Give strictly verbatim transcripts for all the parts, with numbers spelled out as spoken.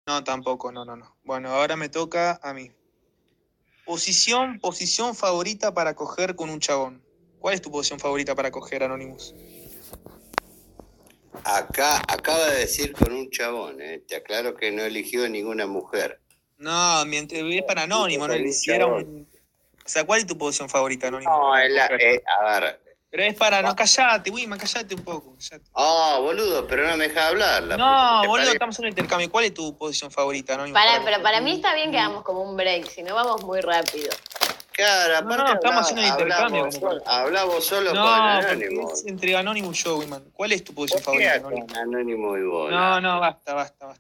No, tampoco, no, no, no. Bueno, ahora me toca a mí. Posición, posición favorita para coger con un chabón. ¿Cuál es tu posición favorita para coger, Anonymous? Acá acaba de decir con un chabón, ¿eh? Te aclaro que no eligió ninguna mujer. No, mientras es para Anónimo, ¿no? Con un Si era chabón. un... O sea, ¿cuál es tu posición favorita, Anónimo? No, para es la, coger? eh, a ver. Pero es para... No, callate, Wiman, callate un poco. Callate. Oh, boludo, pero no me deja hablar. La No, boludo, parece? Estamos en un intercambio. ¿Cuál es tu posición favorita, Anónimo? Para, para pero coger? para mí está bien que hagamos como un break, si no vamos muy rápido. Claro, No, aparte no, estamos haciendo un intercambio. hablamos, Como solo, para... hablamos solo No, con porque Anónimo. es entre Anónimo y yo, Wiman. ¿Cuál es tu posición ¿Por qué favorita, con Anónimo? Anónimo y vos? No, no, basta, basta, basta.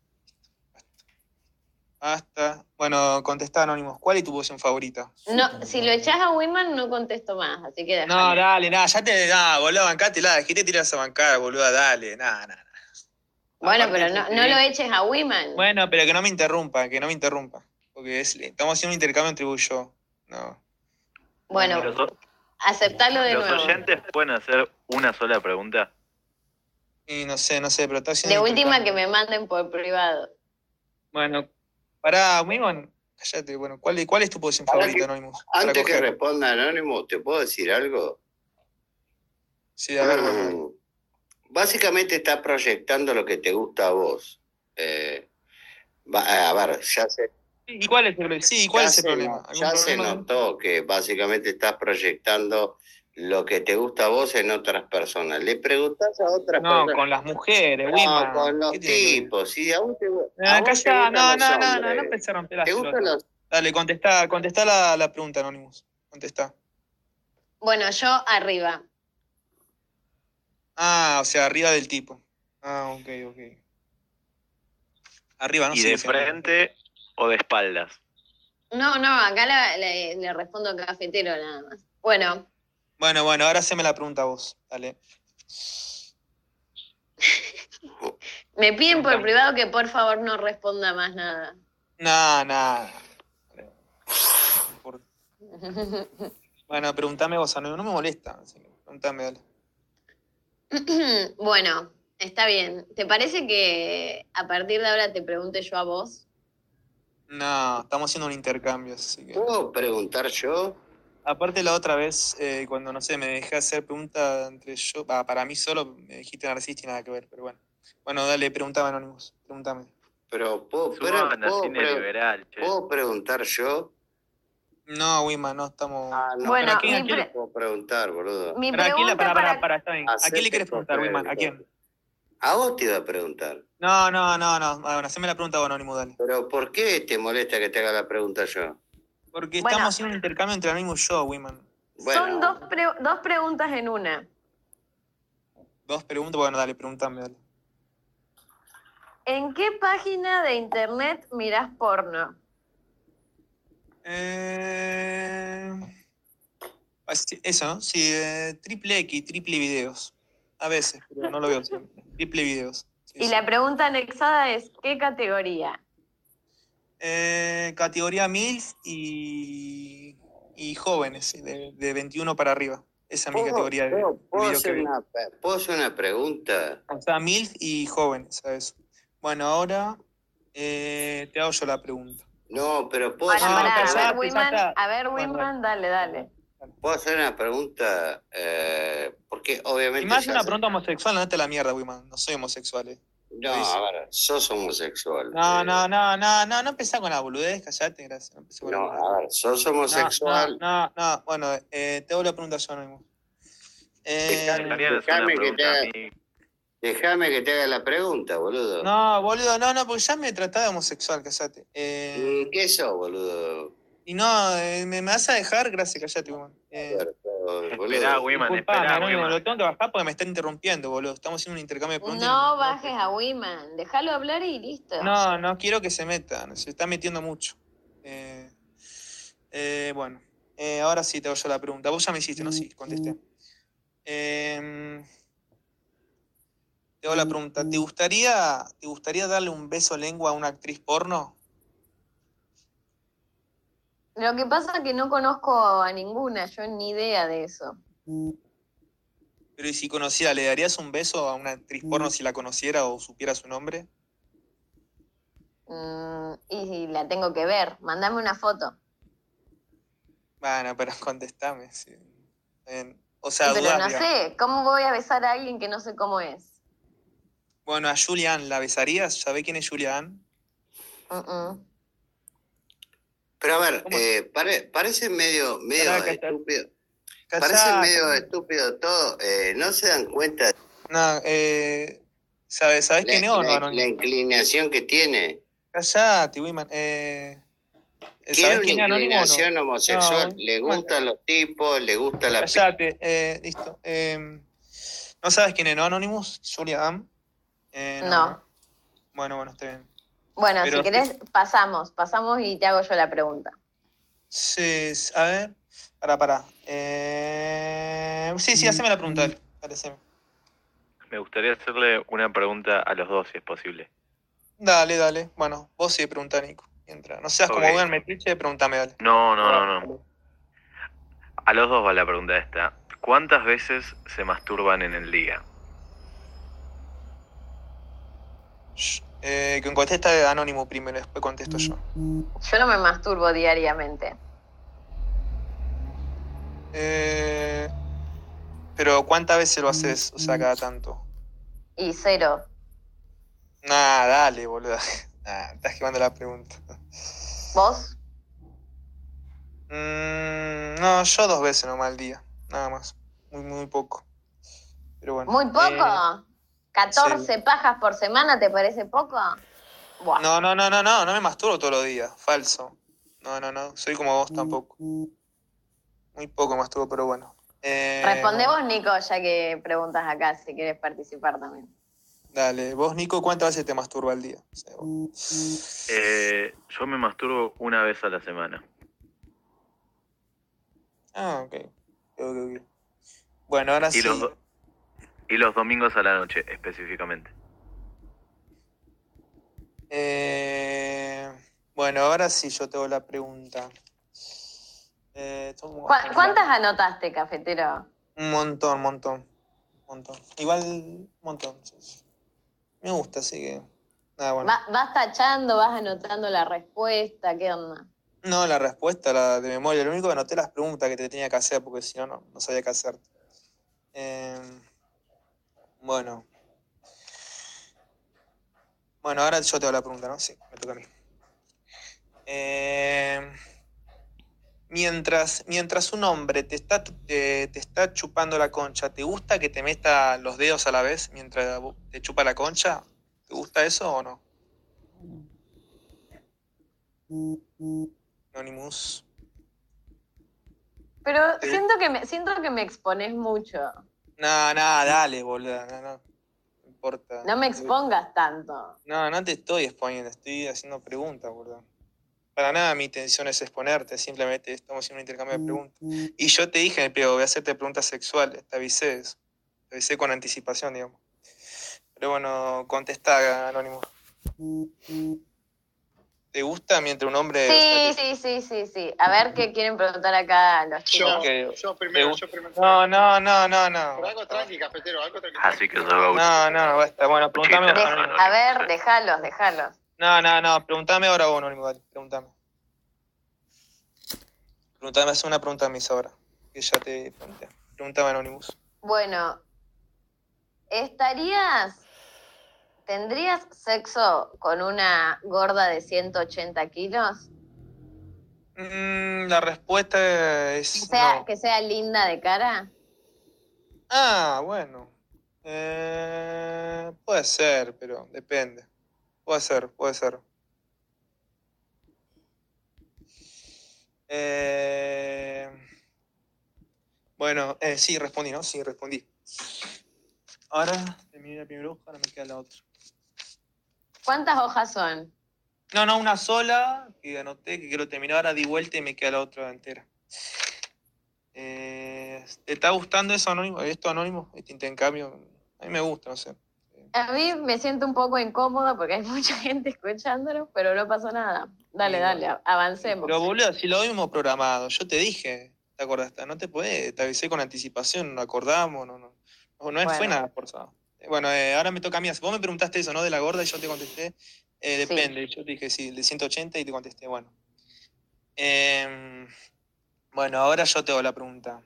Basta. Bueno, contestá, Anónimos. ¿Cuál es tu posición favorita? No, si lo echás a Wiman no contesto más, así que déjalo. No, dale, nada, ya te. Nada, boludo, bancátela. ¿Qué te tiras a bancar, boludo? Dale, nada, nada. Bueno, Aparte, pero no, no lo eches a Wiman. Bueno, pero que no me interrumpa, que no me interrumpa. Porque es, estamos haciendo un intercambio entre vos y yo. No. Bueno, Los, o- aceptalo de los nuevo. oyentes pueden hacer una sola pregunta. Y no sé, no sé, pero está haciendo De un última que intercambio. me manden por privado. Bueno, pará, Wiman, cállate. Bueno, ¿cuál, es- ¿cuál es tu posición Ahora favorita, que- Anónimos? Para Antes que coger. responda Anónimo, ¿te puedo decir algo? Sí, a ver, bueno. Mm, Básicamente está proyectando lo que te gusta a vos. Eh, va- a ver, ya se, ¿Y cuál es el problema? Sí, ¿cuál ya es el se problema? no- ¿Algún ya se problema? notó que básicamente estás proyectando lo que te gusta a vos en otras personas. Le preguntás a otras No, personas. con las mujeres, No, Wiman. con los ¿Qué tiene que ver? tipos. Si a vos te, a Ah, vos te callá, gustan no, los no, no, no, hombres. no empecé a romper las ¿Te gustan pelotas. los Dale, contestá, contestá la, la pregunta, Anonymous. Contestá. Bueno, yo arriba. Ah, o sea, arriba del tipo. Ah, ok, ok. Arriba, no ¿Y sé. de si arriba. frente o de espaldas? No, no, acá la- le, le respondo cafetero nada más. Bueno, Bueno, bueno, ahora haceme la pregunta a vos. Dale. me piden por Preguntame. privado que por favor no responda más nada. No, no. Por- Bueno, preguntame vos, Anonymous. No me molesta. Así que preguntame, dale. Bueno, está bien. ¿Te parece que a partir de ahora te pregunte yo a vos? No, estamos haciendo un intercambio, así que... ¿Puedo preguntar yo? Aparte la otra vez, eh, cuando, no sé, me dejé hacer preguntas entre yo... Ah, para mí solo me dijiste narcisista y nada que ver, pero bueno. Bueno, dale, preguntame, Anonymous. Preguntame. Pero puedo, pero, Suban puedo, así pre- neoliberal, che. ¿puedo preguntar yo? No, Wima, no estamos... Ah, no. Bueno, ¿Pero a quién, a mi, quién le- pre- Puedo preguntar, boludo. mi ¿Para quién le- pregunta para, para, para... para, está bien. ¿A quién le quieres preguntar, Hacete Wima? ¿A quién? coger. A vos te iba a preguntar. No, no, no, no. Ah, bueno, haceme la pregunta vos, Anonymous, dale. Pero ¿por qué te molesta que te haga la pregunta yo? Porque Bueno. estamos haciendo un intercambio entre Anonymous y yo, Wiman. Bueno, Son dos, pre- dos preguntas en una. Dos preguntas, bueno, dale, preguntame, dale. ¿En qué página de internet mirás porno? Eh... así- Eso, ¿no? Sí, eh, triple X, triple videos. A veces, pero no lo veo siempre. Triple videos. Sí, Y sí. la pregunta anexada es, ¿qué categoría? Eh, categoría MILF y, y jóvenes, sí, de, de veintiuno para arriba. Esa es mi ¿puedo, categoría de, puedo- de puedo video que hacer veo. una, ¿puedo hacer una pregunta? O sea, MILF y jóvenes, ¿sabes? Bueno, ahora eh, te hago yo la pregunta. No, pero ¿puedo, Para, hacer, No, para, a ver, callate, Wiman, ya está. a ver, Bueno, Wiman, dale, dale. ¿puedo hacer una pregunta? Eh, porque Y obviamente... más ya una sé- pregunta homosexual, andate a la mierda, Wiman. No soy homosexual, eh. No, a ver, sos homosexual. No, Eh, no, no, no, no, no empezá con la boludez, callate, gracias. No empecé con la No, boludez. a ver, sos No, homosexual. no, no, no. Bueno, eh, te hago la pregunta yo mismo. Eh, También es Dejame una que pregunta te a haga- mí. Déjame que te haga la pregunta, boludo. no, boludo, no, no, porque ya me trataba de homosexual, callate. Eh, ¿Y qué sos, boludo? y no, eh, me, me vas a dejar, gracias, callate, Wiman. Eh, A ver, boludo. Esperá, Wiman, disculpame, esperá, no, Wiman. lo tengo que bajar porque me están interrumpiendo, boludo. Estamos haciendo un intercambio de preguntas. No y- bajes a Wiman, déjalo hablar y listo. No, no quiero que se meta, se está metiendo mucho. Eh, eh, bueno, eh, ahora sí te hago yo la pregunta. Vos ya me hiciste, ¿no? Sí, contesté. Eh, te hago la pregunta. ¿Te gustaría, ¿Te gustaría darle un beso lengua a una actriz porno? Lo que pasa es que no conozco a ninguna, yo ni idea de eso. Pero ¿y si conociera, le darías un beso a una actriz porno si la conociera o supiera su nombre? Mm, y si la tengo que ver, mandame una foto. Bueno, pero contestame. Sí. Bien. O Y sea, pero dudás, no digamos. sé, ¿cómo voy a besar a alguien que no sé cómo es? Bueno, a Julian, ¿la besarías? ¿Sabés quién es Julian? Mm, mm. Pero a ver, ¿Cómo? eh, pare- parece medio, medio Pará, acá está. estúpido. Parece Callate. medio estúpido todo. Eh, ¿no se dan cuenta de No, eh, ¿sabes, ¿sabés la, quién es o no, la- la Anónimo? inclinación que tiene? Callate, Wiman. Eh, ¿Tiene ¿sabés una quién es Anónimo o no? inclinación homosexual? No, ¿Le ¿cómo? gustan los tipos? ¿Le gusta la pi- Callate, eh, listo. Eh, ¿no sabes quién es, no, Anonymous? Julian. Eh, no, No. no. Bueno, bueno, está bien. Bueno, Pero si querés, pasamos, pasamos y te hago yo la pregunta. sí, a ver, pará, pará. Eh, sí, sí, haceme la pregunta, dale. Dale, haceme. Me gustaría hacerle una pregunta a los dos, si es posible. Dale, dale. Bueno, vos sí preguntá, Nico. Mientras no seas como Ok. vean metiche, pregúntame, dale. No, no, no, no. A los dos va la pregunta esta. ¿Cuántas veces se masturban en el día? Shh, Eh, que contesta Anónimo primero, después contesto yo. Yo no me masturbo diariamente. Eh, pero ¿cuántas veces lo haces? O sea, cada tanto. Y cero. Nah, dale, boludo. Nah, estás esquivando la pregunta. ¿Vos? Mm, no, yo dos veces nomás al día, nada más. Muy, muy poco. Pero bueno. ¿Muy poco? eh, ¿catorce sí. pajas por semana te parece poco? Buah. No, no, no, no, no, no me masturbo todos los días. Falso. No, no, no. Soy como vos tampoco. Muy poco masturbo, pero bueno. Eh, Responde vos, Nico, ya que preguntas acá si quieres participar también. Dale. Vos, Nico, ¿cuántas veces te masturba al día? O sea, vos. Eh, yo me masturbo una vez a la semana. Ah, ok. Ok, ok, ok. Bueno, ahora Y sí. los, do- y los domingos a la noche, específicamente. Eh, bueno, ahora sí yo te hago la pregunta. Eh, tomo- ¿Cu- ¿Cuántas anotaste, cafetero? Un montón, montón, montón. Igual, un montón. Sí, sí. Me gusta, así que. Nada, bueno. Va- ¿Vas tachando, vas anotando la respuesta? ¿Qué onda? No, la respuesta, la de memoria. Lo único que anoté las preguntas que te tenía que hacer, porque si no, no, no sabía qué hacer. Eh, bueno. Bueno, ahora yo te hago la pregunta, ¿no? Sí, me toca a mí. Eh, mientras, mientras un hombre te está, te, te está chupando la concha, ¿te gusta que te meta los dedos a la vez mientras te chupa la concha? ¿Te gusta eso o no? Anonymous. Pero Sí. siento que me, siento que me expones mucho. No, no, dale, boludo. No, no. No importa. No me expongas tanto. No, no te estoy exponiendo, estoy haciendo preguntas, boludo. Para nada mi intención es exponerte, simplemente estamos haciendo un intercambio de preguntas. Y yo te dije en el pliego, voy a hacerte preguntas sexuales, te avisé eso. Te avisé con anticipación, digamos. Pero bueno, contesta, Anónimo. ¿Te gusta mientras un hombre... o sea, Sí, sí, sí, sí, sí. A ver qué quieren preguntar acá los Yo, chicos. Ok. yo primero, ¿Te yo primero. No, no, no, no, no. Pero algo tranqui, cafetero, algo tranqui. Así que yo No, no, basta. Bueno, pregúntame. De- no, no, a ver, déjalos, déjalos. No, no, no, pregúntame ahora vos, Anónimo, dale, pregúntame. Pregúntame, haz una pregunta a mí ahora, que ya te pregunté. Pregúntame, Anonymous. Bueno, ¿estarías, tendrías sexo con una gorda de ciento ochenta kilos? Mm, la respuesta Que es sea, no. que sea linda de cara. Ah, bueno. Eh, puede ser, pero depende. Puede ser, puede ser. Eh, bueno, eh, sí, respondí, ¿no? Sí, respondí. Ahora terminé la primera hoja, ahora me queda la otra. ¿Cuántas hojas son? No, no, una sola, que anoté, que quiero terminar, ahora di vuelta y me queda la otra entera. Eh, ¿te está gustando eso, Anónimo? ¿Esto, Anónimo? Este intercambio. A mí me gusta, no sé. A mí me siento un poco incómoda porque hay mucha gente escuchándolo, pero no pasó nada. Dale, Sí, dale, bueno. avancemos. Pero boludo, si lo habíamos programado, yo te dije, ¿te acordaste? No te podés, te avisé con anticipación, no acordamos, no, no, no, no Bueno. fue nada forzado. Eh, Bueno, eh, ahora me toca a mí. Vos me preguntaste eso, ¿no? De la gorda y yo te contesté. Eh, Sí. depende, yo te dije sí, el de ciento ochenta y te contesté, bueno. Eh, bueno, ahora yo te hago la pregunta.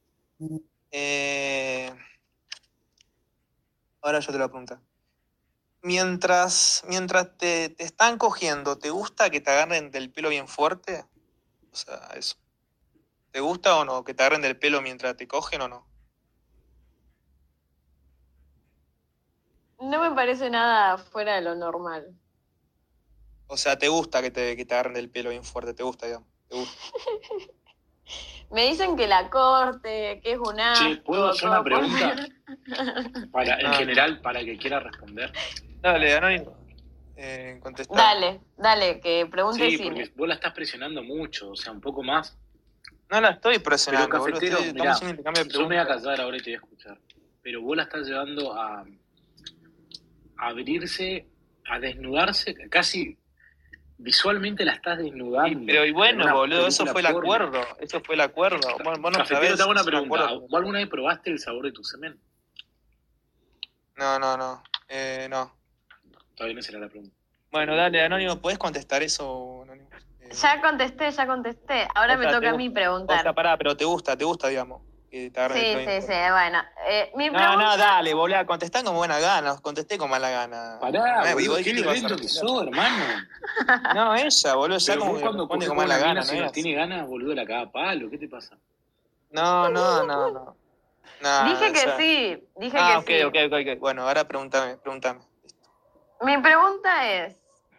Eh, ahora yo te la pregunta. Mientras, mientras te, te están cogiendo, ¿te gusta que te agarren del pelo bien fuerte? O sea, eso. ¿Te gusta o no? ¿Que te agarren del pelo mientras te cogen o no? No me parece nada fuera de lo normal. O sea, ¿te gusta que te, que te agarren del pelo bien fuerte? ¿Te gusta, digamos? ¿Te gusta? Me dicen que la corte, que es un asco. Che, ¿puedo hacer una todo por- pregunta? Para, en Ah. general, para que quiera responder. Dale, Anónimo. Eh, contestar. Dale, dale, que pregunte Sí, cine. porque vos la estás presionando mucho, o sea, un poco más. No la estoy Pero presionando, boludo. cafetero, Estoy, mirá, estamos haciendo un intercambio de yo me voy a preguntas. callar ahora y te voy a escuchar. Pero vos la estás llevando a, a abrirse, a desnudarse, casi visualmente la estás desnudando. Pero y en bueno, una boludo, eso película fue el porno. acuerdo. Eso fue el acuerdo. Vos, vos no Cafetero, sabés. te hago una es un pregunta. acuerdo. ¿Vos alguna vez probaste el sabor de tu semen? No, no, no. Eh, no. Todavía no será la pregunta. Bueno, dale, Anónimo, ¿podés contestar eso, Anónimo? Eh, Ya contesté, ya contesté. Ahora o me sea, toca te a mí gusta- preguntar. O sea, pará, pero te gusta, te gusta, digamos. Que te agarren Sí, el sí, pelo sí, bien bueno. Eh, mi fuerte. No, pregunta... no, dale, boludo, contestá con buena gana. Contesté con mala gana. Pará, No, y boludo, vos qué dijiste que ibas a violento que responder. sos, hermano. No, ella, boludo, ya Pero como vos que cuando responde coges con con mala una mina, gana, si ¿no no es? tiene ganas, boludo, la caga a palo. ¿Qué te pasa? No, no, no, no. No, Dije que ya- sí, dije Ah, que ok, sí. ok, ok, ok. Bueno, ahora pregúntame, pregúntame. Mi pregunta es,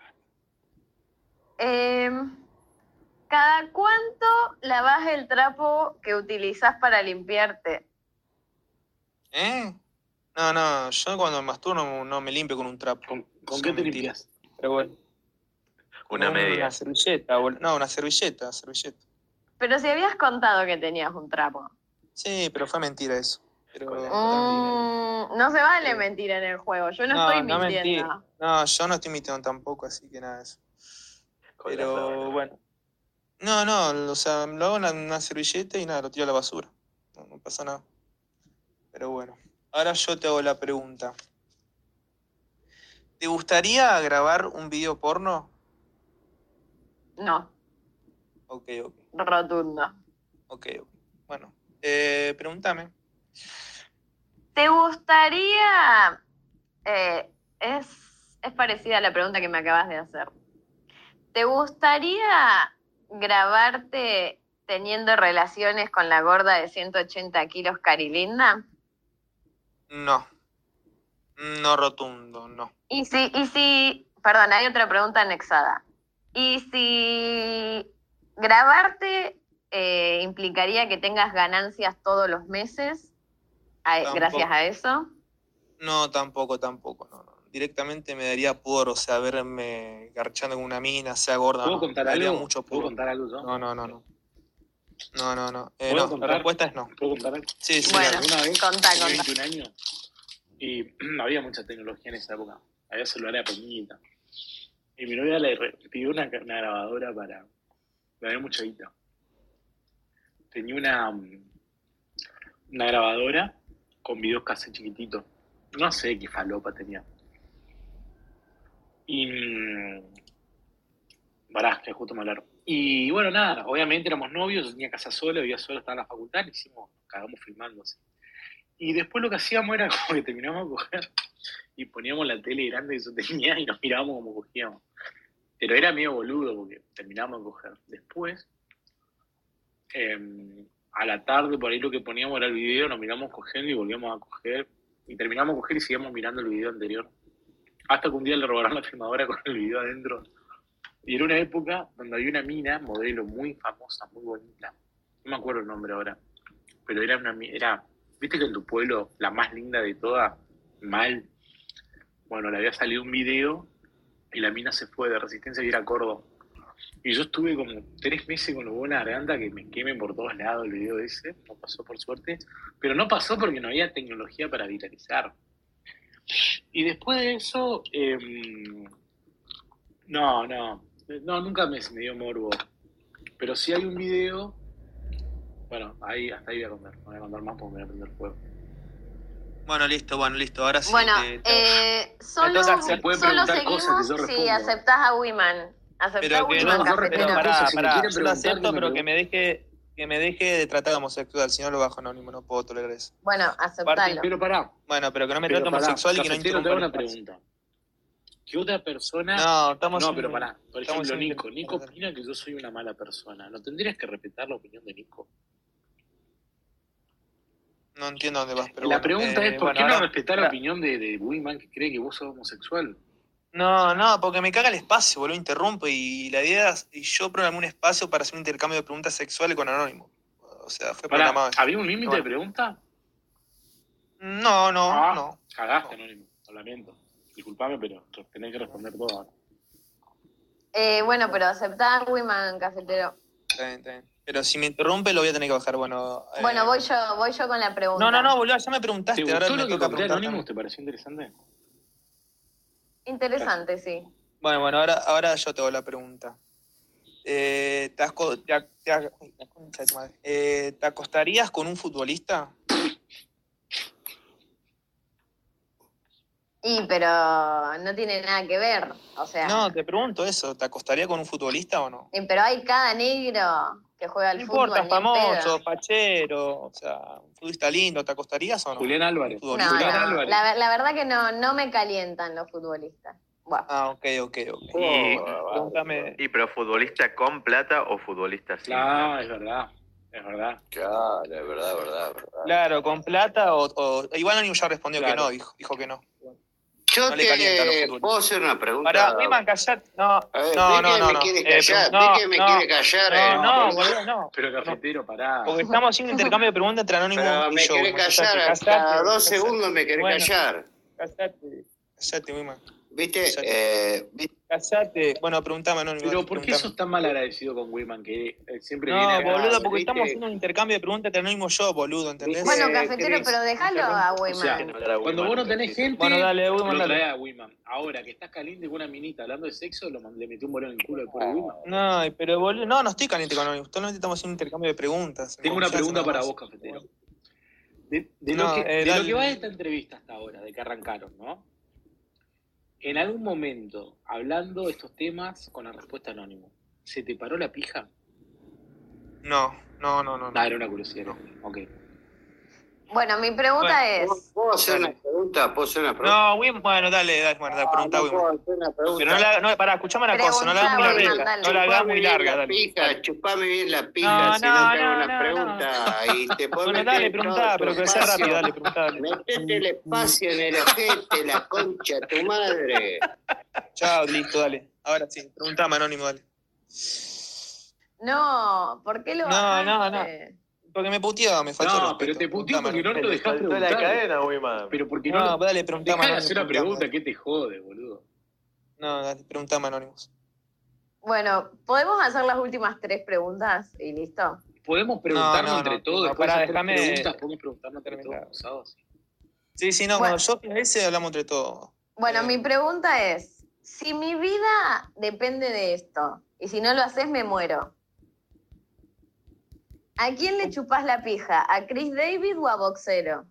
em, ¿cada cuánto lavas el trapo que utilizas para limpiarte? ¿Eh? No, no, yo cuando me masturbo no, no me limpio con un trapo. ¿Con, con Eso qué es te mentira. limpias? Pero bueno. Una Con media. Una servilleta, bol- no, una servilleta, servilleta. Pero si habías contado que tenías un trapo. Sí, pero fue mentira eso. Pero, Mm, no se vale Sí. mentir en el juego, yo no, no, estoy no mentí. mintiendo. No, yo no estoy mintiendo tampoco, así que nada de eso. Con la Pero sábana. bueno. No, no, o sea, lo hago en una, una servilleta y nada, lo tiro a la basura. No, no pasa nada. Pero bueno. Ahora yo te hago la pregunta. ¿Te gustaría grabar un video porno? No, Ok, ok, rotundo. ok, ok. Bueno, eh, pregúntame. ¿Te gustaría... eh, es, es parecida a la pregunta que me acabas de hacer. ¿Te gustaría grabarte teniendo relaciones con la gorda de ciento ochenta kilos Carilinda? No. No rotundo, no. Y si, y si, perdón, hay otra pregunta anexada. ¿Y si grabarte eh, implicaría que tengas ganancias todos los meses a- Tampoco. gracias a eso? No, tampoco, tampoco, no, no. Directamente me daría pudor, o sea, verme garchando con una mina, sea gorda, ¿Puedo no. contar Me daría algo? mucho ¿Puedo pudor. contar algo yo? No, no, no, no. No, no, no. Eh, ¿Puedo no, contar? la respuesta es no. ¿Puedo contar algo? Sí, sí. Bueno, dale. Una vez, contá, tenía contá. veintiún años y no había mucha tecnología en esa época. Había celulares a peñita. Y mi novia le re- pidió una, una grabadora para... Le había mucha guita. Tenía una, mm, una grabadora con videos casi chiquititos. No sé qué falopa tenía. Y... mm, Pará, que justo me hablaron. Y bueno, nada, obviamente éramos novios, yo tenía casa sola, vivía solo, estaba en la facultad, hicimos, nos cagamos filmando así. Y después lo que hacíamos era como que terminábamos de coger y poníamos la tele grande que yo tenía y nos mirábamos como cogíamos. Pero era medio boludo porque terminábamos de coger. Después, eh, a la tarde por ahí lo que poníamos era el video, nos miramos cogiendo y volvíamos a coger. Y terminamos de coger y seguíamos mirando el video anterior. Hasta que un día le robaron la filmadora con el video adentro. Y era una época donde había una mina, modelo muy famosa, muy bonita. No me acuerdo el nombre ahora. Pero era una era, viste que en tu pueblo, la más linda de todas, mal. Bueno, le había salido un video y la mina se fue de Resistencia y era Córdoba. Y yo estuve como tres meses con una garganta que me quemen por todos lados el video ese. No pasó por suerte. Pero no pasó porque no había tecnología para viralizar. Y después de eso, eh, no, no, no, nunca me, me dio morbo. Pero sí hay un video, bueno, ahí hasta ahí voy a contar, no voy a contar más porque me voy a prender fuego. Bueno, listo, bueno, listo. Ahora sí. Bueno, te- te- eh, solo, Entonces, se pueden solo preguntar cosas seguimos que yo si respondo. aceptás a Wiman. Aceptá Pero a que Wiman, no, yo pero cafetero. respondo pará, cosas, si me pará. quieren Yo lo preguntar, acepto, que me pero que me pregunten. deje, que me deje de tratar de homosexual, si no lo bajo anónimo, no puedo tolerar eso. Bueno, aceptalo. Pero pará, Bueno, pero que no me pero trate pará, homosexual y que no cafetero, te interrumpa hago el una espacio. pregunta. ¿Qué otra persona? No, estamos No, en- pero pará. Por estamos ejemplo, en- Nico. Nico opina que yo soy una mala persona. ¿No tendrías que respetar la opinión de Nico? No entiendo dónde vas, pero La bueno. pregunta Eh, es, ¿por bueno, qué no ahora- respetar la ahora- opinión de, de Wiman que cree que vos sos homosexual? No, no, porque me caga el espacio, boludo, interrumpo. Y la idea es, y yo programé un espacio para hacer un intercambio de preguntas sexuales con Anónimo. O sea, fue Pará, programado. ¿había un límite Bueno. de pregunta? No, no, Ah, no. Cagaste, Anónimo. Lo lamento. Disculpame, pero tenés que responder todo ahora. Eh, bueno, pero aceptá a Wiman, cafetero. Está bien, está bien. Pero si me interrumpe lo voy a tener que bajar. Bueno, eh, Bueno, voy yo, voy yo con la pregunta. No, no, no, boludo, ya me ¿Te preguntaste. Ahora gustó me lo que toca conté, preguntar. Anónimo? también. ¿Te pareció interesante? Interesante, sí. Bueno, bueno, ahora, ahora yo te hago la pregunta. Eh, ¿te, asco- te, ac- te ac- uy, la concha de tu madre. Eh, ¿te acostarías con un futbolista? Y, pero no tiene nada que ver. O sea, No, te pregunto eso. ¿Te acostaría con un futbolista o no? y, pero hay cada negro que juega al No fútbol. importa, ni en famoso, pedo. fachero, o sea, un futbolista lindo, ¿te acostarías o no? Julián Álvarez. No, Futbolista. Julián no, Álvarez. la, la verdad que no, no me calientan los futbolistas. Bueno, Ah, ok, ok, ok. Y, Pregúntame. y pero futbolista con plata o futbolista sin No, plata. es verdad. Es verdad. Claro, es verdad, verdad, verdad. Claro, con plata o... o igual Anonimo ya respondió Claro. que no, dijo, dijo que no. Yo No le calienta a los te futbolistas. puedo hacer una pregunta. Pará, Wiman, callate. No, A ver, no, vi no, que no. me no. quiere Eh, callar, no, vi que me no, quiere callar. eh, No, no, por- boludo, no. Pero cafetero, pará. Porque estamos haciendo un intercambio de preguntas entre Anónimo Pero y me yo. querés Wiman. callar, Callate, cada callate, dos callate. segundos me querés Bueno. callar. Callate, callate, Wiman. ¿Viste? Callate. Eh, vi- Callate. Bueno, preguntame, Anónimo. Pero dale, ¿por qué preguntame. sos tan mal agradecido con Wiman que eh, siempre viene No, acá? boludo, porque ¿viste? estamos haciendo un intercambio de preguntas entre Anónimo y yo, boludo, ¿entendés? ¿Viste? bueno, Eh, cafetero, Chris, pero déjalo a O sea, Wiman. cuando vos no tenés gente, Bueno, dale, Wiman, lo dale. traes a Wiman. Ahora que estás caliente con una minita hablando de sexo, lo mand- le metió un bolón en el culo al pobre Wiman. No, pero boludo, no, no estoy caliente con Anónimo. Solamente estamos haciendo un intercambio de preguntas. Tengo una Confianza pregunta nada para más. vos, cafetero. De, de No, lo, que, eh, de lo dale. que va de esta entrevista hasta ahora, de que arrancaron, ¿no? En algún momento, hablando de estos temas con la respuesta anónimo, ¿se te paró la pija? No, no, no, no. no. Ah, era una curiosidad. Ok. Bueno, mi pregunta Bueno, es, ¿Puedo hacer Dale. una pregunta? ¿Puedo hacer una pregunta? No, Wiman, bueno, dale, dale, bueno, dale, pregunta, no Wiman. puedo hacer una pregunta. Pero no la, no, pará, escuchame una cosa, no la hagas muy Preguntá, larga, Wiman, dale. no la hagas Chupame muy bien larga, la dale. pija, dale. chupame bien la pija, No, si no, no, te hago no, una no, pregunta y te puedo Bueno, meter dale, todo preguntá, tu pero que sea espacio. rápido, dale, preguntá, dale. Metete el espacio en el ojete, la concha de tu madre. Chao, listo, dale. Ahora sí, preguntame, Anónimo, dale. no, ¿por qué lo No, no, bajaste? Porque me puteaba, me faltó No, respeto. pero te puteó Preguntame, porque no Anónimo. lo dejás Saltó la preguntar. cadena, Wiman. Pero porque no, No, lo... dale, preguntame, Dejá de Anónimo. hacer una preguntame. pregunta, ¿qué te jode, boludo? No, dale, preguntame, Anónimos. Bueno, ¿podemos hacer las últimas tres preguntas y listo? Podemos preguntarnos no, entre no, todos, no, después pará, de esas tres déjame preguntas, podemos preguntarnos entre terminar. todos, ¿sabes? Sí, sí, no, Bueno. cuando yo finalice hablamos entre todos. Bueno, Eh, mi pregunta es, si mi vida depende de esto, y si no lo haces me muero, ¿a quién le chupás la pija? ¿A Chris David o a Boxero?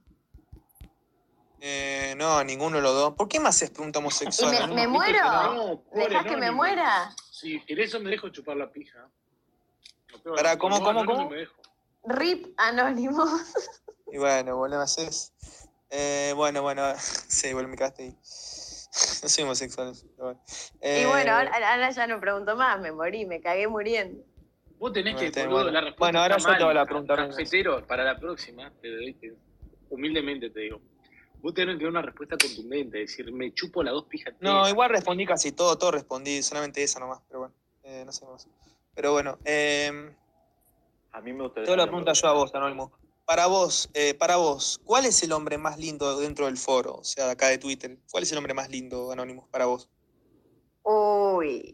Eh, no, a ninguno de los dos. ¿Por qué me haces pregunta ¿Y homosexual? me, Anónimo? me muero? No, pobre ¿Dejás que me Anónimo. muera? Si querés, yo me dejo chupar la pija. No tengo- Pará, ¿cómo, no, cómo, no, no cómo? me dejo. Rip Anónimo. Y bueno, boludo, me haces. Eh, bueno, bueno, sí, bueno, me quedaste ahí. No soy homosexual. pero bueno. Y Eh, bueno, ahora, ahora ya no pregunto más, me morí, me cagué muriendo. Vos tenés Bueno, que, está bien, boludo, bueno. la respuesta Bueno, ahora está yo te hago mal. la pregunta, Renzo. Cafetero, para la próxima, te doy, te- humildemente te digo, vos tenés que dar una respuesta contundente, decir, me chupo las dos pijas. No, igual respondí casi todo, todo respondí, solamente esa nomás, pero bueno, eh, no sé más. Pero bueno, eh, A mí me gustaría. te hago la pregunta yo a vos, Anónimo. Para vos, eh, para vos, ¿cuál es el hombre más lindo dentro del foro? O sea, de acá de Twitter. ¿Cuál es el hombre más lindo, Anónimo, para vos? Uy.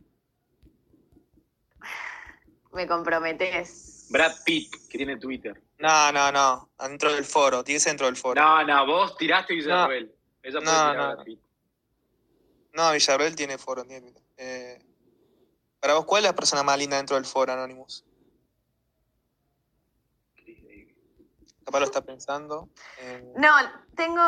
Me comprometés. Brad Pitt, que tiene Twitter. No, no, no, dentro del foro, tiene que ser dentro del foro. No, no, vos tiraste No. Villarroel. Ella puede No, tirar no, a no. Brad Pitt. No, Villarreal tiene foro, tiene Twitter. Eh, para vos, ¿cuál es la persona más linda dentro del foro, Anonymous? Capaz lo está pensando. Eh, No, tengo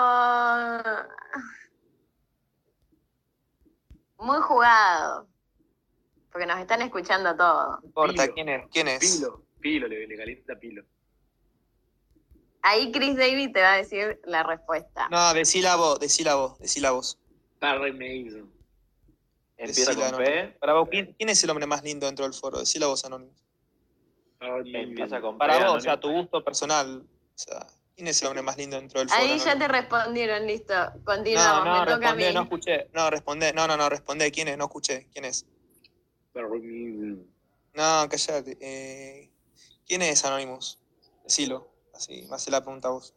muy jugado, porque nos están escuchando todos. no importa, Pilo. ¿quién es? ¿Quién es? Pilo, Pilo, le, le calienta Pilo. Ahí Chris David te va a decir la respuesta. No, decila vos, decila vos, decila vos. Está re medio. Empieza Decila, con no. P. Para vos, ¿quién, quién es el hombre más lindo dentro del foro? Decila vos, Anónimo. Empieza con P. Para vos, Anónimo. o sea, tu gusto personal. O sea, ¿quién es el hombre más lindo dentro del foro? Ahí ya Anónimo? te respondieron, listo. No, Continuamos, no, me toca a mí. respondé, no escuché. No, respondé, no, no, no, respondé. ¿Quién es? No escuché. ¿Quién es? No, callate. Eh, ¿Quién es Anonymous? Decilo. Así, me hace la pregunta a vos.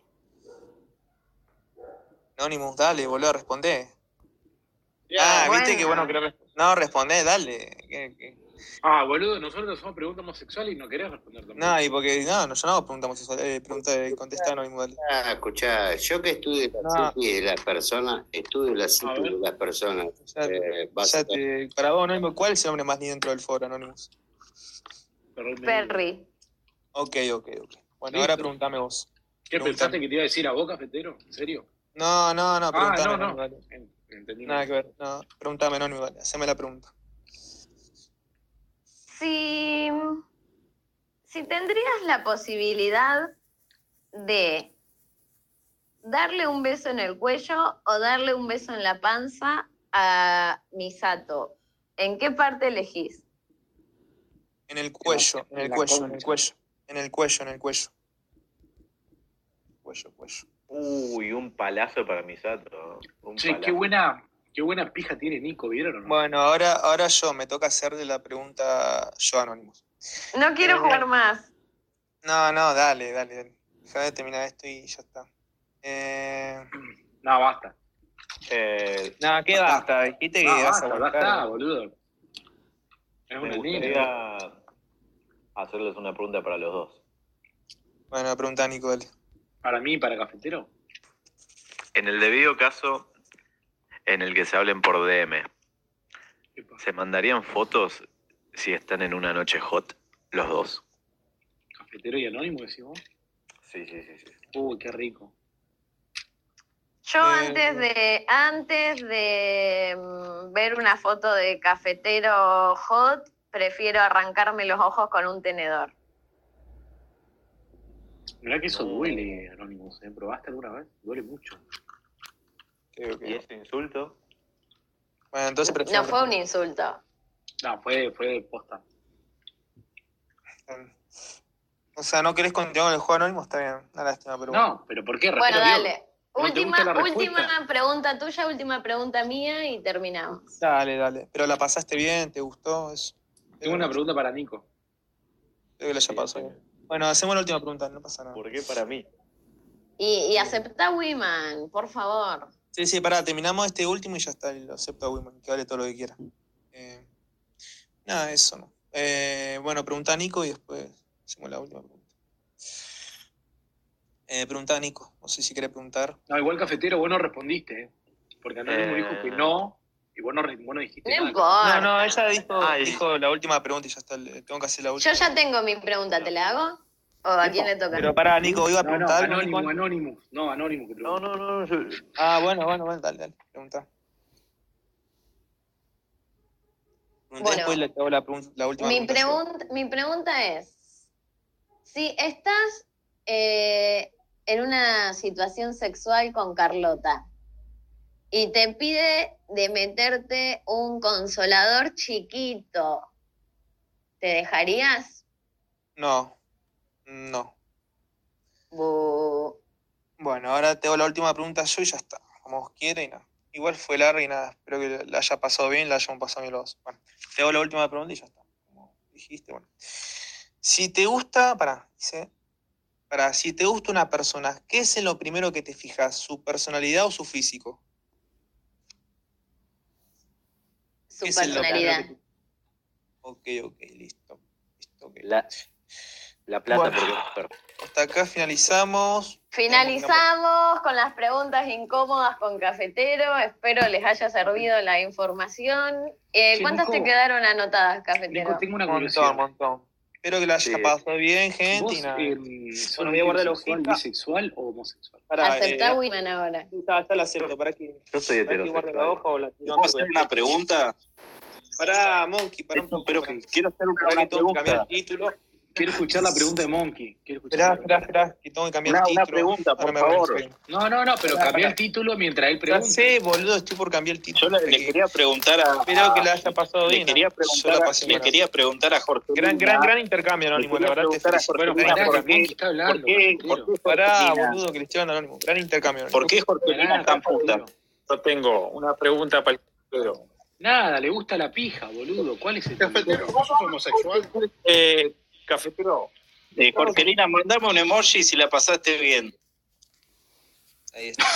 Anonymous, dale, boludo, respondé. Ah, bueno. viste que bueno, creo que. No, respondé, dale. ¿Qué- qué? Ah, boludo, nosotros hacemos preguntas homosexuales y no querés responder tampoco. No, y porque. No, no, yo no hago preguntas sexuales. Eh, pregunta de contestar Anonymous, dale. Ah, escuchá, yo que estudio la No. psiquis de las personas, estudio la psiquis ver. de las personas. Ya, eh, ya básicamente. te- para vos, Anonymous, ¿cuál es el hombre más lindo dentro del foro, Anonymous? Perry. Ok, ok, ok. Bueno, Listo. ahora preguntame vos. ¿Qué Preguntame. pensaste que te iba a decir a vos, cafetero? ¿En serio? No, no, no, Ah, preguntame, no, no. Anonymous, dale. En- Entendí. Nada que ver. No, preguntame, Anonymous, dale. Haceme la pregunta. Si, si tendrías la posibilidad de darle un beso en el cuello o darle un beso en la panza a Misato, ¿en qué parte elegís? En el cuello, en en el la cuello, en el concha. cuello. En el cuello, en el cuello. Cuello, cuello. Uy, un palazo para Misato. Un Che, palazo. qué buena, qué buena pija tiene Nico, ¿vieron o no? Bueno, ahora, ahora yo, me toca hacerle la pregunta yo, Anonymous. No quiero Eh, jugar más. No, no, dale, dale, dale. Déjame de terminar esto y ya está. Eh... No, basta. Eh, No, ¿qué basta? Dijiste que No, vas a basta, ya aguantar. está, boludo. Es me una gustaría niña. hacerles una pregunta para los dos. Bueno, pregunta a Nico, dale. Para mí, para cafetero. En el debido caso en el que se hablen por D M, ¿Qué pasa? ¿se mandarían fotos si están en una noche hot los dos? ¿Cafetero y anónimo decís vos? Sí, sí, sí, sí. Uy, qué rico. Yo Eh, antes de antes de mm, ver una foto de cafetero hot, prefiero arrancarme los ojos con un tenedor. Mirá que eso No. duele, Anonymous, ¿eh? ¿Probaste alguna vez? Duele mucho. Ok, ok. ¿Y ese insulto? Bueno, entonces prefiero... No fue un insulto. No, fue, fue posta. O sea, ¿no querés continuar con el juego Anónimo? Está bien, una lástima, pero No, pero ¿por qué? Bueno, Respira, dale. ¿No te Última, gusta la respuesta? última pregunta tuya, última pregunta mía y terminamos. Dale, dale. Pero la pasaste bien, ¿te gustó? Eso. Tengo una pregunta para Nico. Creo que la haya Sí, pasado sí. bien. Bueno, hacemos la última pregunta, no pasa nada. ¿Por qué para mí? Y, y aceptá Wiman, por favor. Sí, sí, pará, terminamos este último y ya está, y lo acepto a Wiman, que vale todo lo que quiera. Eh, nada, eso no. Eh, bueno, pregunta a Nico y después hacemos la última pregunta. Eh, pregunta a Nico, no sé si quiere preguntar. No, igual cafetero, vos no respondiste, ¿eh? Porque Anónimo Eh. dijo que no, y vos no, re- vos no dijiste No nada. importa. No, no, ella dijo, Ay. dijo la última pregunta y ya está, le- tengo que hacer la última. Yo ya tengo mi pregunta, ¿te la hago? ¿O a quién le toca? Pero pará, Nico, iba a No, no, preguntar algo, Anónimo, Nico. Anónimo. No, Anónimo que No, pregunta. no, no. yo- Ah, bueno, bueno, bueno, dale, dale, pregunta. Pregunta Bueno, después le hago la, pregun- la última Mi, pregunta. yo. pregunta, mi pregunta es, si estás eh, en una situación sexual con Carlota y te pide de meterte un consolador chiquito, ¿te dejarías? No, no. Bu- Bueno, ahora te hago la última pregunta yo y ya está. Como vos quieras y nada. Igual fue larga y nada. Espero que la haya pasado bien, la hayamos pasado bien los dos. Bueno, te hago la última pregunta y ya está. Como dijiste, bueno. Si te gusta, pará, dice. Pará, si te gusta una persona, ¿qué es en lo primero que te fijas? ¿Su personalidad o su físico? Su ¿Qué es en lo personalidad. primero que te- Ok, ok, listo. Listo, ok. La, la plata, Bueno. porque es perro. Hasta acá finalizamos. Finalizamos con las preguntas incómodas con Cafetero. Espero les haya servido la información. Eh, Sí, ¿Cuántas Nico. te quedaron anotadas, Cafetero? Nico, tengo una Un montón, curiosidad. un montón. Espero que la haya Sí. pasado bien, gente. ¿Vos Y nada. eh, Bueno, voy a guardar la heterosexual, hojita. bisexual o homosexual? Pará, Aceptá eh, Wiman ahora. ya, ya la acepto. ¿Para que, Yo soy para que guarde la heterosexual. hoja o la tiro ¿Puedo antes? hacer una pregunta? Pará, Monkey, pará un Esto, poco. pero Pará, que quiero hacer una, Pará una que tengo que cambiar pregunta. el título. Quiero escuchar la pregunta de Monkey. Quiero escuchar Esperá, la esperá, pregunta. esperá, que tengo que cambiar Una, el una título. pregunta, Ahora por me favor. voy. No, no, no, pero Pará, cambié pará. el título mientras él Ya pregunta. sé, boludo, estoy por cambiar el Yo título. le, le quería preguntar a, Espero que la haya pasado le bien. quería ¿no? Yo preguntar, la a, pasé le mal. quería preguntar a Jorge. Gran, gran, gran intercambio, Anónimo. La quería verdad te preguntar a felicito. Bueno, Jorgelina Gran pará, que por intercambio. Monkey está ¿Por hablando, qué, Cafetero. por qué Pará, Jorgelina, boludo, que le estoy dando Anónimo. Gran intercambio, Anónimo. por qué Jorgelina Pará, es tan Cafetero. puta? Yo tengo una pregunta para el cafetero. Nada, le gusta la pija, boludo. ¿Cuál es el Cafetero, problema? ¿vos sos homosexual? Eh, Cafetero, eh, Jorgelina, mandame un emoji si la pasaste bien. Ahí está.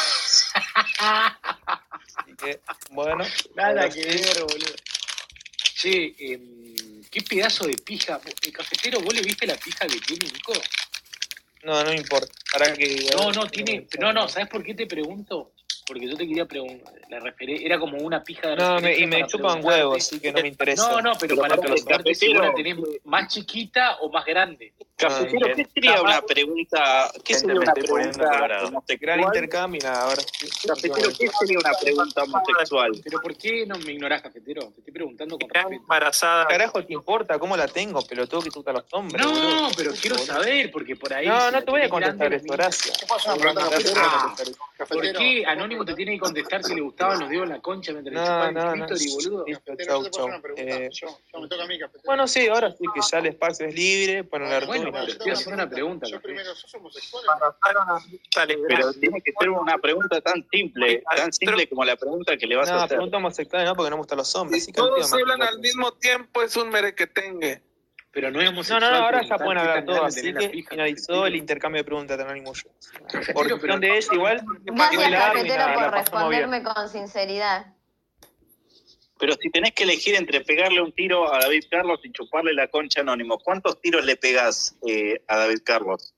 Así que, bueno. Nada ahora que sí. ver, boludo. Che, eh, qué pedazo de pija. Eh, Cafetero, ¿vos le viste la pija que tiene Nico? No, no me importa. Para que. No, no, tiene. No, no, ¿sabes por qué te pregunto? Porque yo te quería preguntar. La referé, era como una pija de No, me, referencia y me para chupan preguntarte- huevos, así que no me interesa. No, no, pero Pero para pará, preguntarte si vos la Cafetero. tenés más chiquita o más grande. Cafetero, bien. ¿qué sería una pregunta? ¿Qué Gente, sería me una estoy poniendo pregunta colorado. Gran homosexual? intercambio, nada, ahora sí. Cafetero, ¿qué sería una pregunta homosexual? Pero ¿por qué no me ignorás, Cafetero? Te estoy preguntando con está respeto. embarazada. Carajo, ¿te importa cómo la tengo? Pelotudo que tú te los hombres, No, boludo. pero quiero saber, porque por ahí. No, si no la te voy a tenés contestar grande, esto, la gracias. ¿Te puedo hacer una pregunta, Gracias, Cafetero? no voy a contestar eso. ¿Por Cafetero, qué Anónimo te tiene que contestar si le gustaban los dedos en la concha mientras le No, chupaban no, el no. clítoris, boludo? Listo, Cafetero, chau, yo te puedo hacer chau. una pregunta. Eh, Yo, yo me toca a mí, Cafetero. bueno, sí, ahora sí que ya el espacio es libre. Bueno, la Bueno, Arturo, pero yo estoy tengo haciendo una pregunta, Yo Café. primero, ¿sos homosexual? Dale, Pero tiene que ser una pregunta tan simple, tan simple como la pregunta que le vas a no, hacer. pregunta homosexual, no, porque no me gustan los hombres. Si Así que al todos tema, hablan fíjate. al mismo tiempo, es un merequetengue. Pero no es No, homosexual. no, no, ahora ya preguntar pueden qué hablar tan todo, grande así tenés la que pija, finalizó Cafetero. el intercambio de preguntas de Anónimo yo. Cafetero, Por pero cuestión de ella, igual, Gracias, muy larga y Cafetero, nada, por la pasamos bien. responderme con sinceridad. Pero si tenés que elegir entre pegarle un tiro a David Carlos y chuparle la concha a Anónimo, ¿cuántos tiros le pegás eh, a David Carlos?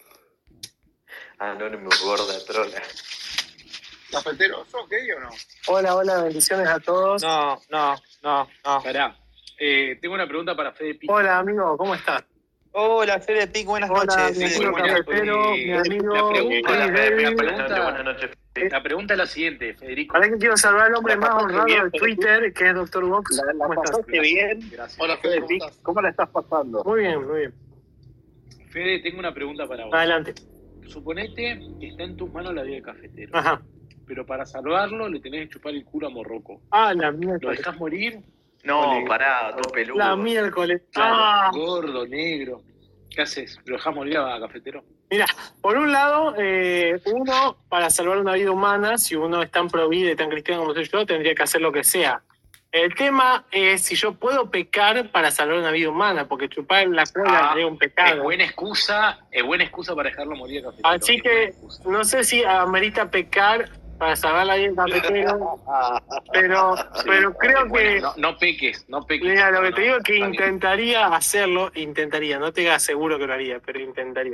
Anónimo, gorda, trola. Cafetero, ¿sos gay o no? Hola, hola, bendiciones a todos. No, no, no, no. Pará. Eh, tengo una pregunta para Fede Pico. Hola, amigo, ¿cómo estás? Hola, Fede Pic, buenas Hola, noches. mi Fede, amigo ¿cómo estás? cafetero, mi amigo La pregunta, Hola, Chris Fede, David. la buenas noches, pregunta, buenas noches. la pregunta es la siguiente, Federico. Ahora que quiero saludar al hombre La más pasaste honrado bien, de Fede. Twitter, que es doctor Vox. ¿La, la ¿Cómo estás? pasaste bien? Gracias. Hola, Fede, Fede, ¿cómo estás? ¿cómo la estás pasando? Muy bien, muy bien. Fede, tengo una pregunta para vos. Adelante. Suponete que está en tus manos la vida de Cafetero. Ajá. Pero para salvarlo le tenés que chupar el culo a Morroco. Ah, la ¿Lo miércoles. dejás morir? No, Ole. pará, todo peludo. La miércoles. Claro, Ah, gordo, negro. ¿Qué haces? ¿Lo dejás morir a Cafetero? mira, por un lado, eh, uno, para salvar una vida humana, si uno es tan pro vida y tan cristiano como soy yo, tendría que hacer lo que sea. El tema es si yo puedo pecar para salvar una vida humana, porque chupar la cola Ah, es un Es pecado. buena excusa, es buena excusa para dejarlo morir a Cafetero. Así es que buena excusa. no sé si amerita pecar para salvar la vida del cafetero, pero, Sí, pero creo es buena. que, No, no peques, no peques. mira, lo que No, te no, digo es que está bien. intentaría hacerlo, intentaría, no te aseguro que lo haría, pero intentaría.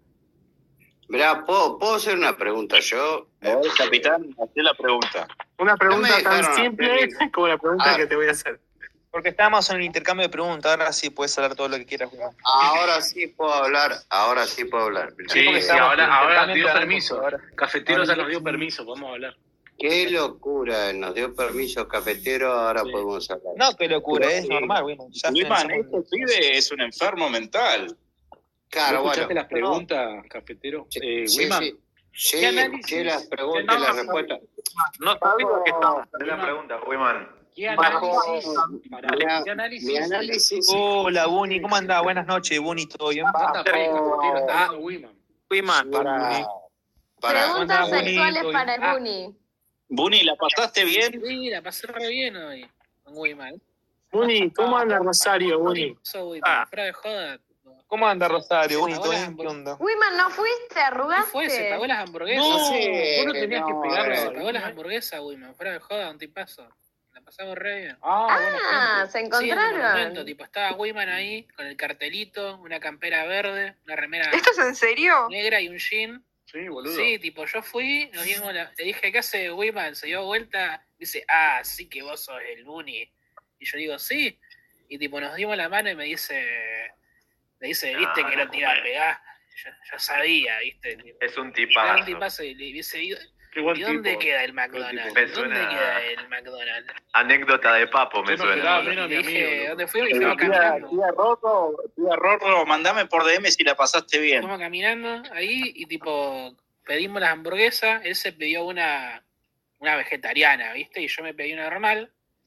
Mirá, ¿puedo, ¿puedo hacer una pregunta yo? A ver, capitán, hacé la pregunta. Una pregunta No me tan dejaron simple hacer- como la pregunta Ah. que te voy a hacer. Porque estábamos en el intercambio de preguntas, ahora sí puedes hablar todo lo que quieras, Juan. Ahora sí puedo hablar, ahora sí puedo hablar. Sí, porque sí, estamos ahora, en ahora intercambio te dio entre permiso. ambos, ahora. Cafetero Ahora ya sí. nos dio permiso, podemos hablar. Qué locura, nos dio permiso cafetero, ahora Sí. podemos hablar. No, qué locura, Pero, es eh, normal, Wiman. Ya Wiman, finalizamos. este pibe es un enfermo mental. Claro, ¿Vos bueno. escuchaste las preguntas, Cafetero? Sí, Eh, sí, Wiman, sí. Sí, ¿qué análisis? escuché las preguntas ¿Qué y las análisis? respuestas. No sabía que estaba. Haz la pregunta, Wiman. ¿Qué análisis? Pará, Mira, ¿qué análisis? mi análisis. Hola, Buni, ¿cómo andás? Buenas noches, Buni, ¿todo bien? What the fuck, Cafetero, está hablando Wiman. Wiman, Para, para, Preguntas Hola, Buni, sexuales ¿todo para el bien? Buni. Buni, ¿la pasaste bien? Sí, la pasé re bien hoy. Muy mal. Buni, ¿cómo anda Rosario, Buni? Soy Ah. fuera de joda. ¿Cómo anda Rosario, Buni, Pagó todo la bien? ¿Qué onda? Wiman, ¿no fuiste? ¿Qué ¿Arrugaste? fue? Se pagó las hamburguesas. No, sé, vos no tenías no, que pegarle. eh. Se pagó las hamburguesas, Wiman. Fuera de joda, un tipazo. La pasamos re bien. Ah, buena Ah, gente. se Sí, en el monumento, encontraron. tipo, estaba Wiman ahí con el cartelito, una campera verde, una remera ¿Esto es en serio? negra y un jean. Sí, boludo. Sí, tipo, yo fui, nos dimos la... le dije, ¿qué hace Wiman? Se dio vuelta, dice, ah, sí que vos sos el Buni. Y yo digo, sí. Y tipo, nos dimos la mano y me dice, Le dice, viste que no te iba a pegar. Yo, yo sabía, viste. Es un Era tipazo. un tipazo y le hubiese ido. Qué buen ¿Y dónde tipo. queda el Buen McDonald's? tipo. Me ¿Dónde suena- queda el McDonald's? Anécdota de Papo me Yo no suena. llegaba Y menos le mi dije, amigo. ¿dónde fuimos? Y Pero fuimos tía, caminando. tía Rorro, tía Rorro, mandame por D M si la pasaste bien. Fuimos caminando ahí y tipo, pedimos las hamburguesas. Él se pidió una, una vegetariana, ¿viste? Y yo me pedí una normal.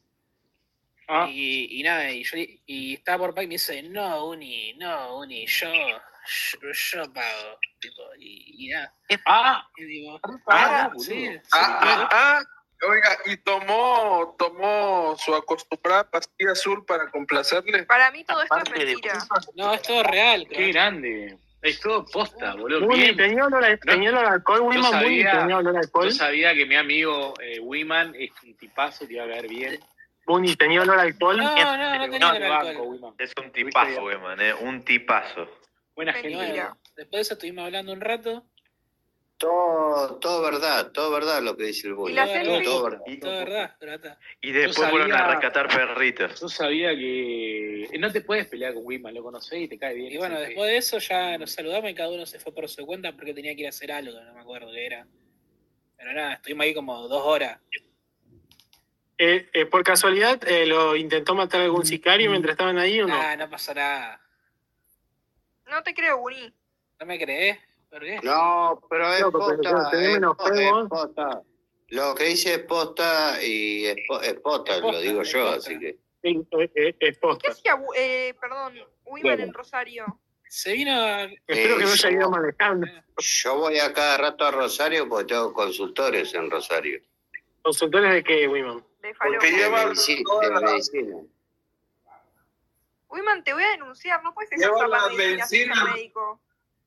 Ah, Y, y nada, y, yo, y estaba por pagar y me dice, no, Uni, no, Uni, yo, yo, yo pago. Tipo, y, y nada. ah, Y digo, ah, sí, sí, Ah, ah, ah. Oiga, y tomó, tomó su acostumbrada pastilla azul para complacerle. Para mí todo esto es Aparte de- mentira. no, es todo real. qué creo. grande. Es todo posta, boludo. Muni, Bien. ¿tenía olor a, tenía olor a alcohol, Yo Wiman? Muni, sabía- ¿tenía olor a alcohol? Yo sabía que mi amigo eh, Wiman es un tipazo, te iba a caer bien. Muni, ¿tenía olor a alcohol? No, no, no Pero tenía te el banco, alcohol. Wiman. Es un tipazo, güey, man, eh. Un tipazo. Buena Y gente. Mentira. bueno, después de eso estuvimos hablando un rato. Todo, todo verdad, todo verdad lo que dice el ¿Y bully. la Todo selfie? verdad, Todo verdad. todo verdad, pero está. Y después Yo fueron a sabía- rescatar perritos. Yo sabía que no te puedes pelear con Wiman, lo conocés y te cae bien. Y bueno, Así que- después de eso ya nos saludamos y cada uno se fue por su cuenta porque tenía que ir a hacer algo, no me acuerdo qué era. Pero nada, estuvimos ahí como dos horas. Eh, eh, por casualidad, eh, ¿lo intentó matar algún sicario mientras estaban ahí o no? Ah, no pasa nada. No te creo, Uni. ¿No me crees? ¿Por qué? No, pero es Loco, pero posta, tenés es menos posta, juego. es posta. Lo que dice es posta y es, po- es posta, Es posta, lo digo es yo, posta. así que... Sí, eh, eh, es ¿Qué posta. hacía, Bu- eh, perdón, Wiman Bueno. en Rosario? Se vino a... Espero que no haya yo- ido manejando. Yo voy a cada rato a Rosario porque tengo consultores en Rosario. ¿Consultores de qué, Wiman? De Porque falopa. De, lleva medici- toda de la- medicina. Wiman, te voy a denunciar. No puedes Lleva ejercer la la medicina sin ser medicina. médico.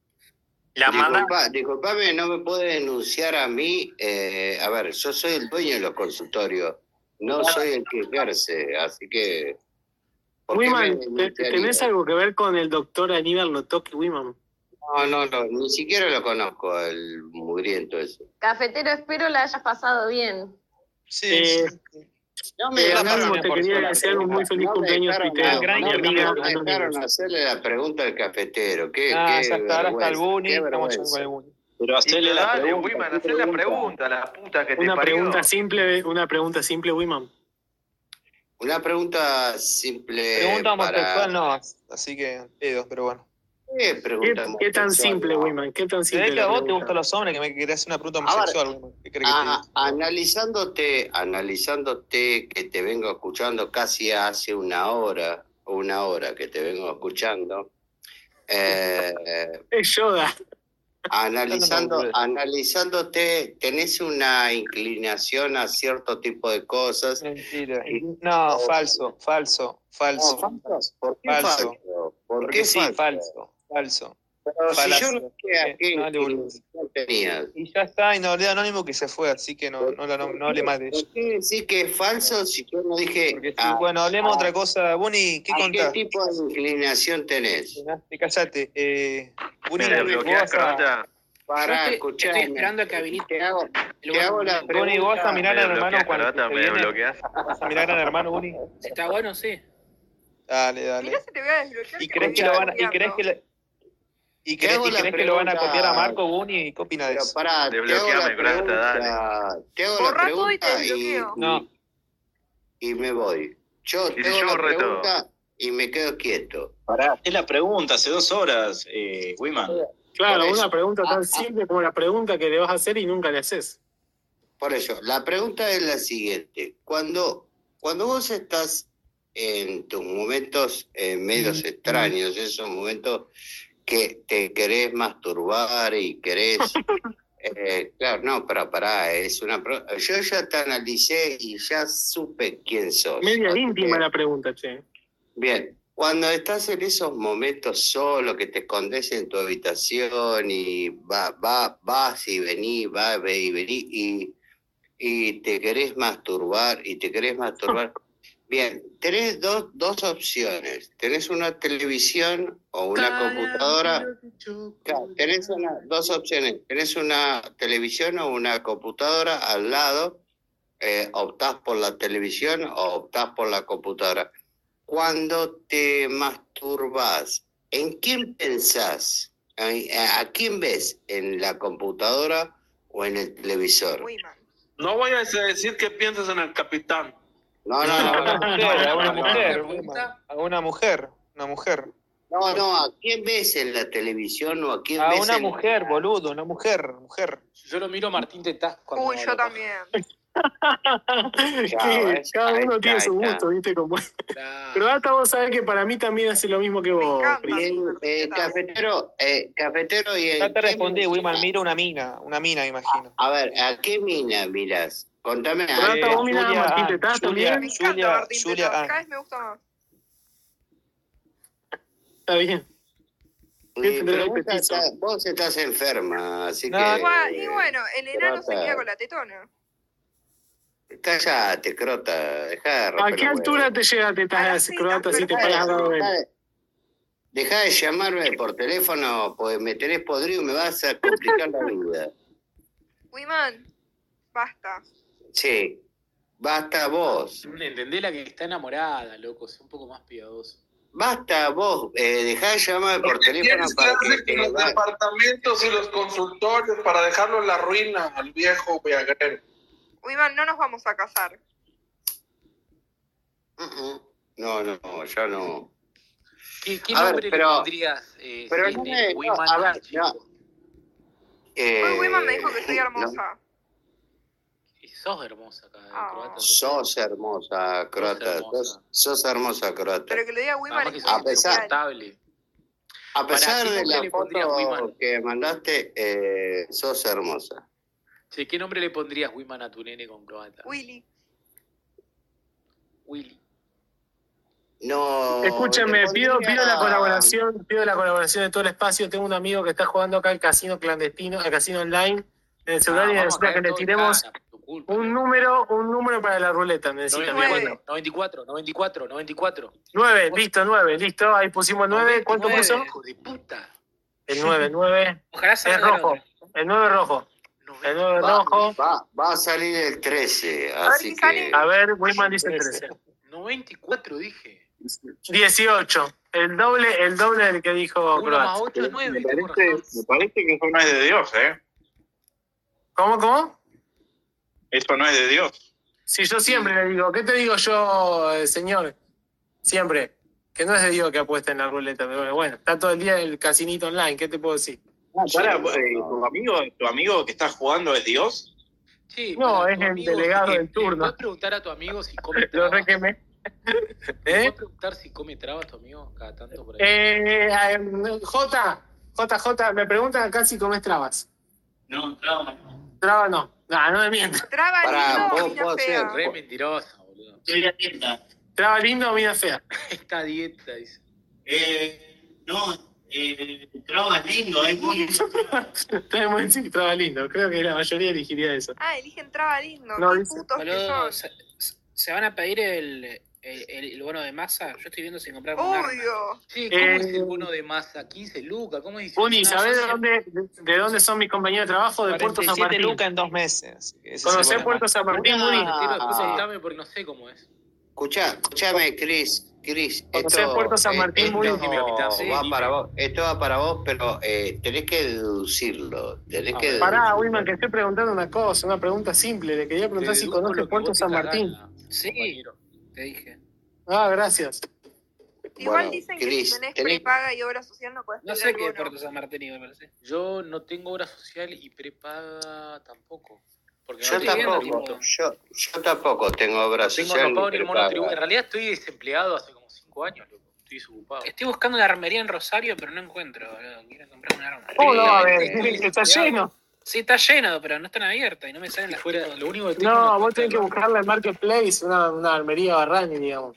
La manda. Disculpa, disculpame, no me puede denunciar a mí. eh, a ver, yo soy el dueño de los consultorios, no soy el que ejerce, así que... ¿por qué me Wiman, ¿te- denunciaría? ¿tenés algo que ver con el doctor Aníbal Notoki, Wiman? No, no, no, ni siquiera lo conozco, el mugriento ese. Cafetero, espero la hayas pasado bien. Sí, Eh, sí. No Eh, la Anónimo, página te por quería sola, desear un muy feliz no me cumpleaños dejaron, tuitero. no, Mi no, amiga no me dejaron Anónimos. hacerle la pregunta al cafetero. Qué, Ah, qué ya está, ahora está el vergüenza, Buni, qué estamos yendo vergüenza. con el Buni. Pero Y hacerle la dale, pregunta. Wiman, ¿qué hacé la pregunta? pregunta, la puta que te Una parió. pregunta simple, una pregunta simple, Wiman. Una pregunta simple Pregunta homosexual para... no, así que pedos, pero bueno. ¿Qué ¿Qué, pregunta qué tan homosexual? simple, No. Wiman? ¿Qué tan Se simple ve que a la vos te pregunta? gustan los hombres, que me querés hacer una pregunta A ver, homosexual, Wiman. ¿Qué crees que te Ah, diga? analizándote, analizándote que te vengo escuchando casi hace una hora, una hora que te vengo escuchando, eh, Es Yoda. analizando, analizándote, tenés una inclinación a cierto tipo de cosas. Mentira. No, falso, falso, falso. No, falso. ¿Por qué Falso. falso? ¿Por Porque qué sí, falso? falso, falso. Pero si Falacia. yo no sé a qué No le volvés. inclinación tenías. Y ya está, y no hablé anónimo que se fue, así que no, no, no, no hable más de ella. ¿Por qué decir que es falso si yo no dije Porque sí, a, bueno, hablemos a- otra cosa. Buni, ¿qué a qué contás? tipo de inclinación tenés? Callate. Eh, Buni, ¿Me vos desbloqueás, vas a, Carota? Para estoy- escuchar. estoy esperando a que habilite Te hago, el te hago la buen- Buni, vos vas a pregunta. mirar ¿Me al hermano desbloqueás, cuando Carota? se ¿Me viene. desbloqueás? Vas a mirar al hermano, Buni. Si está bueno, sí. Dale, dale. Mirá si te voy a desbloquear. ¿Y te crees voy que a lo van a, y copiando. crees que le- y Te crees, hago y la crees que lo van a pregunta- copiar a Marco, Buni? ¿Qué opinas de Pero eso? pará, te hago la Desbloqueame, Crasta, pregunta. Te hago la Borrá todo y te pregunta y, desbloqueo. No. y me voy. Yo Y si te hago yo la borré todo. pregunta y me quedo quieto. Pará, hacé la pregunta hace dos horas, eh, Wiman. Claro, Por eso. una pregunta Ah, tan ah. simple como la pregunta que le vas a hacer y nunca le haces. Por eso, la pregunta es la siguiente. Cuando, cuando vos estás en tus momentos eh, medios extraños, esos momentos que te querés masturbar y querés... eh, claro, no, pero pará, es una... pro- Yo ya te analicé y ya supe quién sos. Media Así íntima que- la pregunta, che. Bien, cuando estás en esos momentos solo, que te escondes en tu habitación y va, va, vas y venís, vas y venís y, y te querés masturbar y te querés masturbar. Bien, tenés dos, dos opciones. Tenés una televisión o una computadora. Claro, tenés una, dos opciones. Tenés una televisión o una computadora al lado. Eh, optás por la televisión o optás por la computadora. Cuando te masturbas, ¿en quién pensás? ¿A, a quién ves? ¿En la computadora o en el televisor? No vayas a decir que piensas en el capitán. No, no, A una no. no, mujer, a no, una no, mujer, no. Wiman. A una mujer, una mujer. No, no, ¿a quién ves en la televisión o a quién A ves una en mujer, boludo, una mujer, mujer. Yo lo miro a Martín Tetaz cuando Uy, yo también. Ya, Que ¿ves? cada Ahí uno está, tiene ahí su está. gusto, ¿viste? Como... Claro. Croata, vos sabés que para mí también hace lo mismo que vos, Cris. Bien, eh, cafetero, eh, cafetero y Ya en te qué respondí, mina- Wiman, mira una mina, una mina, imagino. A ver, ¿a qué mina mirás? Contame. a- Croata, Eh, vos mirás a Julia Martín A, Tetaz Julia, también. Me encanta Julia, Martín Julia Tetaz, A. cada vez me gusta más. Está bien. Eh, Pero pero ahí vos petizo. estás, vos estás enferma, así No, que... Igual- Y bueno, el enano se Croata. queda con la tetona. Cállate, Crota, dejá de ¿A romper qué los altura huevos. te llega Tetaz, Croata, si te Dejá de- paras al lado de dejá él? de- Dejá de llamarme por teléfono, pues me tenés podrido y me vas a complicar la vida. Wiman, basta. Sí, basta vos. Entendé la que está enamorada, loco. Sé un poco más piadoso. Basta vos, eh, dejá de llamarme por teléfono Tienes que para hacer que... con los va- departamentos y los consultorios para dejarlo en la ruina al viejo Viagrero. Wiman, no nos vamos a casar. Uh-uh. No, no, ya no. ¿Qué, qué A ver, nombre pero- le pondrías eh, pero si no de me- no, Wiman a al ver, chico? no. Eh, Hoy Wiman me dijo que soy no, hermosa. Y sos hermosa, acá, Ah. croata. sos hermosa, Crota. hermosa. Sos, sos hermosa, Crota. Pero que lo diga Wiman Además que es sos A pesar- insoportable. A pesar ¿qué de nombre la le pondrías, foto Wiman? que mandaste, eh, sos hermosa. Che, ¿qué nombre le pondrías, Wiman, a tu nene con croata? Willy. Willy. No. Escúchenme, le pido, pondría- pido la colaboración, pido la colaboración de todo el espacio. Tengo un amigo que está jugando acá al casino clandestino, al casino online, en el celular Ah, y vamos a necesita caer que le todo en tiremos cara, por tu culpa, un loco. número, un número para la ruleta. Necesita noventa y mi cuatro, noventa y cuatro, noventa y cuatro, noventa y cuatro. Nueve, listo, nueve, listo. Ahí pusimos nueve. ¿Cuánto noventa y nueve, puso? hijo de puta. El nueve, nueve. Ojalá Es salga rojo. El nueve rojo. El nueve Va, rojo. va, va a salir el trece, A ver así si que... sale. A ver, Wiman dice trece. noventa y cuatro dije. dieciocho. El doble, el doble del que dijo uno más Croat. ocho es nueve. Me tengo parece, razón. me parece que eso no es de Dios, ¿eh? ¿Cómo, cómo? Eso no es de Dios. Si yo siempre le digo, ¿qué te digo yo, eh, señor? Siempre. Que no es de Dios que apuesta en la ruleta, pero bueno, bueno, está todo el día en el casinito online, ¿qué te puedo decir? Ah, pará, eh, ¿tu, amigo, ¿Tu amigo que está jugando es Dios? Sí, No, para es tu el amigo, delegado eh, del turno. ¿Puedes preguntar a tu amigo si come Lo trabas? requemé. ¿Puedes ¿Eh? preguntar si come trabas tu amigo cada tanto por ahí? Eh, eh, J, J, J, me preguntan acá si comes trabas. No, trabas no. Trabas no. No, no me mientas. Traba Pará, lindo, vos- mina vos fea. ser- Re mentirosa, boludo. Estoy a dieta. Traba lindo o mina fea. Esta dieta, dice. Eh, no, eh, trabas lindo, es muy... Está muy sí, traba lindo. Creo que la mayoría elegiría eso. Ah, eligen traba lindo. No, Qué dice- putos que Boludo, son. se, se van a pedir el, el, el- el bono de masa. Yo estoy viendo si comprar un arma. Obvio. Sí, ¿cómo Eh, es el bono de masa? quince lucas, ¿cómo es? Uni, No, ¿sabés de son- dónde, de, de dónde son mis compañeros de trabajo? De Puerto San cuarenta y siete Martín. lucas en dos meses. Ese es el ¿Conocés bono Puerto más. San Martín, Una- Uni? Entero, después Ah. contame porque no sé cómo es. Escuchá, escúchame, Cris. Cris, ¿Conocés esto, Puerto San eh, Martín, esto Muy? Dime, capitán, sí, va dime. para vos, esto va para vos, pero eh, tenés que deducirlo. Tenés A que ver. Pará, deducirlo. Wilman, que estoy preguntando una cosa, una pregunta simple. Le quería preguntar Te si deduzco conoce lo que Puerto vos San tengas Martín. gana, Sí. compañero. Te dije. Ah, gracias. Igual Bueno, dicen que Cris, si tenés tenés- prepaga y obra social no puedes No pedir sé el qué es bono. Puerto San Martín, me parece. Yo no tengo obra social y prepaga tampoco. Porque Yo no tengo viendo, tampoco, tributo. yo, yo tampoco tengo obra No tengo, social no pago ni ni el prepaga. monotributo. En realidad estoy desempleado hace como cinco años, loco. Estoy desocupado. Estoy buscando una armería en Rosario, pero no encuentro, boludo. Quiero comprar un arma. ¿Cómo no? A Sí, ver, estoy está desempleado. lleno. Sí, está lleno, pero no están abiertas y no me salen Si las fuera, fotos. lo único que tengo No, es una vos cuenta tenés que de banco. buscarla en Marketplace, una, una armería Barrani, digamos.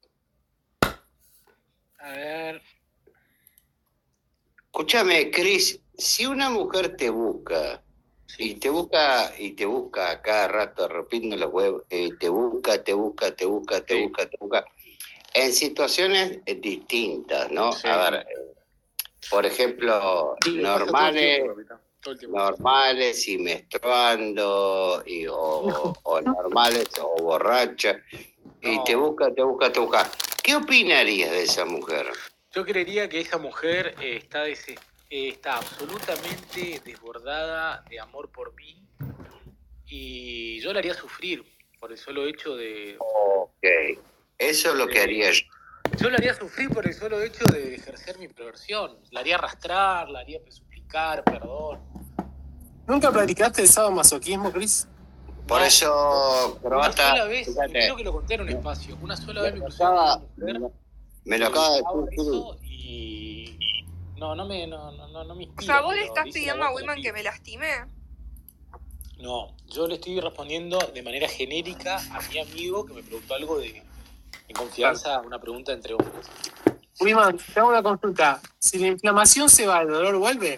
A ver. Escúchame, Cris, si una mujer te busca, y te busca, y te busca a cada rato rompiendo los huevos, eh, te busca, te busca, te busca, te Sí. busca, te busca, en situaciones eh, distintas, ¿no? Sí. A ver, eh, por ejemplo, Sí, me pasa todo el normales, tiempo, capitán, todo el tiempo. normales y menstruando, y, o, o normales o borrachas, y No. te busca, te busca, te busca. ¿Qué opinarías de esa mujer? Yo creería que esa mujer eh, está, des- eh, está absolutamente desbordada de amor por mí y yo la haría sufrir por el solo hecho de... Ok, eso es lo que haría yo. Yo la haría sufrir por el solo hecho de ejercer mi perversión. La haría arrastrar, la haría suplicar, perdón. ¿Nunca practicaste el sadomasoquismo, Chris? Por No, eso, Una croata, sola vez, y fíjate, creo que lo conté en un espacio, una sola vez me me crucé con una acaba- mujer me lo que acaba de hago decir. eso y... No, no me, no, no, no, no me O inspira. sea, vos le pero estás dice la pidiendo a voz de la Wiman que piba. me lastime. No, yo le estoy respondiendo de manera genérica a mi amigo que me preguntó algo de en confianza, una pregunta entre hombres. Wiman, te hago una consulta. Si la inflamación se va, ¿el dolor vuelve?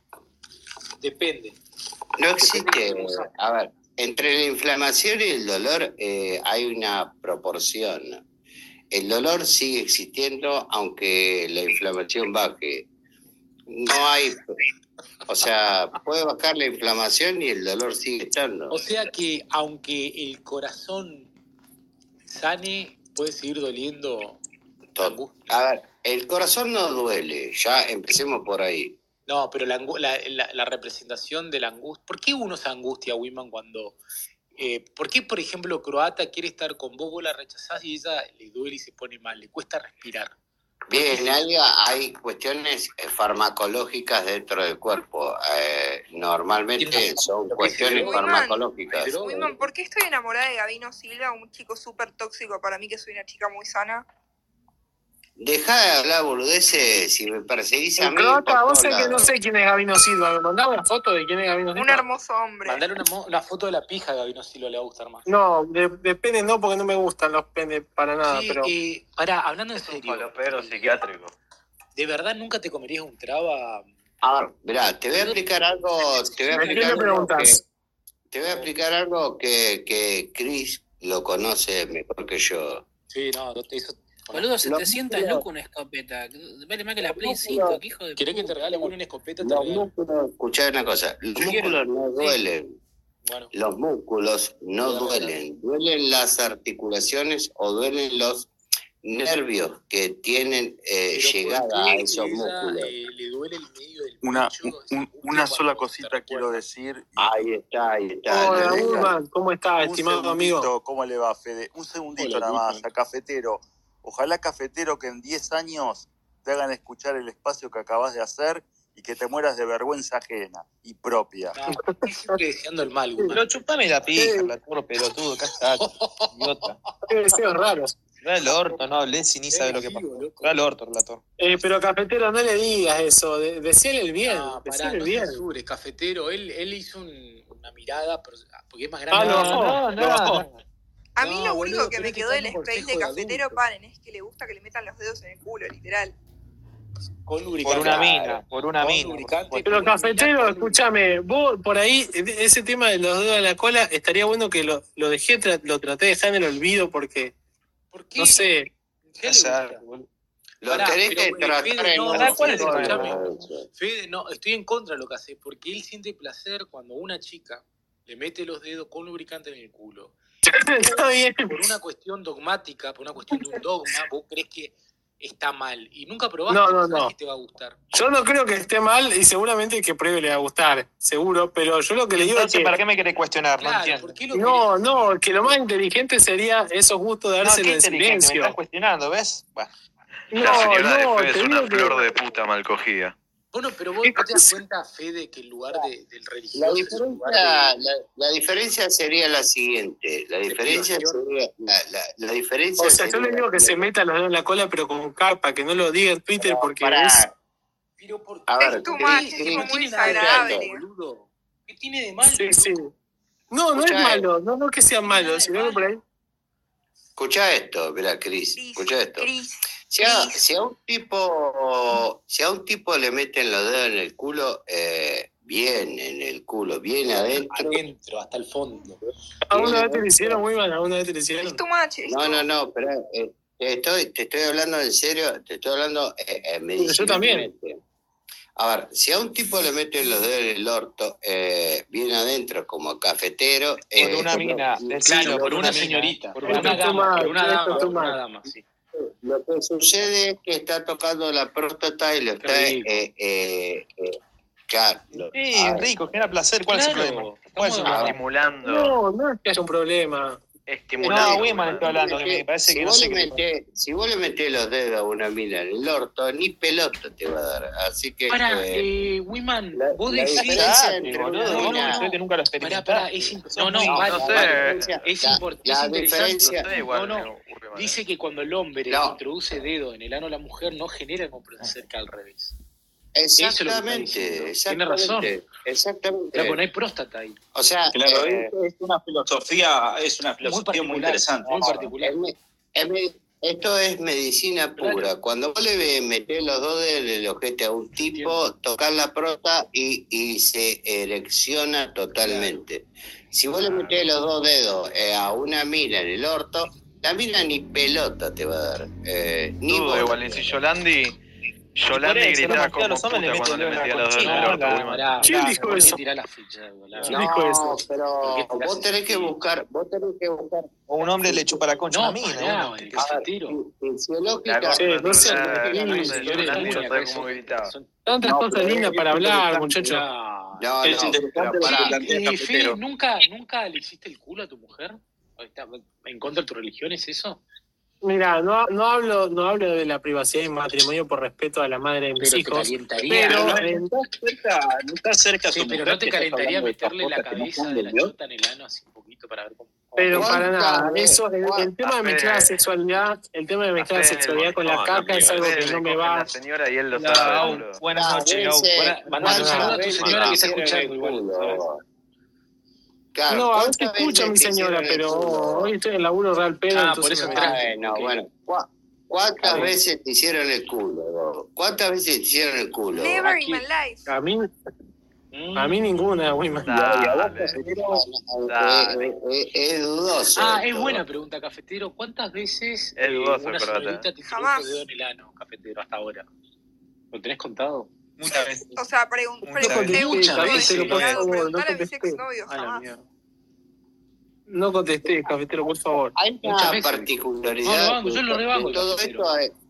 Depende. No existe, a ver, entre la inflamación y el dolor eh, hay una proporción. El dolor sigue existiendo aunque la inflamación baje. No hay, o sea, puede bajar la inflamación y el dolor sigue estando. O sea que aunque el corazón sane, puede seguir doliendo. Todo. A ver, el corazón no duele, ya empecemos por ahí. No, pero la, angu- la, la- la representación de la angustia. ¿Por qué uno se angustia, Wiman, cuando... Eh, ¿Por qué, por ejemplo, Croata quiere estar con vos, vos la rechazás y ella le duele y se pone mal, le cuesta respirar? Bien, hay, hay cuestiones eh, farmacológicas dentro del cuerpo. Eh, normalmente son cuestiones Wiman, farmacológicas. Wiman, ¿por qué estoy enamorada de Gabino Silva, un chico súper tóxico para mí que soy una chica muy sana? Dejá de hablar boludeces, si me perseguís a El mí. croata, por vos todos sabés que no lados. sé quién es Gabino Silva. ¿Me mandás una foto de quién es Gabino Silva? Un hermoso hombre. Mandale una, mo- una foto de la pija, Gaby, no sé si lo le va a gustar más. No, de, de pene no, porque no me gustan los penes para nada, Sí, pero... eh, pará, hablando en serio. Falopero psiquiátrico. ¿De verdad nunca te comerías un traba? A ver, mirá, te voy a explicar algo, te voy a ¿De qué explicar le algo que, preguntas? te voy a explicar algo que, que Chris lo conoce mejor que yo. Sí, no, no te hizo... Boludo, Los setecientos músculos- lucas una escopeta. Vale más que la Play músculos- cinco, que hijo de ¿Querés que te puta. regale bueno, una escopeta? Te Los regalo. músculos, escuchá una cosa, los Yo quiero. músculos no duelen. Bueno, Los músculos no Voy a regalar. duelen, duelen las articulaciones o duelen los nervios que tienen eh, pero llegada ¿por a qué esos ella, músculos. eh, le duele el medio del Una, pecho? un- Se un- angustia una sola cuando te cosita quiero recuerda. decir. Ahí está, ahí está. Hola, ¿le dejan? Wiman, ¿cómo estás, Un estimado amigo? segundito, ¿cómo le va, Fede? Un segundito Hola, nada más, Wiman. a Cafetero. Ojalá, Cafetero, que en diez años te hagan escuchar el espacio que acabas de hacer y que te mueras de vergüenza ajena y propia. No, estoy siempre deseando el mal, Wiman. Pero chupame la pija, platero pelotudo, callate, idiota. Qué deseos raros. Ve al orto, no hablé si ni sabe lo que pasó. Ve al orto, relator. Eh, pero Cafetero, no le digas eso. De, decíale el bien. No, pará, decíale el no bien. censure, Cafetero. Él, él hizo un- una mirada, pero- porque es más Ah, grande. no, no, no. no. A mí No, lo boludo, único que pero me este quedó está del en un space de consejo de cafetero, adultos. paren, es que le gusta que le metan los dedos en el culo, literal. Con lubricante. Por una mina, por una Con mina. lubricante. Pero con Cafetero, lubricante. escúchame, vos por ahí, ese tema de los dedos en la cola, estaría bueno que lo, lo dejé, tra- lo traté de dejar en el olvido porque, ¿Por qué? no sé, ¿Qué le Callate, gusta? boludo. Lo Pará, tenés pero, que eh, tratar Fede, en no, un Pará, ¿cuál es el sitio problema? de eso. Fede, no, estoy en contra de lo que hace, porque él siente placer cuando una chica le mete los dedos con lubricante en el culo. está bien. Por una cuestión dogmática, por una cuestión de un dogma, vos crees que está mal. Y nunca probaste, No, no, no sabes no. si te va a gustar. Yo no creo que esté mal y seguramente el que pruebe le va a gustar, seguro, pero yo lo que le digo es Entonces, que... ¿para qué me querés cuestionar? No Claro, entiendo. ¿por qué lo No, querés? no, que lo más inteligente sería esos gustos de No, dárselo qué en inteligente, me silencio. estás cuestionando, ¿ves? Bueno, La No, señora de no, Fede es te una digo que... flor de puta mal cogida. Bueno, pero vos ¿Qué no te das cosa? cuenta, Fede, que el lugar de, del La religioso es un lugar diferencia, de... la, la diferencia sería la siguiente. La diferencia privación. sería, la, la, la diferencia O sea, yo sería le digo la que se siguiente. meta los dedos en la cola, pero con capa, que no lo diga en Twitter porque Pará, es... Pero ¿por a qué? ver, Es too Cris, much, es Cris, tipo No muy tiene nada de desagradable. malo, boludo. ¿Qué tiene de malo? Sí, sí. loco? No, no es Escuchá, malo, no, no que sea malo, sino que por ahí... escuchá esto, mira, Cris, Cris, escuchá esto. Cris, Si a, Cris. si a un tipo, si a un tipo le meten los dedos en el culo, eh, bien en el culo, bien adentro. Adentro, hasta el fondo. ¿Alguna vez te lo hicieron, muy mal? ¿Alguna vez te lo Es hicieron? too much esto. No, no, no, pero eh, te estoy, te estoy hablando en serio, te estoy hablando eh, eh, Yo también. medicinalmente. A ver, si a un tipo le meten los dedos en el orto, eh, bien adentro como cafetero, por eh, una lo- mina, decilo, Claro, por una mina, señorita, por por una Esto una es too dama, much, por una esto dama, es por too una much. dama, sí. lo que sucede es que está tocando la próstata y lo está... rico. Eh, eh, eh, claro, lo- Sí, ah, rico, genera placer. ¿Cuál es el Claro, problema? ¿Cuál es el estamos- problema? Estimulando. No, no es que haya un problema. Estimulando. No, Wiman estoy hablando, que me parece si, que no vos sé le qué. metés, si vos le metés los dedos a una mina en el orto, ni pelota te va a dar. Así que... Para, eh, eh, Wiman, la- vos la decís. diferencia Exacto, entre boludo. una Vos mina- no, que nunca lo Pará, experimentaste. pará, es imp- no, no, muy- vale, no sé. vale. Es, La- import- la es interesante. diferencia- No sé, igual. No, no. eh, Wiman. Dice que cuando el hombre No. introduce dedo en el ano a la mujer no genera como placer que al revés. Exactamente, Tiene exactamente. razón. Exactamente. Pero pues no hay próstata ahí. O sea, Claro, eh, es, es una filosofía, es una filosofía muy, particular, interesante. muy particular. es me- es me- esto es medicina pura. Cuando vos le ve- metés los dos dedos en el ojete a un tipo, tocar la próstata y, y se erecciona totalmente. Si vos le metés los dos dedos eh, a una mina en el orto, la mina ni pelota te va a dar. Eh, ni Dudo, bola. igual, y si Yolandi. Yolandi Por eso, gritaba no, como los hombres le puta meten cuando le el dedo metía en la los dedos en el conchita. orto, No, Wiman. Pará, ¿Quién pará, dijo ¿por qué eso? tirás la ficha, boludo? ¿Quién dijo eso? No, pero ¿Por qué tirás vos tenés ese que tiro? buscar, vos tenés que buscar. O un hombre le chupa la concha a No, una mina. pará, bueno. el cafetero. fi- Fisiológica, La Sí, no sé, gorda, no sé, la- no la- sé, Yolandi Yolandi, ya acá sabe son- cómo gritaba. son- Tantas No, cosas pero lindas es para hablar, interesante, muchachos. No, No, Es no, interesante pero lo que pará. plantea Eh, Cafetero. Fede, ¿nunca, ¿nunca le hiciste el culo a tu mujer? ¿Está ¿En contra de tu religión es eso? Mira, no, no hablo, no hablo de la privacidad del matrimonio por respeto a la madre de mis Pero te hijos, calentaría. pero no, eh, no estás cerca, no estás cerca a Sí, tu pero mujer, ¿no te que estás calentaría hablando de estas meterle la cosas que no cabeza son de de la Dios. chota en el ano así un poquito para ver cómo... cómo- pero ¿Cuántas para nada, veces- eso, el, el tema de mezclar la sexualidad, el tema de mezclar la Fede, sexualidad con la no, caca no, es algo Fede que le no me cogen va. la señora y él lo Hola, sabe, Au. boludo. Buenas A noches, Au. veces- Buena- mandale un ¿cuántas saludo a tu veces señora que está hicieron escuchando el igual, culo? ¿sabes? Claro, No, a veces ¿cuántas escucha a mi veces te señora, hicieron el pero culo? hoy estoy en el laburo real pedo, Ah, entonces por eso me entraste. metí. Bueno, Ok. bueno. ¿Cu- ¿Cuántas Claro. veces te hicieron el culo? ¿Cuántas veces te hicieron el culo? Never Aquí. in my life. A mí, Mm. a mí ninguna, Wiman. Dale. Eh, eh, eh, es dudoso. Ah, es esto. buena pregunta, cafetero. ¿Cuántas veces Es eh, dudoso, una acordate. señorita te introdujo Jamás. el dedo en el ano, cafetero, hasta ahora? ¿Lo tenés contado? Muchas veces. O sea, pregun Muchas pregunté veces. uno Muchas de veces, ese por lado, favor, no preguntar a mis contesté. exnovios, A la jamás. mierda. No contesté, cafetero, por favor. Hay Muchas una veces. particularidad No, lo banco, yo lo de rebanco, todo cafetero. esto. Hay...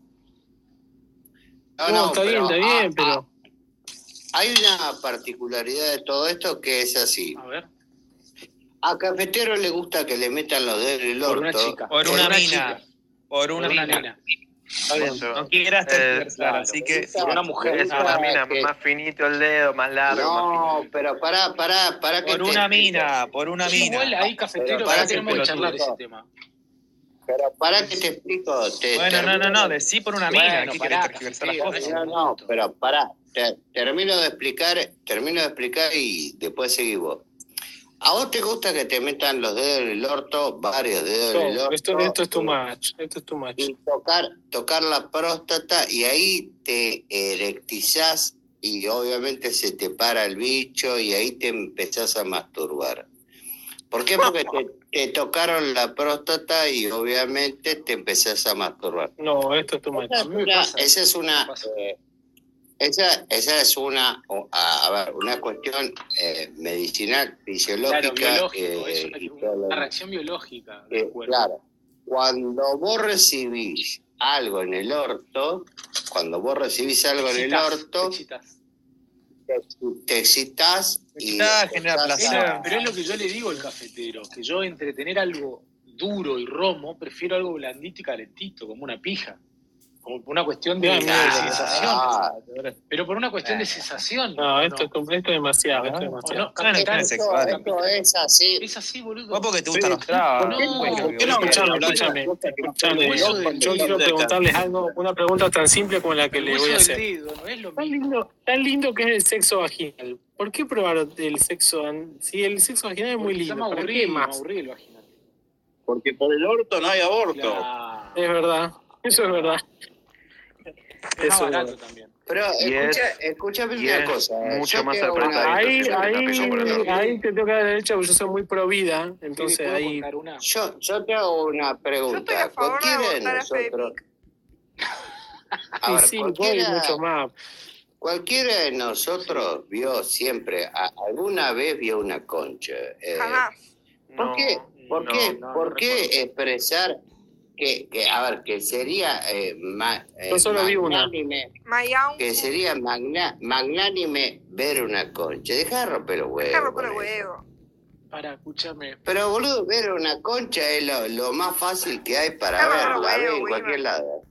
No, está bien, pero, está bien, ah, pero... Hay una particularidad de todo esto que es así. A ver. A Cafetero le gusta que le metan los dedos en el Por una orto. chica. Por Por una una mina. chica. Por Por una una mina. nena. Está bien. Eso. No quieras Eh, tergiversar, claro, así que. Por una mujer. Es una mina que- más finito el dedo, más largo, más No, finito. pero pará, pará, pará que Por te una explico. mina, por una Igual mina. ahí, cafetero, Pero para pará que tenemos que te charlar explico. ese tema. Pero pará que te explico. Te Bueno, no, no, no, decí por una mina. Bueno, ¿Qué pará, querés tergiversar las cafetero, cosas? No, no, pero pará. Te- termino de explicar, termino de explicar y después seguís vos. ¿A vos te gusta que te metan los dedos en el orto, varios dedos en el No, orto? esto, esto es too much, esto es too much. Y tocar, tocar la próstata y ahí te erectizás y obviamente se te para el bicho y ahí te empezás a masturbar. ¿Por qué? Porque te, te tocaron la próstata y obviamente te empezás a masturbar. No, esto es too much. Esa es una, esa es una, eh, esa, esa es una, o- a, a ver, una cuestión eh, medicinal, fisiológica. Claro, biológico. eh, Es y una, todo lo una demás. reacción biológica del Eh, cuerpo. claro, cuando vos recibís algo en el orto, cuando vos recibís algo en el Excitas, orto, excitas. te, te excitas y Excitás, genera empezás Es placer. lo- pero es lo que yo le digo al cafetero, que yo entre tener algo duro y romo, prefiero algo blandito y calentito, como una pija. Como por una cuestión de, Bien, de bien. sensación. Ah, Pero por una cuestión de sensación. No, esto, es com- esto es demasiado, esto es ¿O demasiado. no? Bueno, Capitán, es sexual. esto es así. es así, boludo. Vos porque te gustan los trabas. ¿por qué no? Bueno, ¿Por qué no? Escuchame, hablar de escúchame, las cosas que no escúchame. El hueso del Yo dedo. quiero preguntarles algo, una pregunta tan simple como la que El le hueso voy a del hacer. dedo, no es lo Tan mismo. lindo, tan lindo que es el sexo vaginal. ¿Por qué probar el sexo? an- Si el sexo vaginal es muy Porque lindo, estamos ¿para qué aburridos, más? aburridos, imagínate. Porque por el orto no hay aborto. Claro. Es verdad, eso es verdad. Es más Eso es barato verdad. también. Pero Y escucha, es- escúchame y una es cosa. mucho yo más tengo una- apretadito. Ahí, que se ahí, mete la pica por el orto. ahí te toca la derecha porque yo soy muy pro vida, ¿Qué entonces le puedo ahí... contar una? Yo, yo te hago una Yo estoy pregunta. a favor de Cualquiera de abortar a Fede nosotros, Pic. a Y ver, sí, voy cualquiera, mucho más. cualquiera de nosotros vio siempre, a- alguna vez vio una concha. Eh, Jamás. ¿Por No, qué, por no, qué, no, por no qué recuerdo. expresar que, que, a ver, que sería eh, ma- eh, Yo solo vi una. magnánime, Mayao, que sería magna- magnánime ver una concha. Deja de romper los deja huevos. romper el con eso. huevo. Para, escúchame. Pero boludo, ver una concha es lo, lo más fácil que hay para Deja de ver. romper La los ve huevos, en cualquier Wiman. lado.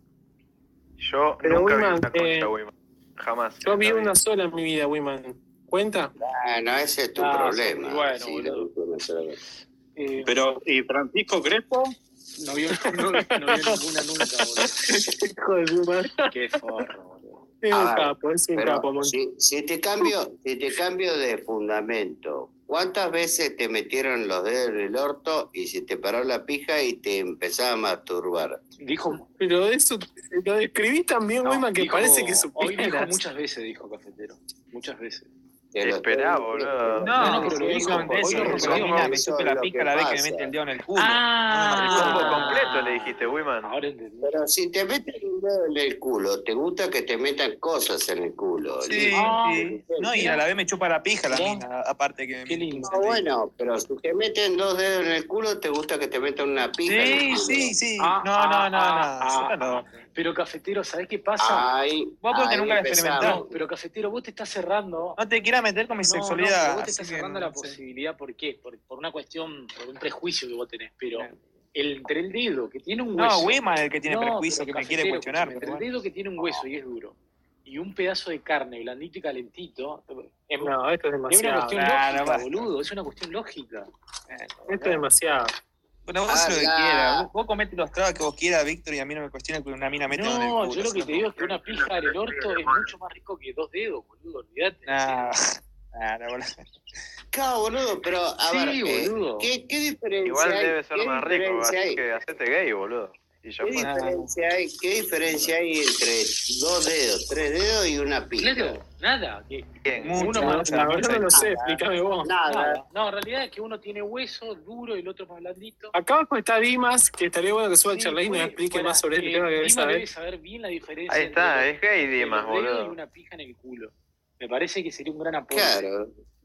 Yo Pero, nunca Wiman, vi una concha, eh, Wiman. Jamás. Yo vi en la una vida. sola en mi vida, Wiman. ¿Cuenta? Bueno, ese es tu Ah, problema. sí, bueno, Sí, boludo. lo viste una sola vez. Eh, Pero, ¿y Francisco Crespo? no vio, no, no vio ninguna nunca, boludo. Hijo de Wiman. Qué forro, boludo. Es un A ver, capo, es un pero capo, man. si, si te cambio, si te cambio de fundamento, ¿cuántas veces te metieron los dedos en el orto y se te paró la pija y te empezaba a masturbar? Dijo, Pero eso lo describí también, no, Wiman, que dijo- parece que hoy dijo supieras. muchas veces, dijo Cafetero. Muchas veces. Te lo Esperá, estoy boludo. diciendo. No, No, pero lo sí, dijo, solamente hoy eso. lo que repitió. la mina me Eso chupe es la lo pija que la vez que me pasa. mete el dedo en el culo. Ah, El combo completo le dijiste, Wiman. Ahora entendí. Pero si te meten un dedo en el culo, te gusta que te metan cosas en el culo. Sí, Listo. Ah, sí. No, y a la vez me chupa la pija la Mirá. mina, aparte que Qué me lindo. No, bueno, pero si te meten dos dedos en el culo, te gusta que te metan una pija en el Sí, culo. sí, sí. Ah, No, ah, no, no, ah, no. ah, Yo no. ah. Pero Cafetero, ¿sabés qué pasa? Ahí, Vos porque ahí nunca la empezamos. experimentaste. No, pero Cafetero, vos te estás cerrando. No te quieras meter con mi No, no, pero sexualidad. vos te así estás que cerrando no la sé. posibilidad, ¿por qué? Por, por una cuestión, por un prejuicio que vos tenés, pero Bien. el, entre el dedo que tiene un hueso... No, Wiman es el que tiene No, prejuicio, pero que me quiere Cafetero, cuestionar. escúchame, Pero entre el bueno. dedo que tiene un hueso y es duro, y un pedazo de carne blandito y calentito, es, No, esto es es una demasiado. cuestión Nah, lógica, no basta. boludo, es una cuestión lógica. Esto es demasiado. Bueno, vos Ah, haces lo que ya. quieras. Vos, vos comete los trabas que vos quieras, Víctor, y a mí no me cuestiones que una mina mete en el No, culo. yo lo así que no te digo es puedo. que una pija en el orto es mucho más rico que dos dedos, boludo, olvídate. Nah, nah, no, boludo. Claro, boludo, pero a Sí, ver, eh, boludo. ¿qué, ¿qué diferencia Igual hay? debe ser ¿Qué más rico, diferencia así hay? que hacete gay, boludo. Y ya ¿Qué fue. diferencia hay? ¿Qué diferencia hay entre dos dedos, tres dedos y una pija? Claro, nada. Que Bien. Mucho, uno La más, la verdad no lo sé, Nada. explícame vos. Nada. nada. No, en realidad es que uno tiene hueso duro y el otro más blandito. Acá abajo está Dimas, que estaría bueno que suba el Sí, charla y nos fue- explique fue más la- sobre este eh, tema que debes Dima debe saber. saber bien la diferencia. Ahí está, entre es gay entre Dimas, los dedos boludo. y una pija en el culo. Me parece que sería un gran aporte. Claro.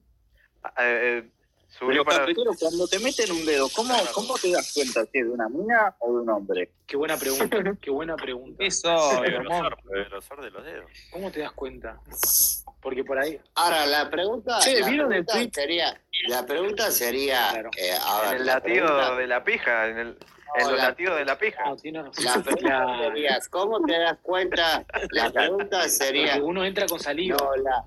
Eh, eh, subió Pero para... Cafetero, cuando te meten un dedo, ¿cómo, ¿cómo te das cuenta si es de una mina o de un hombre? Qué buena pregunta, qué buena pregunta. Eso, El Ramón. grosor, el grosor de los dedos. ¿Cómo te das cuenta? Porque por ahí... Ahora, la pregunta, Che, la ¿vieron el pregunta tweet? sería, la pregunta sería, Claro. eh, a En ver, el la latido pregunta, de la pija, en, el, en No, los la- latidos de la pija. Ah, tiene razón. la pregunta Claro. sería, ¿cómo te das cuenta? La pregunta Porque sería, uno entra con saliva. no, la,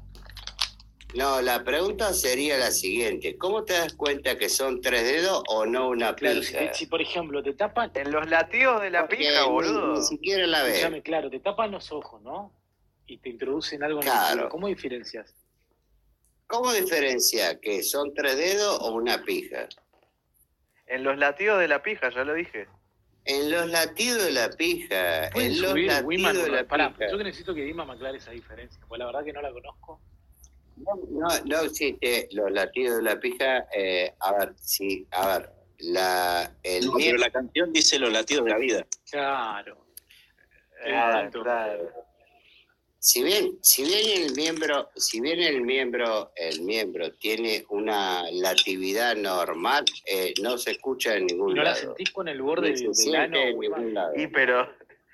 no, la pregunta sería la siguiente, ¿cómo te das cuenta que son tres dedos o no una Claro, si, pija? te- si, por ejemplo te tapan... En los latidos de la Porque pija, ni- boludo. Ni, siquiera la ves. Escúchame, claro, te tapan los ojos, ¿no? Y te introducen algo en el Claro. culo. ¿Cómo diferencias? ¿Cómo diferencia que son tres dedos o una pija? En los latidos de la pija, ya lo dije. En los latidos de la pija, ¿Pueden en los subir latidos Wiman? de la Pará, pija. yo que necesito que Dima me aclare esa diferencia, porque la verdad que no la conozco. No, no, no existe los latidos de la pija. Eh, a ver, sí, a ver, la, el No, pero miembro, la canción dice los latidos de la vida. Claro. Qué Ah, tanto. claro. si bien, si bien el miembro, si bien el miembro, el miembro tiene una latividad normal, eh, no se escucha en ¿Y ningún no la lado. sentís con el borde Ni se del, del siente ano, en Wiman? ningún lado. Y pero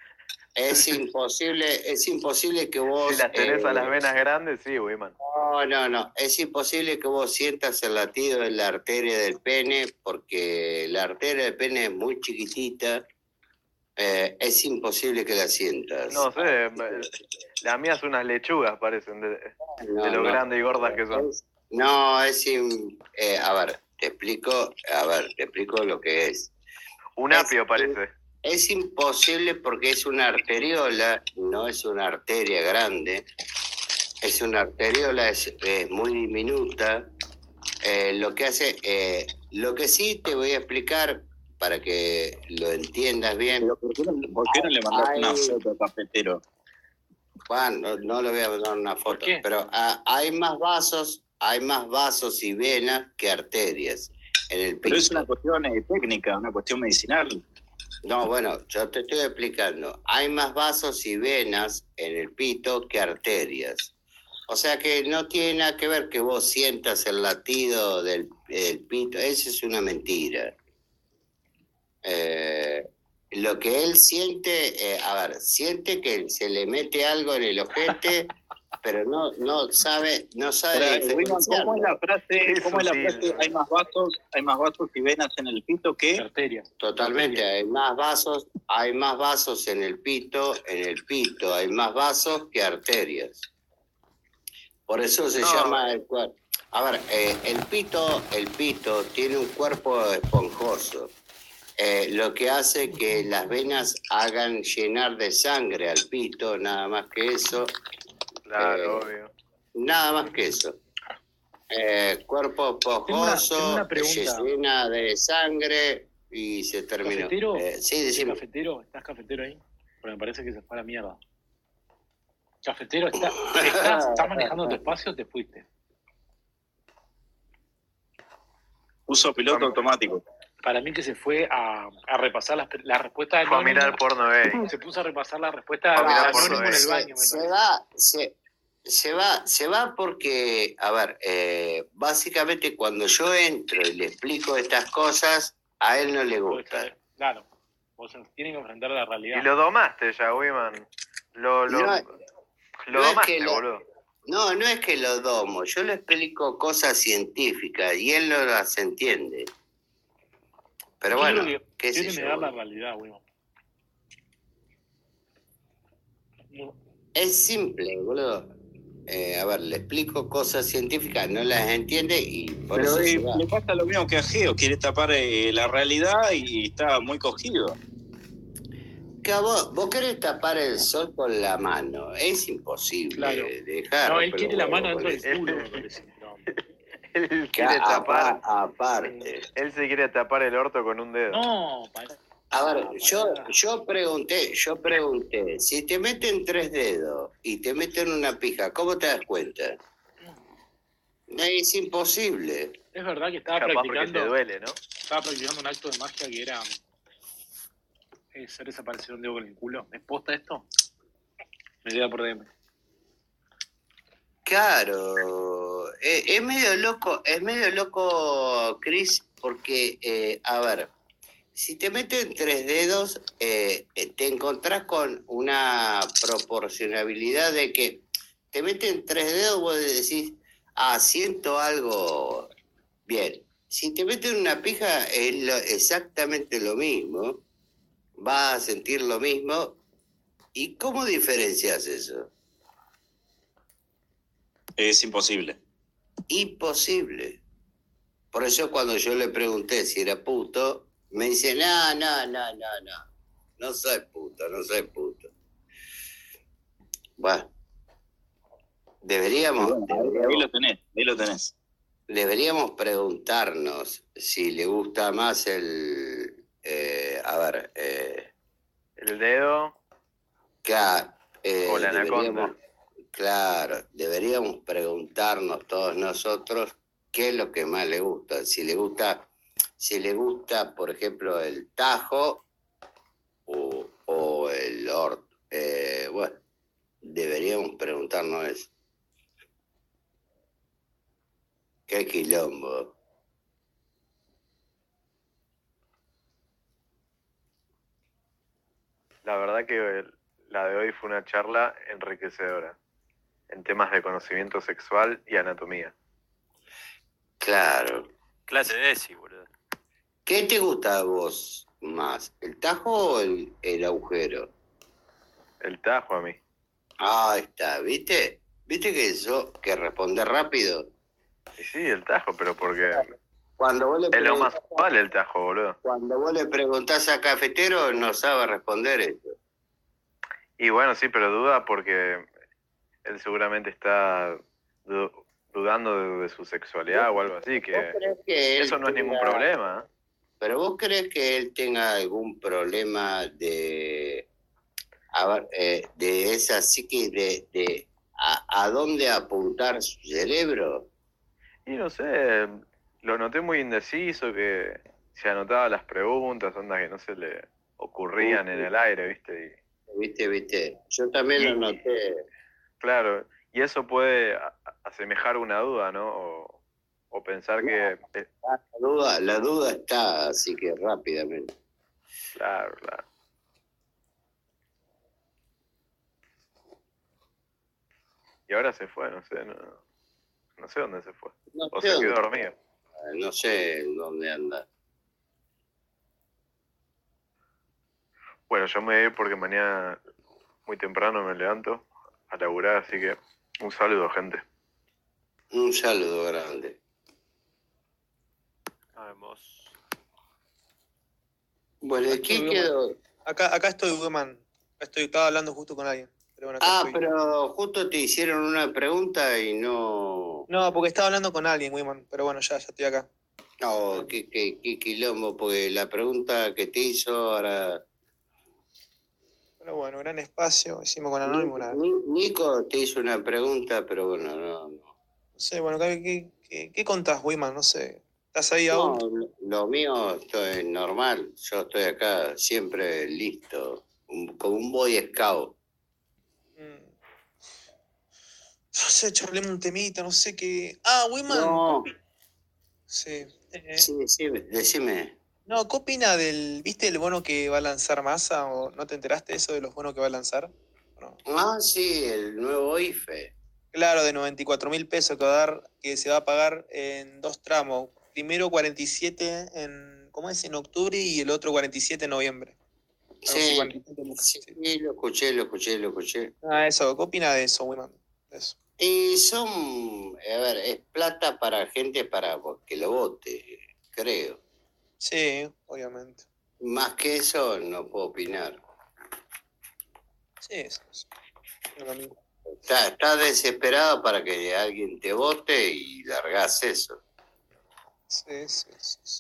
Es imposible, es imposible que vos. si las tenés eh, a las venas grandes, sí, Wiman. No, no, no. Es imposible que vos sientas el latido en la arteria del pene, porque la arteria del pene es muy chiquitita. Eh, es imposible que la sientas. No sé, me- las mías unas lechugas parecen de, No, de lo no. grandes y gordas que son. Es- No, es. im- eh, a ver, te explico. A ver, te explico lo que es. Un apio parece. Es imposible porque es una arteriola, no es una arteria grande. Es una arteriola, es, es muy diminuta. Eh, lo que hace, eh, lo que sí te voy a explicar para que lo entiendas bien. Pero ¿por qué no, por qué no le mandaste Ay. una foto a Cafetero? Juan, no, no le voy a mandar una foto, qué? pero ah, hay más vasos, hay más vasos y venas que arterias en el Pero es pito. una cuestión eh, técnica, una cuestión medicinal. No, bueno, yo te estoy explicando. Hay más vasos y venas en el pito que arterias. O sea que no tiene nada que ver que vos sientas el latido del, del pito. Eso es una mentira. Eh, lo que él siente, eh, a ver, siente que se le mete algo en el ojete, pero no, no sabe, no sabe Pero, Wilman, diferenciarlo. ¿cómo es la frase? Qué ¿Cómo es la sutil. frase? Hay más vasos, hay más vasos y venas en el pito que Arterias. Totalmente, hay más vasos, hay más vasos en el pito, en el pito hay más vasos que arterias. Por eso se No. llama el cuerpo. A ver, eh, el pito, el pito tiene un cuerpo esponjoso, eh, lo que hace que las venas hagan llenar de sangre al pito, nada más que eso, Claro, Eh, obvio. nada más que eso. Eh, cuerpo Tengo una, tengo esponjoso, una pregunta. se llena de sangre y se terminó. ¿Cafetero? Eh, sí, ¿Estás decime. cafetero? ¿Estás cafetero ahí? Porque me parece que se fue a la mierda. Cafetero, ¿estás, estás, estás manejando tu espacio o te fuiste? uso piloto automático. Para mí que se fue a, a repasar las, las respuestas de Fue a Anónimo. mirar porno gay. Se puso a repasar las respuestas Fue a de mirar porno Anónimo en gay. el baño, me Se, se parece. va, se, se va, se va porque, a ver, eh, básicamente cuando yo entro y le explico estas cosas, a él no le gusta. Claro, vos tienen que enfrentar la realidad. Y lo domaste ya, Wiman. Lo, lo, No, lo no es domaste, que lo- boludo. No, no es que lo domo, yo le explico cosas científicas y él no las entiende. Pero Yo bueno, creo que qué sé quiere yo. negar la realidad, weón. No. Es simple, boludo. Eh, a ver, le explico cosas científicas, no las entiende y por Pero eso eh, se va. le pasa lo mismo que a Geo, quiere tapar eh, la realidad y está muy cogido. Que a vos, vos querés tapar el sol con la mano, es imposible. Claro. Dejar, No, él pero quiere la bueno, mano dentro con del eso. culo, me parece. No. Él Que quiere tapar. apa- aparte. Él se quiere tapar el orto con un dedo. No, para. A ver, yo, yo pregunté, yo pregunté, si te meten tres dedos y te meten una pija, ¿cómo te das cuenta? Es imposible. Es verdad que estaba Capaz porque practicando. te duele, ¿no? Estaba practicando un acto de magia que era eh, hacer desaparecer un dedo con el culo. ¿Es posta esto? Me llega por D M. Claro, es, es medio loco, es medio loco, Chris, porque, eh, a ver, si te meten tres dedos, eh, eh, te encontrás con una proporcionabilidad de que te meten tres dedos, vos decís, ah, siento algo bien. Si te meten una pija, es lo- exactamente lo mismo, vas a sentir lo mismo. ¿Y cómo diferencias eso? Es imposible. Imposible. Por eso cuando yo le pregunté si era puto, me dice, no, no, no, no, no. No soy puto, no soy puto. Bueno, deberíamos, Bueno, ahí deberíamos, lo tenés, ahí lo tenés. deberíamos preguntarnos si le gusta más el, eh, a ver, eh, El dedo ca- eh, o la anaconda. deberíamos, claro, deberíamos preguntarnos todos nosotros qué es lo que más le gusta. Si le gusta, si le gusta, por ejemplo, el tajo o, o el orto. Eh, bueno, deberíamos preguntarnos eso. Qué quilombo. La verdad que la de hoy fue una charla enriquecedora en temas de conocimiento sexual y anatomía. Claro. Clase de ESI, boludo. ¿Qué te gusta a vos más? ¿El tajo o el, el agujero? El tajo a mí. Ah, está, ¿viste? ¿Viste que eso, que responder rápido? Y sí, el tajo, pero porque Cuando vos le es lo más preguntás, usual el tajo, boludo. cuando vos le preguntás a cafetero, no sabe responder eso. Y bueno, sí, pero duda porque él seguramente está du- dudando de, de su sexualidad o algo así, ¿Vos que creés que él eso no es ningún tenga- problema. Pero vos crees que él tenga algún problema de, a ver, eh, de esa psiquis de, de a, a dónde apuntar su cerebro? Y no sé, lo noté muy indeciso, que se anotaba las preguntas, ondas que no se le ocurrían en el aire, ¿viste? Viste, viste. Yo también Y- lo noté. Claro, y eso puede a- a- asemejar una duda, ¿no? O, o pensar que... eh, La duda, la duda está, así que rápidamente. Claro, claro. y ahora se fue, no sé, no, no sé dónde se fue. No O sé se dónde- quedó dormido. No sé dónde anda. Bueno, yo me voy a ir porque mañana muy temprano me levanto a laburar, así que un saludo, gente. Un saludo grande. Nos vemos. Bueno, ¿y quién quedó? Acá, acá estoy, Weman. Acá estoy, estaba hablando justo con alguien. Pero bueno, acá Ah, estoy. pero justo te hicieron una pregunta y no... No, porque estaba hablando con alguien, Weman. Pero bueno, ya, ya estoy acá. No, qué, qué, qué quilombo, porque la pregunta que te hizo ahora... Pero bueno, gran espacio. Hicimos con Anónimo una. No Ni- Nico te hizo una pregunta, pero bueno, no... No, sé, bueno, ¿qué, qué, qué, qué contás, Weman? No sé. ¿Estás ahí no aún? lo- lo mío estoy normal. Yo estoy acá siempre listo, un- como un boy scout. Mm. No sé, charlemos un temita, no sé qué. Ah, Weman. No, Sí. Eh, sí, decime, decime. no, ¿qué opina del. ¿Viste el bono que va a lanzar Massa? ¿O no te enteraste de eso de los bonos que va a lanzar? No. Ah, sí, el nuevo I F E. Claro, de noventa y cuatro mil pesos que va a dar, que se va a pagar en dos tramos. Primero cuarenta y siete en. ¿Cómo es? En octubre y el otro cuarenta y siete en noviembre. Algo así, Sí, cuarenta y siete lucas, sí, sí. lo escuché, lo escuché, lo escuché. Ah, eso, ¿qué opina de eso, Weman? De eso. Y son, a ver, es plata para gente para que lo vote, creo. Sí, obviamente. Más que eso no puedo opinar. Sí, eso. eso. No, a mí. Está, está desesperado para que alguien te vote y largás eso. Sí, sí, sí, sí.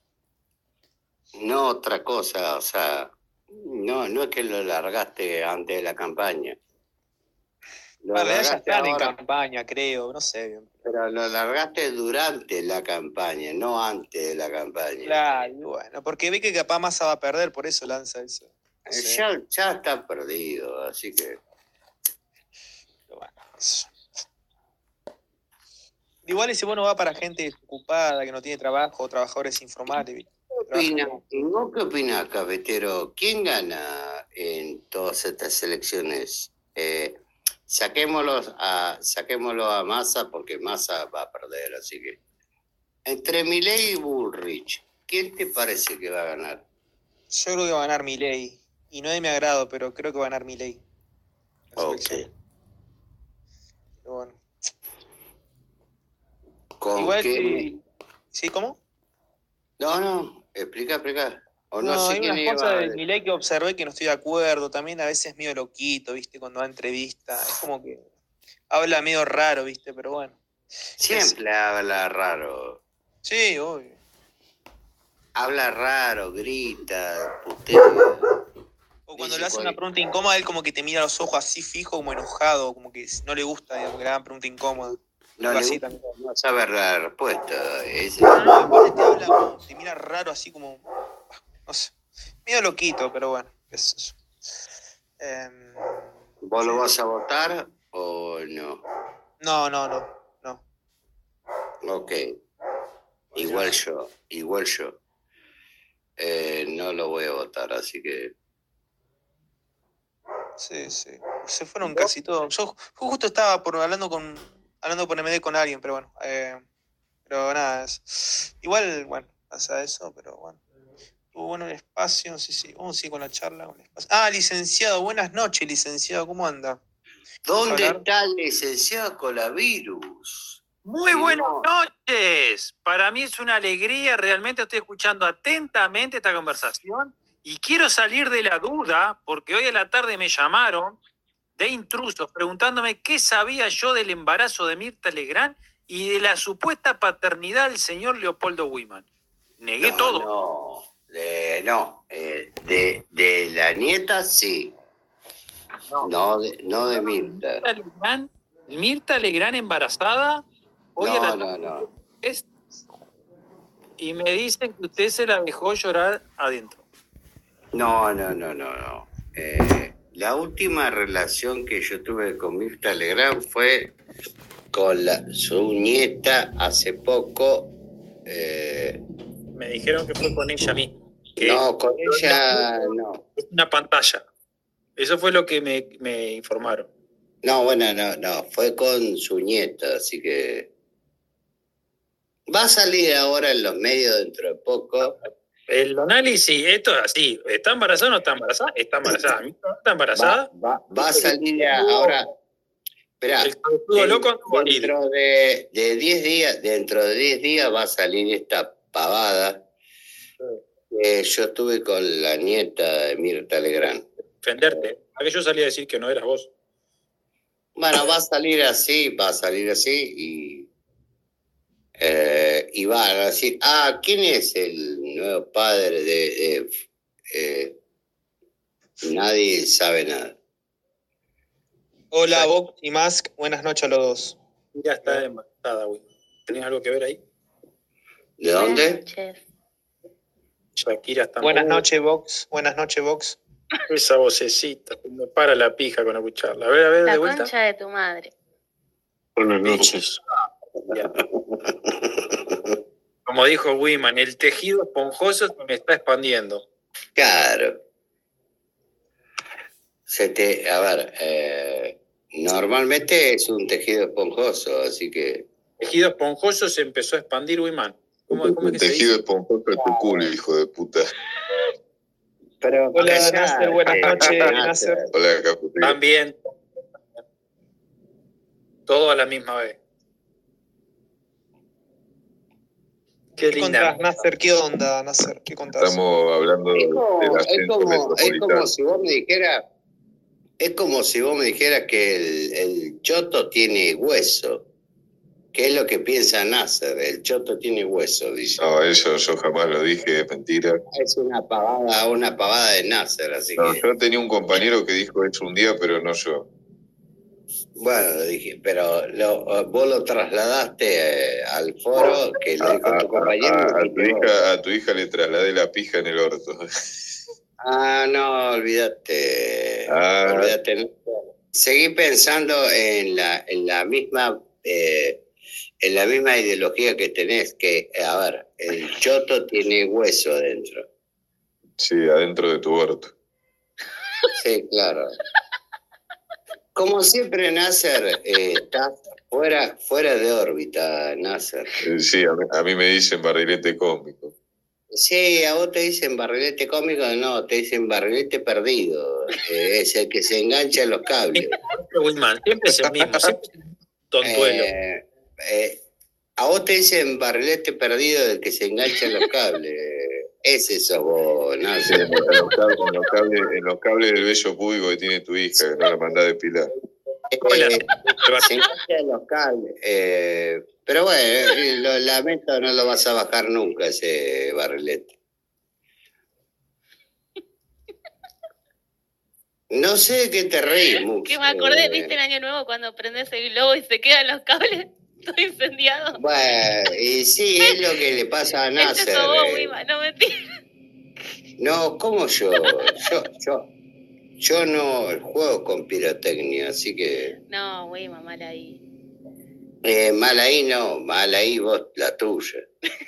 No otra cosa, o sea, no, no es que lo largaste antes de la campaña. Lo Bueno, ya largaste están en ahora, campaña, creo, no sé bien. pero lo largaste durante la campaña, no antes de la campaña. Claro, y bueno, porque ve que capaz Massa va a perder, por eso lanza eso. No Eh, sé, Ya, ya está perdido, así que... pero bueno, eso. Igual ese bono va para gente desocupada, que no tiene trabajo, trabajadores informales. ¿viste? ¿Qué opina? ¿Y vos qué opinás, cafetero? ¿Quién gana en todas estas elecciones? Eh, saquémoslos a, saquémoslo a Massa, porque Massa va a perder, así que... Entre Milei y Bullrich, ¿quién te parece que va a ganar? Yo creo que va a ganar Milei. Y no de mi agrado, pero creo que va a ganar Milei. Las Ok. elecciones. Pero bueno. ¿Con Igual qué? que... ¿Sí? ¿Cómo? No, no, explica, explica. O no, No, sé hay quién unas iba cosas a... de Milei que observé que no estoy de acuerdo. También a veces medio loquito, ¿viste? Cuando da entrevista. Es como que habla medio raro, ¿viste? Pero bueno. Siempre habla raro. Sí, obvio. Habla raro, grita, putea. O cuando Dice le hace cual- una pregunta incómoda, él como que te mira a los ojos así fijo, como enojado, como que no le gusta, digamos, que le hagan pregunta incómoda. No Algo le así gusta, también. no sabe la respuesta. Es- No, no, igual te habla, como- te mira raro así como, no sé, medio loquito, pero bueno, es eso. Em, ¿Vos lo vas a votar o no? no, no, no, no. Ok. Igual yo, igual yo. Eh, no lo voy a votar, así que... Sí, sí. Se fueron casi todos. Yo justo estaba por hablando con hablando por M D con alguien, pero bueno. eh, pero nada, es- igual, bueno, pasa eso, pero bueno. Estuvo bueno el espacio, sí, sí. Vamos a seguir con la charla. Con el espacio. Ah, licenciado, buenas noches, licenciado, ¿cómo anda? ¿Dónde hablar? está el licenciado Colavirus? Muy Sí, buenas no. noches. Para mí es una alegría, realmente estoy escuchando atentamente esta conversación y quiero salir de la duda porque hoy a la tarde me llamaron de intrusos preguntándome qué sabía yo del embarazo de Mirta Legrand y de la supuesta paternidad del señor Leopoldo Wiman. Negué No, todo. no, de, no, eh, de, de la nieta sí, no de, no de Mirta. Mirta Legrand, Mirta Legrand embarazada, hoy a la No, tarde no, no. es- y me dicen que usted se la dejó llorar adentro. No, no, no, no, no. Eh, la última relación que yo tuve con Mirta Legrand fue con la, su nieta hace poco. eh, Me dijeron que fue con ella misma. Que no, con ella no. es una pantalla. Eso fue lo que me, me informaron. No, bueno, no, no, fue con su nieta, así que va a salir ahora en los medios dentro de poco. El análisis, esto es así. ¿Está embarazada o no está embarazada? Está embarazada. ¿Está embarazada? Va, va, va a salir a- ahora. Esperá, Todo den- loco no va a ir. dentro de de diez días, dentro de diez días va a salir esta pavada. Eh, yo estuve con la nieta de Mirta Legrand. Defenderte. ¿A que yo salí a decir que no eras vos? Bueno, va a salir así, va a salir así y, eh, y van a decir, ah, ¿quién es el nuevo padre de...? de- eh, nadie sabe nada. Hola, Vox y Mask. Buenas noches a los dos. Ya está embarazada, güey. ¿Tenés algo que ver ahí? ¿De dónde? Shakira está Buenas Uy, noches, Vox. Buenas noches, Vox. Esa vocecita, me para la pija con escucharla. A ver, a ver, La de vuelta. concha de tu madre. Buenas noches. Como dijo Wiman, el tejido esponjoso se me está expandiendo. Claro. Se te, a ver, eh, normalmente es un tejido esponjoso, así que... Tejido esponjoso se empezó a expandir, Wiman. ¿Cómo, cómo es El que se tejido dice? esponjoso de tu culo, hijo de puta. Pero, Hola, callate, Nasser. Buenas noches, Nasser. Nasser. Hola, cafetero. También. Todo a la misma vez. Qué ¿Qué linda. contás, Nasser? ¿Qué onda, Nasser? ¿Qué contás? Estamos hablando Es como, del es ascenso como, es metropolitano. como si vos me dijeras, es como si vos me dijeras que el, el choto tiene hueso. ¿Qué es lo que piensa Nasser? El choto tiene hueso, dice. No, eso yo jamás lo dije, es mentira. Es una pavada, una pavada de Nasser, así No, que, yo tenía un compañero que dijo eso un día, pero no yo. bueno, lo dije, pero lo, vos lo trasladaste eh, al foro, que lo A, dijo a- tu compañero. a- y a dijiste tu vos. hija, a tu hija le trasladé la pija en el orto. Ah, no, olvídate. Ah. Olvídate. no. Seguí pensando en la, en la misma, eh, en la misma ideología que tenés, que, eh, a ver, el choto tiene hueso dentro. Sí, adentro de tu orto. Sí, claro. Como siempre, Nasser, eh, está fuera, fuera de órbita, Nasser. Eh, Sí, a mí, a mí me dicen barrilete cómico. Sí, a vos te dicen barrilete cómico, no, te dicen barrilete perdido. Eh, es el que se engancha en los cables. Wiman, siempre es el mismo, siempre es el mismo tontuelo. Eh, eh, a vos te dicen barrilete perdido del que se engancha en los cables. Ese sos vos, Sí, Nasser. en, los cables, en, los cables, en los cables del vello público que tiene tu hija, que no la mandás a depilar. Eh, se engancha en los cables. Eh, pero bueno, eh, lo lamento, no lo vas a bajar nunca ese barrilete. No sé de qué te reís, Mux. Que me acordé, Eh, viste, el año nuevo cuando prendes el globo y se quedan los cables todo incendiados. Bueno, y sí, es lo que le pasa a Ese Nasser. sos vos, eh. Wiman, no mentira. No, ¿cómo yo? Yo, yo, yo no juego con pirotecnia, así que No, Wiman, mal ahí. eh, mal ahí no, mal ahí vos la tuya.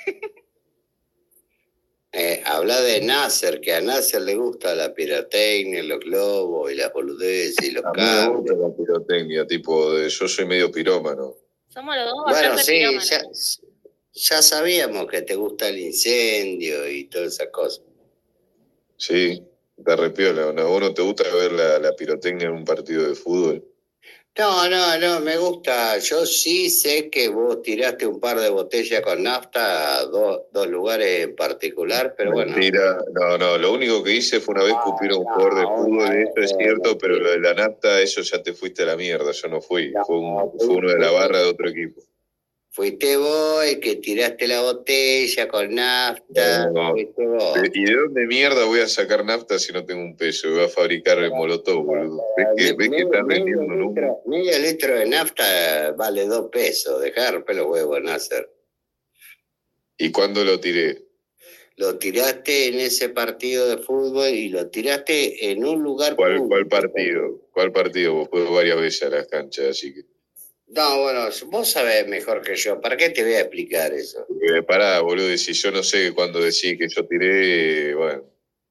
Eh, habla de Nasser, que a Nasser le gusta la pirotecnia, los globos y las boludeces y los A mí me cables. gusta la pirotecnia, tipo, de, yo soy medio pirómano. Somos los dos Bueno, bastante sí, pirómanos. ya, ya sabíamos que te gusta el incendio y todas esas cosas. Sí, te arrepiola, ¿no? ¿A vos no te gusta ver la, la pirotecnia en un partido de fútbol? No, no, no, me gusta. Yo sí sé que vos tiraste un par de botellas con nafta a do- dos lugares en particular, pero bueno. Mentira, no, no, lo único que hice fue una vez escupir a un jugador de fútbol, y eso es cierto, pero lo de la nafta, eso ya te fuiste a la mierda, yo no fui, fue, un- fue uno de la barra de otro equipo. Fuiste vos el que tiraste la botella con nafta. No, Fuiste vos. ¿de- ¿Y de dónde mierda voy a sacar nafta si no tengo un peso? Voy a fabricar el molotov, boludo. ¿Ves que, ves que Medio, estás medio vendiendo un humo? litro, medio litro de nafta vale dos pesos. Dejar pelo huevo, Nasser. ¿Y cuándo lo tiré? Lo tiraste en ese partido de fútbol y lo tiraste en un lugar ¿Cuál, público. cuál partido? ¿Cuál partido? Vos fue varias veces a las canchas, así que... No, bueno, vos sabés mejor que yo. ¿Para qué te voy a explicar eso? Eh, pará, boludo, si yo no sé cuándo decís que yo tiré, bueno...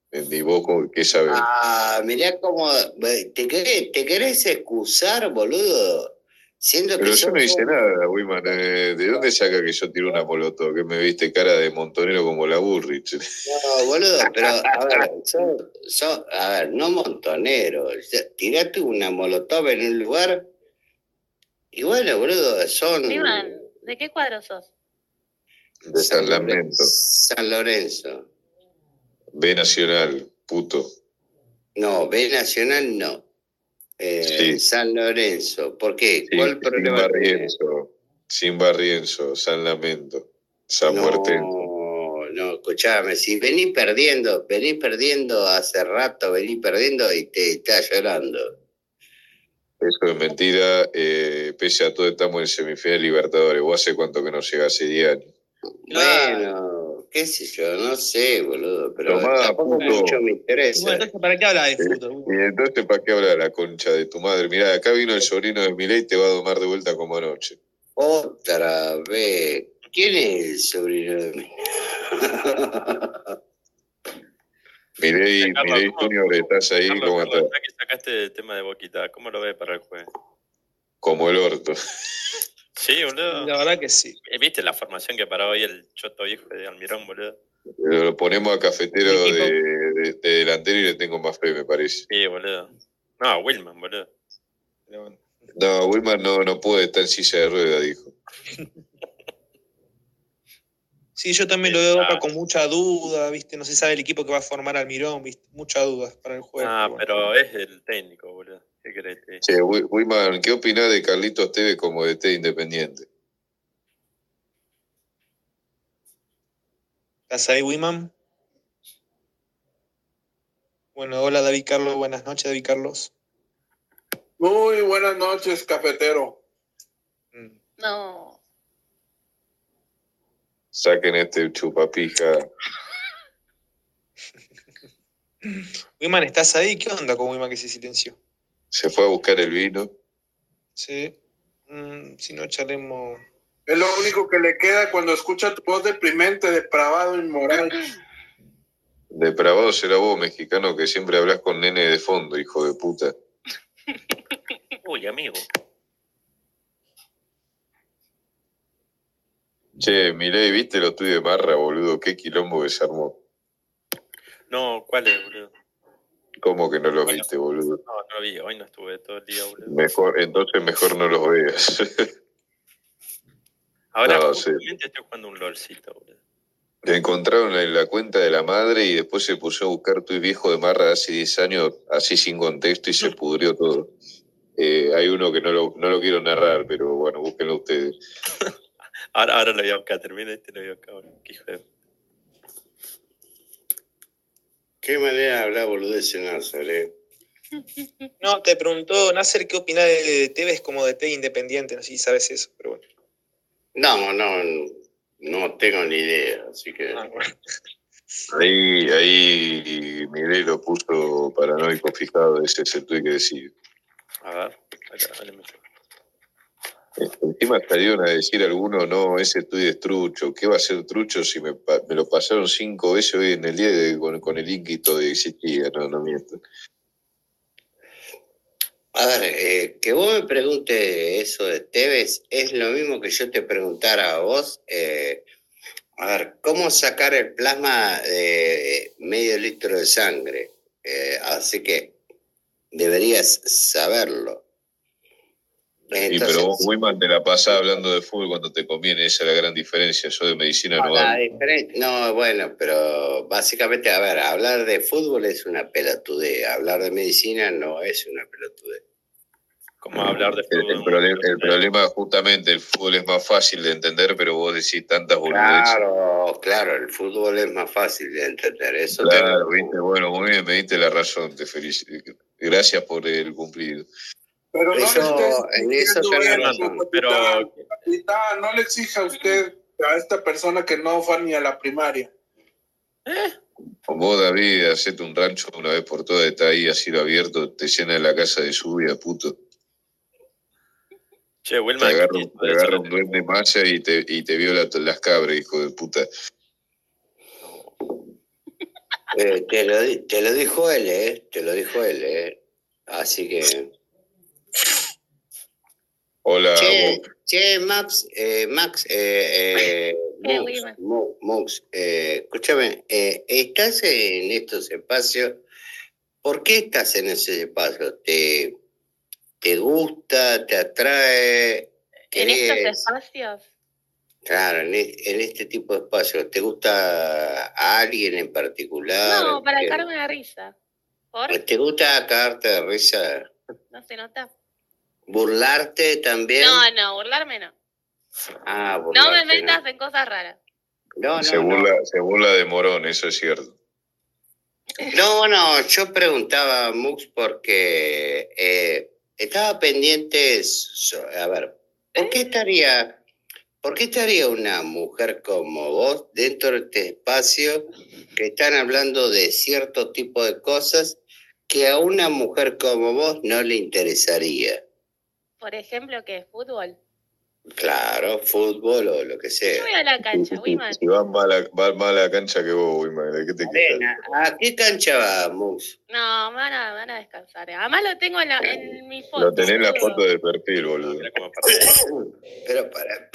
¿Y vos qué sabés? Ah, mirá cómo... ¿Te querés, te querés excusar, boludo? Siendo Pero que yo sos no hice un- nada, Wiman. Eh, ¿De dónde saca que yo tiro una molotov? Que me viste cara de montonero como la Burrich. No, boludo, pero a ver, sos, sos- a ver, no montonero. O sea, tirate una molotov en un lugar y bueno, boludo, son Iván, ¿de qué cuadro sos? De San Lamento. San Lorenzo. B Nacional, puto. No, B Nacional no. Eh, Sí. San Lorenzo. ¿Por qué? Sí, ¿Cuál sin problema tenés? Barrienzo, sin Barrienzo, San Lamento, San Muertense. No, no, escuchame, si venís perdiendo, venís perdiendo hace rato, venís perdiendo y te estás llorando. Eso es mentira, eh, pese a todo estamos en semifinal de Libertadores. ¿Vos hace cuánto que no llegás? Hace diez años. Bueno, qué sé yo, no sé, boludo, pero Tomá, tampoco puto. mucho me interesa. Bueno, entonces, ¿para qué habla de fútbol? Y entonces, ¿para qué habla la concha de tu madre? Mirá, acá vino el sobrino de Milei y te va a domar de vuelta como anoche. Otra vez. ¿Quién es el sobrino de mí? Milei, Carlos, Milei ¿cómo- Junior, ¿estás ahí? Carlos, ¿Cómo Carlos, estás? ya que sacaste el tema de Boquita, ¿cómo lo ves para el jueves? Como el orto. Sí, boludo. La verdad que sí. Eh, ¿Viste la formación que paró hoy el choto viejo de Almirón, boludo? Lo ponemos a Cafetero Mi equipo. de, de- de delantero y le tengo más fe, me parece. Sí, boludo. No, Wilman, boludo. No, Wilmar no, no puede estar en silla de rueda, dijo. Sí, yo también lo veo acá con mucha duda, ¿viste? No se sabe el equipo que va a formar Almirón, ¿viste? Mucha duda para el juego. Ah, pero es el técnico, boludo. ¿Qué querés que te diga? Che, Wi- Wilmar, ¿qué opinás de Carlitos Tevez como D T Independiente? ¿Estás ahí, Wiman? Bueno, hola David Carlos, buenas noches David Carlos. Muy buenas noches, cafetero. No. Saquen este chupapija. Wiman, ¿estás ahí? ¿Qué onda con Wiman que se silenció? Se fue a buscar el vino. Sí. Mm, si no, charlemos. Es lo único que le queda cuando escucha tu voz deprimente, depravado, inmoral. Depravado será vos, mexicano, que siempre hablas con nene de fondo, hijo de puta. Uy, amigo. Che, Milei, ¿viste los tuyos de Marra, boludo? Qué quilombo que se armó. No, ¿cuál es, boludo? ¿Cómo que no los viste, boludo? No, no vi, hoy no estuve todo el día, boludo. Mejor, entonces mejor no los veas. Ahora No, sí. justamente estoy jugando un LOLcito, boludo. Le encontraron en la cuenta de la madre y después se puso a buscar tu viejo de Marra de hace diez años, así sin contexto, y se pudrió todo. Eh, hay uno que no lo, no lo quiero narrar, pero bueno, búsquenlo ustedes. Ahora, ahora lo voy a buscar, termina este, lo voy a buscar, boludo. Qué hijo de... Qué manera de hablar, boludeces, Nasser, eh. No, te preguntó Nasser qué opinás de Tevez como D T Independiente, no sé si sabes eso, pero bueno. No, no, no tengo ni idea, así que... Ahí, ahí Miguel lo puso paranoico fijado, ese es el tuit que decía. A ver, acá, dale, me- Encima salieron a decir algunos, no, ese tuit es trucho. ¿Qué va a ser trucho si me, pa- me lo pasaron cinco veces hoy en el día de- con, con el link y todo y existía? No, no miento. A ver, eh, que vos me preguntes eso de Tevez es lo mismo que yo te preguntara a vos. eh, a ver, ¿cómo sacar el plasma de medio litro de sangre? Eh, así que deberías saberlo. Y pero vos, Wiman, te la pasás hablando de fútbol cuando te conviene, esa es la gran diferencia. Yo de medicina no La hablo. diferen- no, bueno, pero básicamente, a ver, hablar de fútbol es una pelotudez, hablar de medicina no es una pelotudez. ¿Cómo hablar de El, fútbol? el problema, el problema, justamente, el fútbol es más fácil de entender, pero vos decís tantas boludeces. Claro, claro, el fútbol es más fácil de entender, eso Claro, tengo- viste, bueno, muy bien, me diste la razón, te felicito. Gracias por el cumplido. Pero no Eso- le estés en eso exigiendo tenés eso, razón, capitán. pero- Capitán, no le exija a usted a esta persona que no fue ni a la primaria. Vos, David, hacete un rancho una vez por todas, está ahí a cielo abierto, te llena la casa de lluvia, puto. Che, Te Wilman, agarra, ¿qué te agarra un duende maya y te, y te viola to- las cabras, hijo de puta. Eh, te, lo, di- te lo dijo él, ¿eh? Te lo dijo él, ¿eh? Así que... Hola, Che, vos. che, Max, eh, Max, eh, eh, ¿Qué, Mux, Wiman? Mu- Mux, eh, escúchame, eh, ¿estás en estos espacios? ¿Por qué estás en ese espacio? ¿Te, te gusta, te atrae? ¿En estos ¿Querés? espacios? Claro, en, es- en este tipo de espacios, ¿te gusta a alguien en particular? No, para ¿Qué? cagarme la risa. ¿Por? ¿Te gusta cagarte de risa? ¿No se nota? ¿Burlarte también? No, no, burlarme no. Ah, No me burlarte, metas no. en cosas raras. No, Se no, no. burla, se burla de Morón, eso es cierto. No, no, yo preguntaba, Mux, porque eh, estaba pendiente, so- a ver, ¿por qué estaría, por qué estaría una mujer como vos dentro de este espacio que están hablando de cierto tipo de cosas que a una mujer como vos no le interesaría? Por ejemplo, ¿qué? ¿Fútbol? Claro, fútbol o lo que Yo sea. voy a la cancha, Wiman. Si va más a la, va más a la cancha que vos, Wiman, ¿de qué te quejas? Arena, ¿a qué cancha va, Mux? No, me van a, me van a descansar. Además lo tengo en, la, en mi foto. Lo tenés en la boludo. foto de perfil, boludo. Pero para...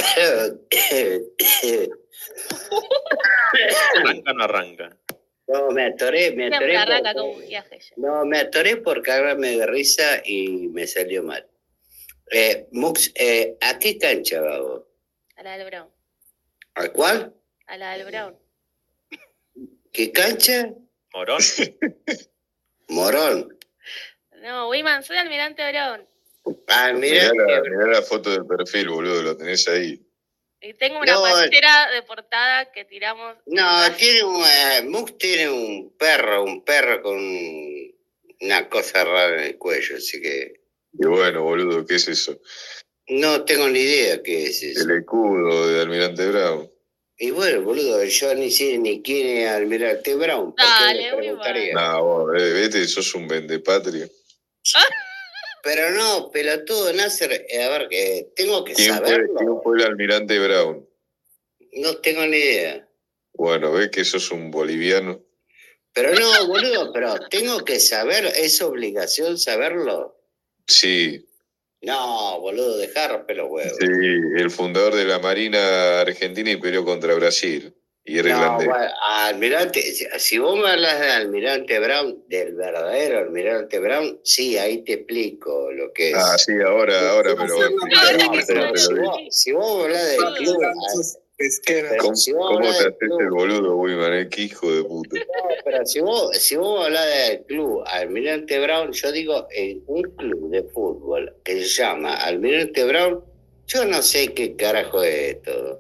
Arranca o no arranca. No, me atoré, me atoré. Siempre arranca por- con bujiaje. No, me atoré por cagarme de risa y me salió mal. Eh, Mux, eh, ¿a qué cancha va vos? A la del Brown. ¿A cuál? A la del Brown. ¿Qué cancha? Morón. Morón. No, Wiman, soy Almirante Brown. Ah, Mirá mirá. la, mirá la foto del perfil, boludo, lo tenés ahí. Y tengo una No, pantera de portada que tiramos. No, tiene un, eh, Mux tiene un perro, un perro con una cosa rara en el cuello, así que Y bueno, boludo, ¿qué es eso? no tengo ni idea qué es eso. El escudo de Almirante Brown. Y bueno, boludo, yo ni sé ni quién es Almirante Brown, ¿por qué Dale, le muy preguntaría? No, vos, eh, vete, sos un vendepatria. Pero no, pelotudo, Nasser, eh, a ver, que tengo que ¿Quién fue, saberlo. ¿Quién fue el Almirante Brown? No tengo ni idea. Bueno, ves que sos un boliviano. Pero no, boludo, pero tengo que saber, ¿es obligación saberlo? Sí, No, boludo, dejar romper los huevos. sí, el fundador de la Marina Argentina y peleó contra Brasil. Y era No, irlandés. bueno, Almirante, si- si vos me hablas de Almirante Brown, del verdadero Almirante Brown, sí, ahí te explico lo que es. Ah, sí, ahora, ahora me lo voy a explicar. No, Antes pero no te si lo vos, dije. si vos me hablas del club, pero ¿Cómo, si vos cómo hablas te del haces el club, boludo, Wiman? Eh? Qué hijo de puta. no, pero si vos, si vos me hablas del club Almirante Brown, yo digo, en un club de fútbol que se llama Almirante Brown, yo no sé qué carajo es todo.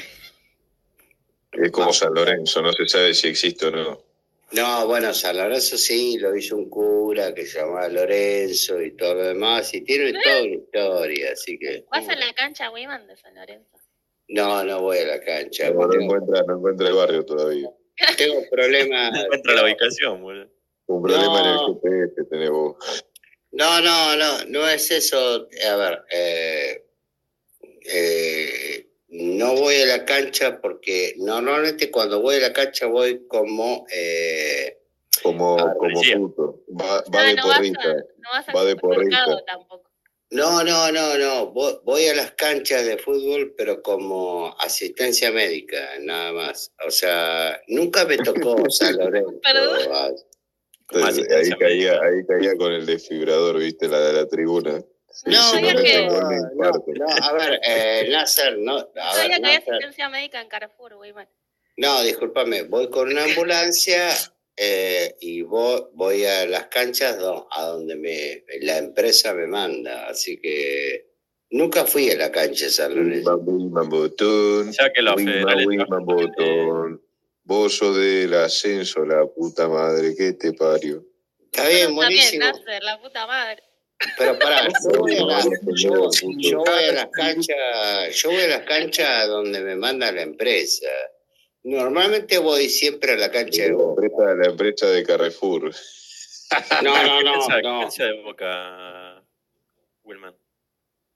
Es como San Lorenzo, no se sabe si existe o no. No, bueno, San Lorenzo sí, lo hizo un cura que se llamaba Lorenzo y todo lo demás, y tiene toda una historia, así que... ¿Vas a la cancha, Wiman, de San Lorenzo? No, no voy a la cancha, No, no tengo, encuentra, no encuentra el barrio todavía. tengo problemas... No encuentra la ubicación, boludo. Un problema en el No, G P S tenés vos. no, no, no, no es eso. A ver, eh, eh, no voy a la cancha porque normalmente cuando voy a la cancha voy como... Eh, Como, a ver, como policía. puto. Va, va Ah, de no vas, a, porrita. no vas al Va de supermercado porrita. tampoco. no, no, no, no, voy, voy a las canchas de fútbol, pero como asistencia médica, nada más. O sea, nunca me tocó San Lorenzo. Perdón. ah, ¿Cómo Entonces, ahí asistencia caía, médica? ahí caía con el desfibrador, viste, la de la tribuna. Sí, No, si no sabía te que- pegó el no, infarto. no, a ver, eh, Nasser, no, a Sabía ver, que había Nasser, asistencia médica en Carrefour, Wiman. no, discúlpame, voy con una ambulancia eh, y voy, voy a las canchas do- a donde me, la empresa me manda, así que nunca fui a la cancha de San Lorenzo. Wiman, Wiman, botón. Ya que los Wiman, federales Wiman, trabajan botón. Vos sos del ascenso, la puta madre, que te parió. Está bien, Nosotros también, buenísimo, Nasser, la puta madre. pero pará, yo voy a, la- No, yo, no, yo voy a las canchas, yo voy a las canchas donde me manda la empresa. Normalmente voy siempre a la cancha de La Boca. empresa, la empresa de Carrefour. No, no, ¿Qué no, cancha, qué no. cancha de Boca, Wilman? No,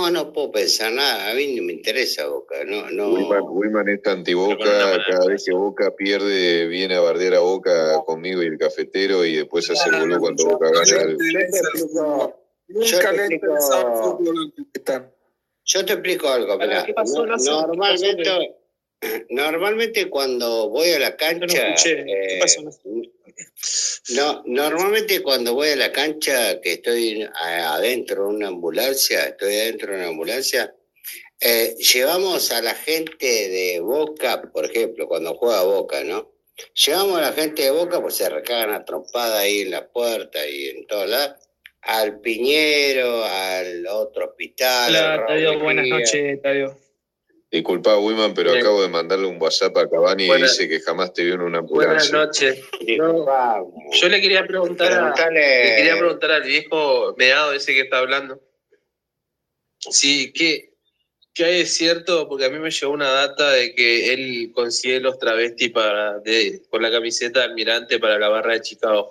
más no puedo pensar nada. A mí no me interesa Boca. No, no. Wiman, Wiman es anti-Boca, cada vez que Boca pierde viene a bardear a Boca conmigo y el cafetero y después se hace el boludo cuando Boca gana. El... Yo te explico, yo te explico algo, mirá. ¿Qué pasó, No- Nacer? normalmente, normalmente cuando voy a la cancha, eh, no, normalmente cuando voy a la cancha, que estoy a- adentro de una ambulancia, estoy adentro de una ambulancia, eh, llevamos a la gente de Boca, por ejemplo, cuando juega Boca, ¿no? Llevamos a la gente de Boca, pues se recagan a trompada ahí en la puerta y en todos lados, al Piñero, al otro hospital. al Hola, Raúl Tadeo, buenas Mejía. noches, Tadeo. Disculpa, Wiman, pero Bien. acabo de mandarle un WhatsApp a Cavani y Buenas- dice que jamás te vio en una Buenas ambulancia. noches. No, yo le quería preguntar a, Preguntale- le quería preguntar al viejo meado ese que está hablando. Sí, ¿qué, qué hay de cierto? Porque a mí me llegó una data de que él consigue los travestis para, de, con la camiseta de Almirante para la barra de Chicago.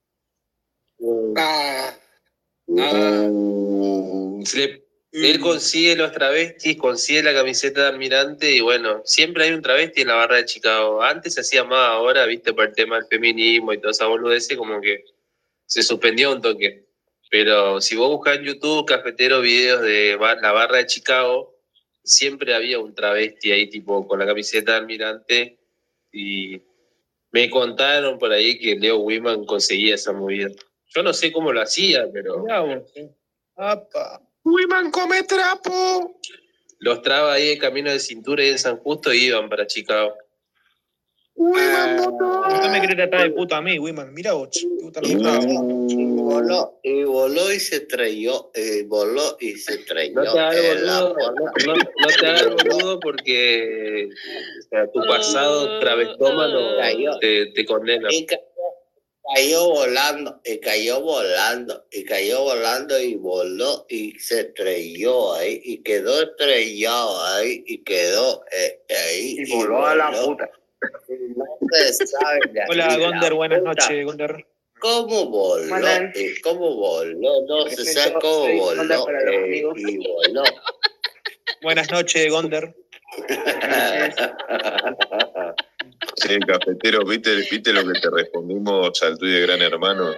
Ah, Le- él consigue los travestis, consigue la camiseta de Almirante y bueno, siempre hay un travesti en la barra de Chicago. Antes se hacía más, ahora, viste, por el tema del feminismo y toda esa boludez, como que se suspendió un toque. Pero si vos buscás en YouTube, cafetero, videos de bar- la barra de Chicago, siempre había un travesti ahí, tipo, con la camiseta de Almirante. Y me contaron por ahí que Leo Wiman conseguía esa movida. Yo no sé cómo lo hacía, pero Wiman come trapo. los traba ahí en Camino de Cintura y en San Justo y iban para Chicago. Wiman motor. ¿Por qué me querés tratar de puta a mí, Wiman? Mira vos, che, te gusta la Y puta. voló, y voló y se trayó, y voló y se trayó. No te hagas eh, el la boludo, bola. no, no te hagas el boludo porque o sea, tu pasado travestómano te, te condena. Y ca- cayó volando, y cayó volando, y cayó volando y voló y se estrelló ahí, y quedó estrellado ahí, y quedó eh, ahí. Y voló a la voló. puta. Y no se sabe de Hola, aquí la Gonder, buenas puta. noches, Gonder. ¿Cómo voló? Buenas. Eh, ¿Cómo voló? No se sabe cómo Soy voló. Gonder para los eh, amigos. y voló. Buenas noches, Gonder. Sí, cafetero, ¿viste, ¿viste lo que te respondimos al tuyo de Gran Hermano?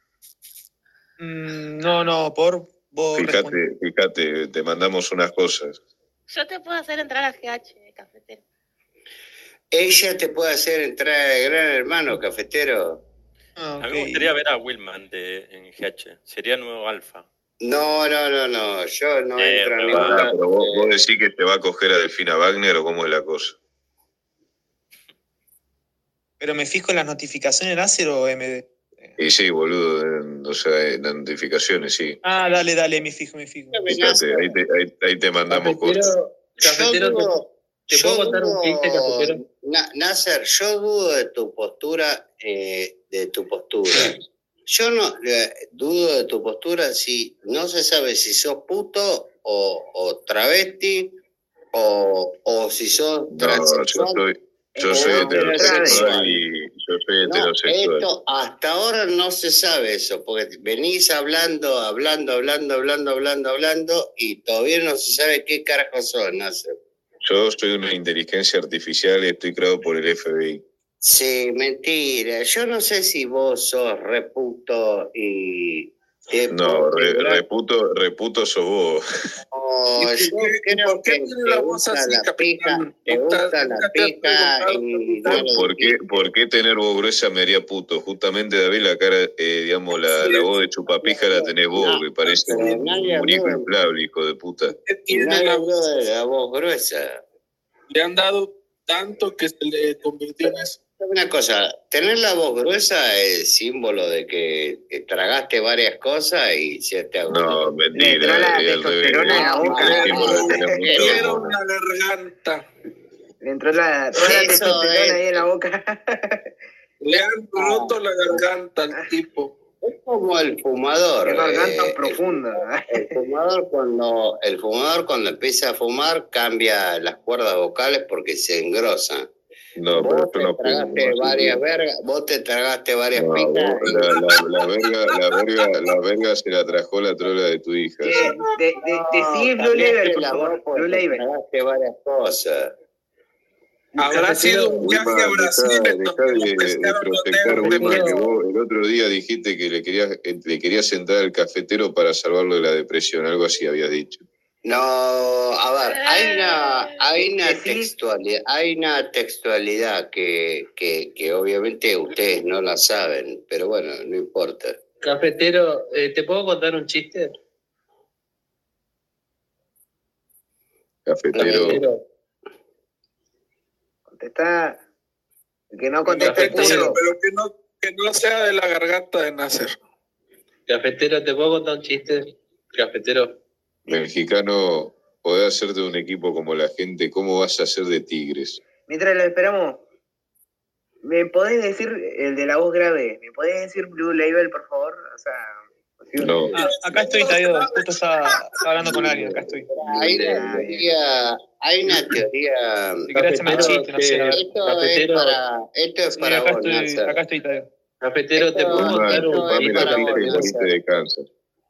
Mm, no, no, por vos Fíjate, fíjate, te mandamos unas cosas. Yo te puedo hacer entrar a G H, cafetero. Ella te puede hacer entrar al Gran Hermano, cafetero. Ah, A mí me gustaría ver a Willman de, en G H. Sería nuevo alfa. No, no, no, no, yo no Eh, entro en pero Ah, ninguna. pero vos, vos decís que te va a coger a Delfina Wagner o cómo es la cosa. Pero me fijo en las notificaciones láser o M D. Y sí, boludo, en- o sea, en las notificaciones, sí. Ah, dale, dale, me fijo, me fijo. Fíjate, ahí te, ahí, ahí te mandamos cosas. Cafetero, Yo dudo- ¿te yo puedo contar un dudo- chiste, cafetero? Na- Nasser, yo dudo de tu postura, eh, de tu postura. Yo no eh, dudo de tu postura si no se sabe si sos puto o, o travesti o, o si sos No, yo transexual. soy, yo o soy heterosexual. heterosexual y yo soy No, heterosexual. esto hasta ahora no se sabe eso, porque venís hablando, hablando, hablando, hablando, hablando, hablando, y todavía no se sabe qué carajo son, Nasser. Yo soy una inteligencia artificial y estoy creado por el F B I. Sí, mentira. Yo no sé si vos sos reputo y... te No, re- configurar- reputo, reputo sos vos. No, yo creo que te gusta la pija, te gusta la pija y... ¿Por, por qué, ¿Por qué tener voz gruesa me haría puto? Justamente, David, la cara, eh, digamos, la, la voz de chupapija la tenés vos, que parece pero un nadie muñeco habló. inflable, hijo de puta. Nadie habló de la voz gruesa. Le han dado tanto que se le convirtió en eso. Una cosa, tener la voz gruesa es símbolo de que, que tragaste varias cosas y se te agotó. No, mentira, es al revés. Es símbolo de tener mucho Dieron hormona. la garganta. Le entró la, toda la Eso testosterona es. ahí en la boca. Le han roto la garganta al tipo. Es como el fumador. Qué garganta eh, profunda. El fumador cuando el fumador cuando empieza a fumar cambia las cuerdas vocales porque se engrosan. No, pero Vos yo te no fumo, tragaste así varias que... vergas, vos te tragaste varias No, picas vos, y la, la, la verga, la verga, la verga se la trajo la trola de tu hija, así Che, que... de, de, decí no, Blue Label, cambiaste por la voz favor. porque Blue te Label. tragaste varias cosas. Habrá sido un viaje a Wilman, Brasil dejá, en dejá donde de, de pescaron los proyectar, negros de Wilman, que México. vos el otro día dijiste que le querías, eh, le querías entrar al cafetero para salvarlo de la depresión, algo así habías dicho. No, a ver, hay una, hay una Decí, textualidad, hay una textualidad que, que, que obviamente ustedes no la saben, pero bueno, no importa. Cafetero, eh, ¿te puedo contar un chiste? Cafetero, Cafetero, contestá. El que no contesta el Contéselo, puto. pero que no, que no sea de la garganta de Nasser. cafetero, ¿te puedo contar un chiste? Cafetero. mexicano, podés hacerte un equipo como la gente, ¿cómo vas a hacer de Tigres? Mientras lo esperamos, ¿me podés decir el de la voz grave? ¿Me podés decir Blue Label, por favor? O sea, No, Ah, acá estoy, Tadeo. Justo estaba, estaba hablando con alguien. Acá estoy. Hay una teoría, hay una teoría. Si querés hacerme un Cafetero, chiste, no sé. A ver. Esto es Cafetero, para, esto es Sí, para acá vos, estoy, Nasser. acá estoy, Tadeo. Cafetero, ¿te Esto, puedo contar esto un es chupame la para chiste? vos, pija y moriste Nasser. de cáncer.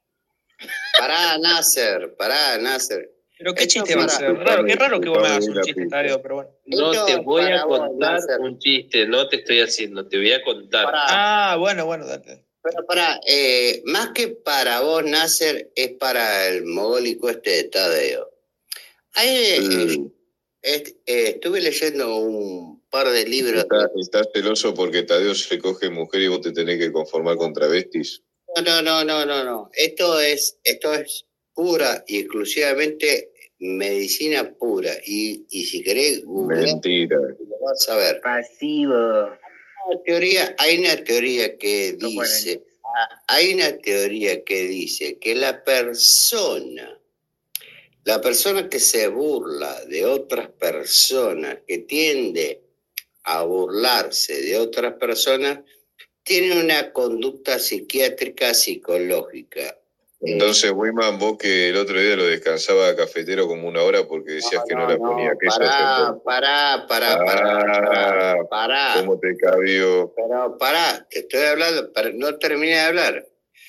Pará, Nasser, pará, Nasser. Pero qué Esto chiste va a para, ser. Raro, qué raro que vos me Chupame hagas bien un la chiste, pija. Tadeo, pero bueno. No esto te es voy a para vos, contar Nasser. un chiste, no te estoy haciendo, te voy a contar. Pará, Ah, bueno, bueno, dale. pero pará, eh, más que para vos, Nasser, es para el mogólico este de Tadeo. Hay, eh, Mm, est- eh, estuve leyendo un par de libros. ¿Estás, estás celoso porque Tadeo se coge mujer y vos te tenés que conformar con travestis? No, no, no, no, no, no. Esto es, esto es pura y exclusivamente medicina pura. Y, y si querés googlear, Mentira. lo vas a ver. pasivo. Una teoría, hay una teoría que No pueden. dice, ah, hay una teoría que dice que la persona, la persona que se burla de otras personas, que tiende a burlarse de otras personas, tiene una conducta psiquiátrica psicológica. Eh, Entonces, Wiman, vos que el otro día lo descansaba a Cafetero como una hora porque decías que no, no, la no, ponía. ¿Qué sos pará, entonces? pará, pará, pará, pará, Ah, pará. ¿cómo te cabió? Pero pará, te estoy hablando, pero no terminé de hablar.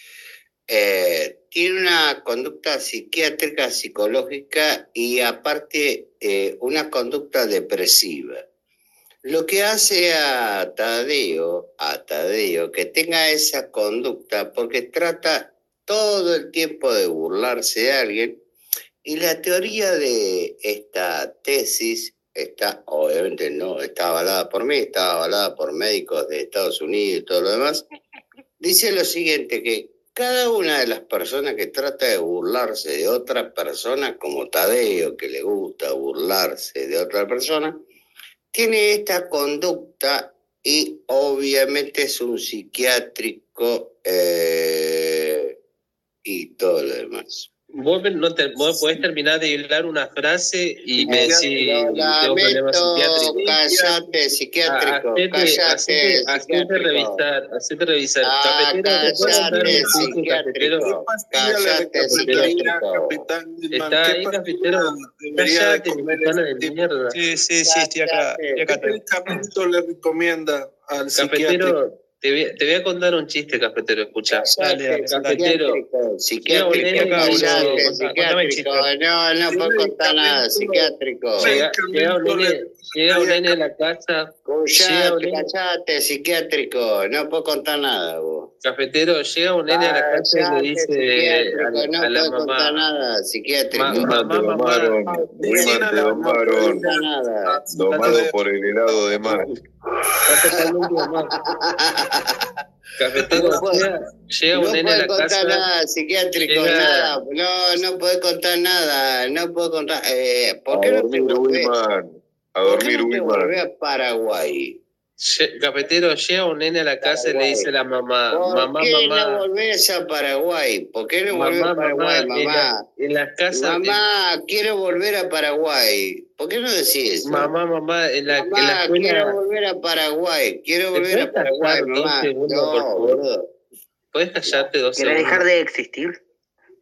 Eh, tiene una conducta psiquiátrica, psicológica y aparte eh, una conducta depresiva. Lo que hace a Tadeo, a Tadeo, que tenga esa conducta, porque trata todo el tiempo de burlarse de alguien, y la teoría de esta tesis está, obviamente no está avalada por mí, está avalada por médicos de Estados Unidos y todo lo demás, dice lo siguiente, que cada una de las personas que trata de burlarse de otra persona, como Tadeo, que le gusta burlarse de otra persona, tiene esta conducta y obviamente es un psiquiátrico eh, y todo lo demás. Vos, no te, vos podés terminar de hilar una frase y me Eh, decís, lo tengo problemas lamento, psiquiátricos. cállate, psiquiátrico, Hacete, cállate, hacete, hacete psiquiátrico. revisar, hacete revisar. Ah, Cafetero, ¿te puedo contar cállate, un chiste, psiquiátrico. cafetero? Cállate, Cafetero. psiquiátrico. Está ahí, cafetero. Cállate, mexicana de mierda. Sí, sí, sí, estoy acá. Estoy acá, ¿Qué medicamento le recomienda al psiquiátrico? Cafetero, te voy, te voy a contar un chiste, cafetero, escucha. Dale, dale, Cafetero. Psiquiátrico, Llega un nene, cállate, boludo. psiquiátrico. No, no puedo contar nada, psiquiátrico. Llega, llega un nene, llega un nene a la casa. Llega un Cállate, nene, cállate, psiquiátrico. No puedo contar nada, vos. cafetero, llega un nene a la casa y le Cállate, dice psiquiátrico. a, No a la puedo contar mamá, nada, psiquiátrico. ma- Wiman, te mamá, mamá, domaron. Wiman, te domaron. Nada. Domado por el helado de mar. está totalmente mamá. Cafetero, No puedo- llega, llega un No nene a puedes la contar casa. nada, psiquiátrico, llega- nada. No, no puedes contar nada. No puedo contar. Eh, ¿Por A qué no te dormir, volvés? Wiman. A ¿Por qué dormir, no te Wiman. volvés a Paraguay? Lle- Cafetero, llega un nene a la casa y le dice a la mamá, ¿Por mamá, qué no mamá, volvés a Paraguay? ¿Por qué no volvés mamá, a Paraguay, mamá, en, mamá? la, en las casas, Mamá, quiero volver a Paraguay. ¿Por qué no decís eso? mamá, mamá, en la, en la Mamá, quiero escuela, volver a Paraguay. Quiero ¿te volver a puedes Paraguay, callar dos mamá. segundos, No, por favor? boludo. ¿Puedes callarte dos ¿Querés segundos? dejar de existir?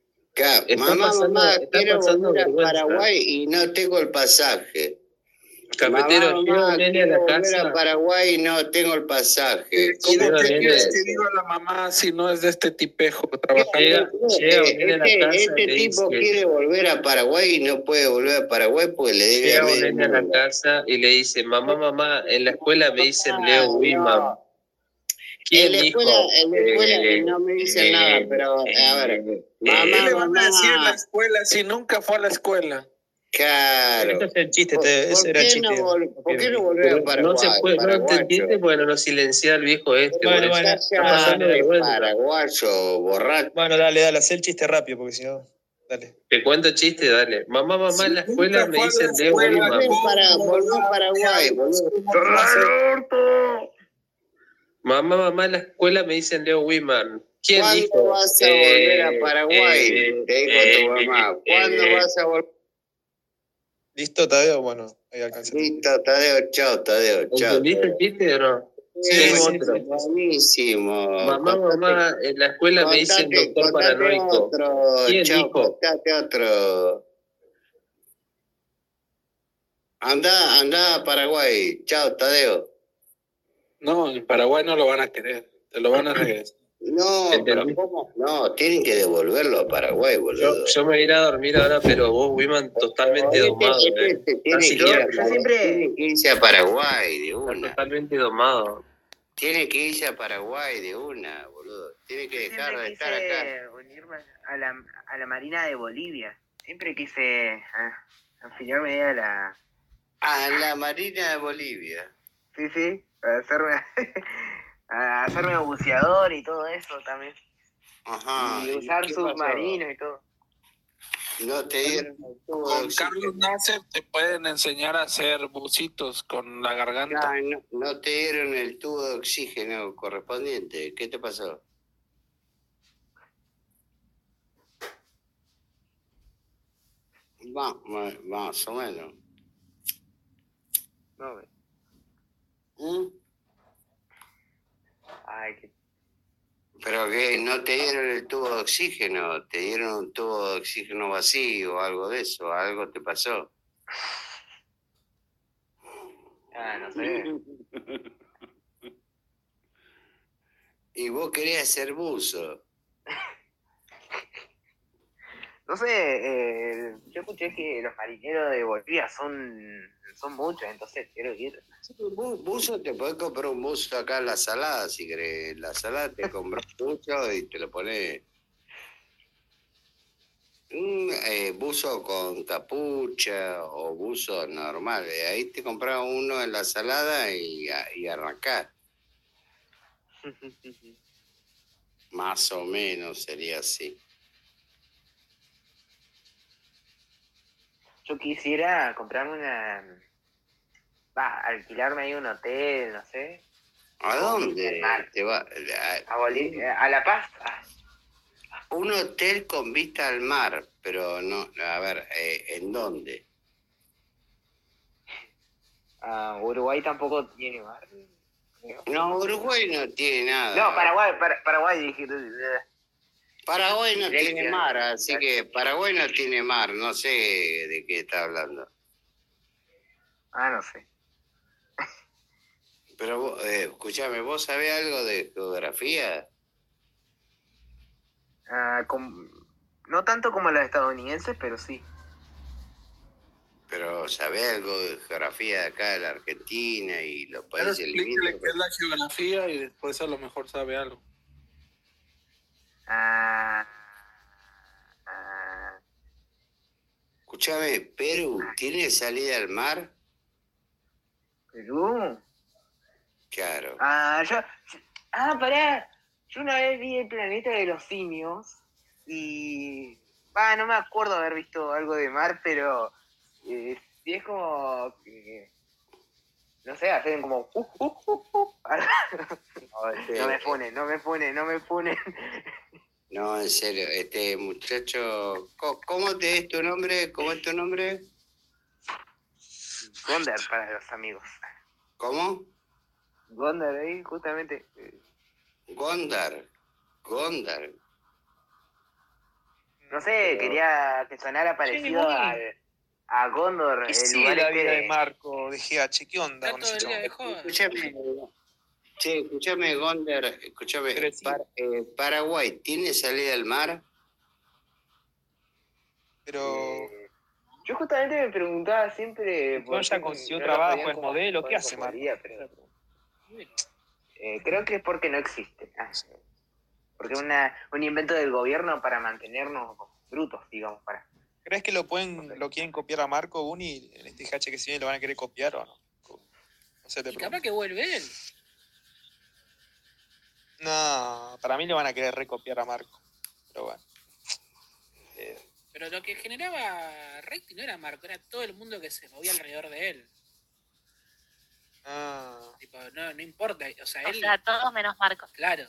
Ca- Está Mamá, pasando, mamá, está quiero pasando volver a vergüenza. Paraguay y no tengo el pasaje. Cafetero, Mamá, lleva mamá, un nene a quiero la volver a casa. Paraguay y no tengo el pasaje. ¿Cómo Lleva te nene, quieres que diga la mamá si no es de este tipejo trabajando? llega, llega un nene a la Este, casa y este le tipo dice, quiere volver a Paraguay y no puede volver a Paraguay porque le debe a llega un medio nene a la mundo. casa y le dice, mamá, mamá, en la escuela me dicen Ah, Leo Wiman. no. ¿Quién En la escuela, dijo? en la escuela Eh, no me dicen nada, eh, pero a ver, eh, ¿Qué mamá, le van a decir en la mamá, escuela si nunca fue a la escuela? claro. Ese es el chiste, ¿Por, te- por ese era el qué chiste. no, vol- por qué no volver a Pero no se Paraguay, puede, no te paraguayo? entiende, bueno, lo silencia el viejo este, por Bueno, eso. bueno, Está pasando Cállate, vergüenza. paraguayo, borracho. bueno, dale, dale, haz el chiste rápido, porque si no, dale. Te cuento chiste, dale. Mamá, mamá, Si en la escuela nunca me fue a la dicen Leo escuela, Wiman. Volvé para, ¿cómo volvé va a a Paraguay, hablar? boludo. ¿Cómo te va a hacer? Mamá, mamá, en la escuela me dicen Leo Wiman. ¿Quién ¿Cuándo dijo? vas a volver a Eh, Paraguay? eh, Te dijo eh, tu mamá. ¿Cuándo eh, vas a volver? ¿Listo, Tadeo? Bueno, ahí alcanza. Listo, Tadeo, chao, Tadeo, chao. ¿Entendiste el chiste o no? Sí, Tengo sí, otro. sí. Buenísimo. Mamá, Contate, mamá, en la escuela me dicen contate, doctor contate paranoico. otro. ¿Quién Chao, dijo? contate otro. Anda, anda a Paraguay. Chao, Tadeo. No, en Paraguay no lo van a querer, te lo van a regresar. No, pero ¿Entendí? ¿cómo? No, tienen que devolverlo a Paraguay, Yo, boludo. yo me voy a ir a dormir ahora, pero vos, Wiman, totalmente Este, domado, este, eh. este Está tiene, que ir a, psiquiátrico. Yo siempre, tiene que irse a Paraguay de Está una. totalmente domado. Tiene que irse a Paraguay de una, boludo. Tiene que yo dejar siempre de estar acá. quise unirme a la, a la Marina de Bolivia. Siempre quise ah, afiliarme ahí a la... A la Marina de Bolivia. Sí, sí, a hacerme, a hacerme buceador y todo eso también. Ajá. Y usar ¿Qué pasó? submarinos y todo. No te dieron el tubo de Con oxígeno. Carlos Nasser te pueden enseñar a hacer bucitos con la garganta. No, no, no te dieron el tubo de oxígeno correspondiente. ¿Qué te pasó? Va, ma- más o menos. No, güey. ¿Mm? Ay, qué... Pero que no te dieron el tubo de oxígeno, te dieron un tubo de oxígeno vacío, algo de eso, algo te pasó. Ah, no sé. Y vos querías ser buzo. No sé, eh, yo escuché que los marineros de Bolivia son, son muchos, entonces quiero ir. Bu- Buzo, te podés comprar un buzo acá en la salada, si querés. En la salada te compras un buzo y te lo pones. Un eh, buzo con capucha o buzo normal. eh, Ahí te compras uno en la salada y, a- y arrancás. Más o menos sería así. Yo quisiera comprarme una... Va, alquilarme ahí un hotel, no sé. ¿A dónde te va? A, Bolivia, a La Paz. Ah, Un hotel con vista al mar, pero no, a ver, eh, ¿en dónde? ah, Uruguay tampoco tiene mar. creo. No, Uruguay no tiene nada. No, Paraguay, para- Paraguay dije. Paraguay no Dirección. tiene mar, así que Paraguay no tiene mar, no sé de qué está hablando. Ah, no sé. Pero vos, eh, escúchame, ¿vos sabés algo de geografía? Ah, com- no tanto como los estadounidenses, pero sí. Pero ¿sabés algo de geografía de acá de la Argentina y los Pero países explíquele limítrofes? qué es la geografía y después a lo mejor sabe algo. Ah, ah, Escúchame, ¿Perú tiene salida al mar? Perú. Claro. Ah, yo. Ah, pará. Yo una vez vi el planeta de los simios y. Va, no me acuerdo haber visto algo de mar, pero. Eh, sí es como. que- no sé, hacen como. Uh, uh, uh, uh. No me ponen, no me ponen, no me ponen. No, en serio, este muchacho, ¿cómo, cómo te es tu nombre? ¿Cómo es tu nombre? Gondar para los amigos. ¿Cómo? Gondar ahí, justamente. Gondar. Gondar. No sé, quería que sonara parecido voy. al, a Gondor, ¿Qué el sigue lugar la este vida de de... Marco de G H? ¿Qué onda Está con todo ese el día chabón? de joda. Escúchame, che, escúchame, Gonder, escúchame. Par- eh, Paraguay, ¿tiene salida al mar? Pero... Yo justamente me preguntaba siempre El por chabón ya qué consiguió no lo trabajo, podían es como modelo, ¿qué poner hace como Marco? día, pero eh, creo que es porque no existe. Ah, porque es una, un invento del gobierno para mantenernos brutos, digamos, para... ¿Crees que lo pueden, lo quieren copiar a Marco Buni en este G H que se viene, lo van a querer copiar o no? No sé, te Y pregunto. capaz que vuelve él. No, para mí lo van a querer recopiar a Marco. Pero bueno. Eh, Pero lo que generaba rating no era Marco, era todo el mundo que se movía alrededor de él. ah, Tipo, no, no importa. O sea, O él. sea, todos menos Marcos. Claro.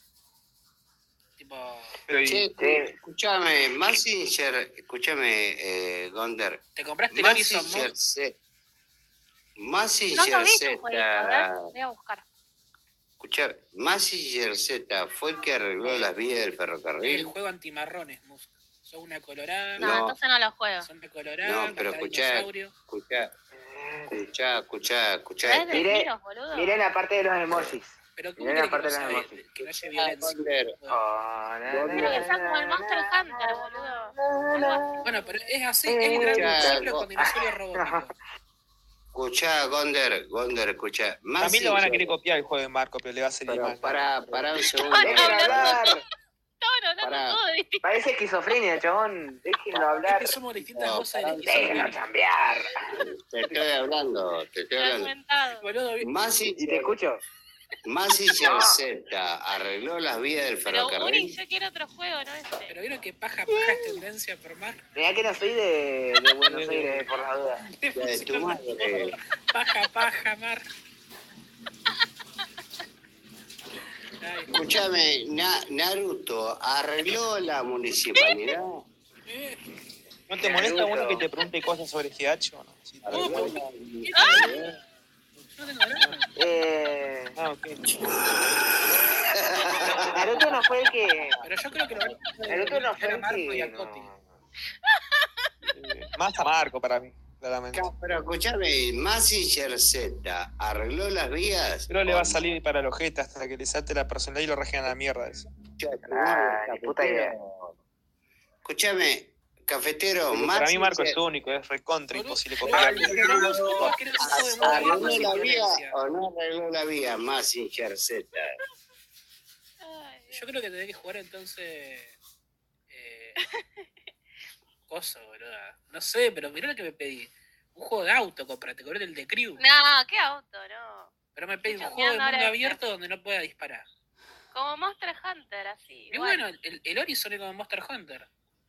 Tipo. pero y- Che, escu- escúchame, Massinger, escúchame, eh, Gonder. ¿Te compraste el Horizon Massinger Mod? Z. No Massinger lo vi tu Z. jueguito, a ver, voy a buscar. Escuchá, Massinger Z fue el que arregló las vías del El ferrocarril. juego antimarrones, Musk. Sos una colorada. No, No. entonces no lo juego. Son una colorada, No, pero mata escuchá, dinosaurio. escuchá, escuchá, escuchá, escuchá. ¿Ves de Miré- giros, boludo? Miré la parte de los emojis. Pero ¿cómo Miré quiere la que parte no de los sabe emojis. que no haya violencia? Gonder, Oh, na, na, Quiero que na, sea como el na, Monster na, Hunter, boludo. Bueno, pero es así, es literalmente un Escuchá, ciclo con dinosaurios robóticos. escuchá, Gonder, Gonder, escuchá. también lo van a Massinger- querer copiar el juego de Marco, pero le va a salir Pero mal. para, para un segundo. Déjenlo hablar. Estaban hablando Pará. todo de distinto. Parece esquizofrenia, chabón. Déjenlo Es hablar. que somos distintas No, cosas de la Déjenlo esquizofrenia. cambiar. Te estoy hablando, te estoy hablando. Fragmentado. Boludo, vi- ¿Y te Massinger, escucho? Massinger Z arregló las vías del Pero Uni, ferrocarril. yo quiero otro juego, no este. pero vieron que paja paja es tendencia por mar. Mirá que no soy de, de Buenos Aires, por la duda. La de tu madre. Paja paja mar. Ay, Escúchame, Na- Naruto arregló la municipalidad. eh, ¿No te molesta uno que te pregunte cosas sobre G H o no? Sí, ¿Cómo? Arregló ¿Por la qué? municipalidad. Yo no tengo nada. Eh, Ah, ok. Naruto no fue el que... Pero yo creo que lo van a Naruto no fue era el Marco y que... a Coti. no. Eh, más a Marco para mí, claramente. Pero escúchame, Massinger Z arregló las vías. Pero le va a salir para los jetas hasta que le salte la personalidad y lo rajen a la mierda eso. Ah, ni puta idea. Escúchame, cafetero, Para mí Marco es Massinger único, es recontra imposible Ay, copiarlo. pero no, no, que no se puede mover ¿arregló sin la vía violencia. o no arregló la vía Massinger Z? Ay, Yo creo que tendré que jugar entonces. Eh, cosa, boluda. No sé, pero mirá lo que me pedí. Un juego de auto, comprate, comprate el de Crew. no, qué auto, no. Pero me pedí un Estoy juego de mirando mundo ahora abierto donde no pueda disparar. Como Monster Hunter, así. Y igual. bueno, el, el Horizon es como Monster Hunter.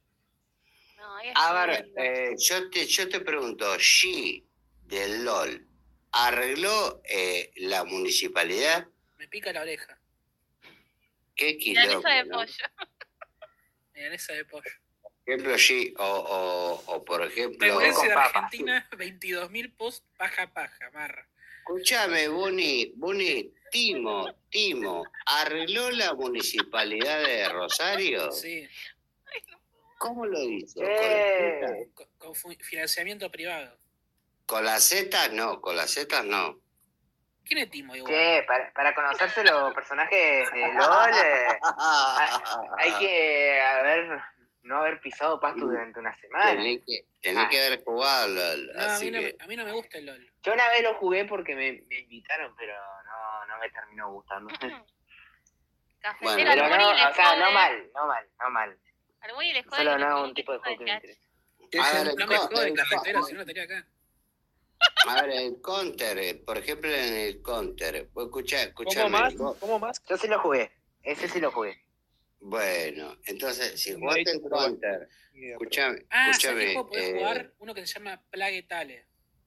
No, ahí es A ver, lindo. eh, yo, te, yo te pregunto, G del LOL arregló eh, la municipalidad. Me pica la oreja. ¿Qué Milanesa quilombo, de no? pollo. Milanesa de pollo. Por ejemplo, G, o, o, o por ejemplo... Tendencia de con papas. Argentina, veintidós mil posts, paja paja, marra. Escúchame, Buni, Buni, Timo, Timo, ¿arregló la municipalidad de Rosario? Sí, ¿Cómo lo hizo? ¿Con, Eh, con, con fu- financiamiento privado. con las zetas no, con las zetas no. ¿Quién es Timo igual? che, para, para conocerse los personajes de LOL, eh, hay, hay que haber no haber pisado pasto durante una semana. Tenés que, tenés que haber jugado, LOL, No, a así mí no, que... a mí no me gusta el LOL. Yo una vez lo jugué porque me, me invitaron, pero no, no me terminó gustando. Cafetero, Bueno, Pero al Muni no, le o sea, no jode. mal, no mal, no mal. Al Muni le jode Solo que no los un jueguitos tipo de juego que me son interesa. A ver, No me co- jode el cafetero, co- si no lo estaría acá. A ver, el counter, eh, por ejemplo, en el counter, vos escuchá, ¿Cómo escuchame, más? vos- ¿Cómo más? Yo sí lo jugué, ese sí lo jugué. bueno, entonces, si Un jugaste videito, el pero bueno. counter, Ni idea, escuchame, Ah, ¿sabes qué escuchame, juego podés eh, jugar? Uno que se llama Plague Tale.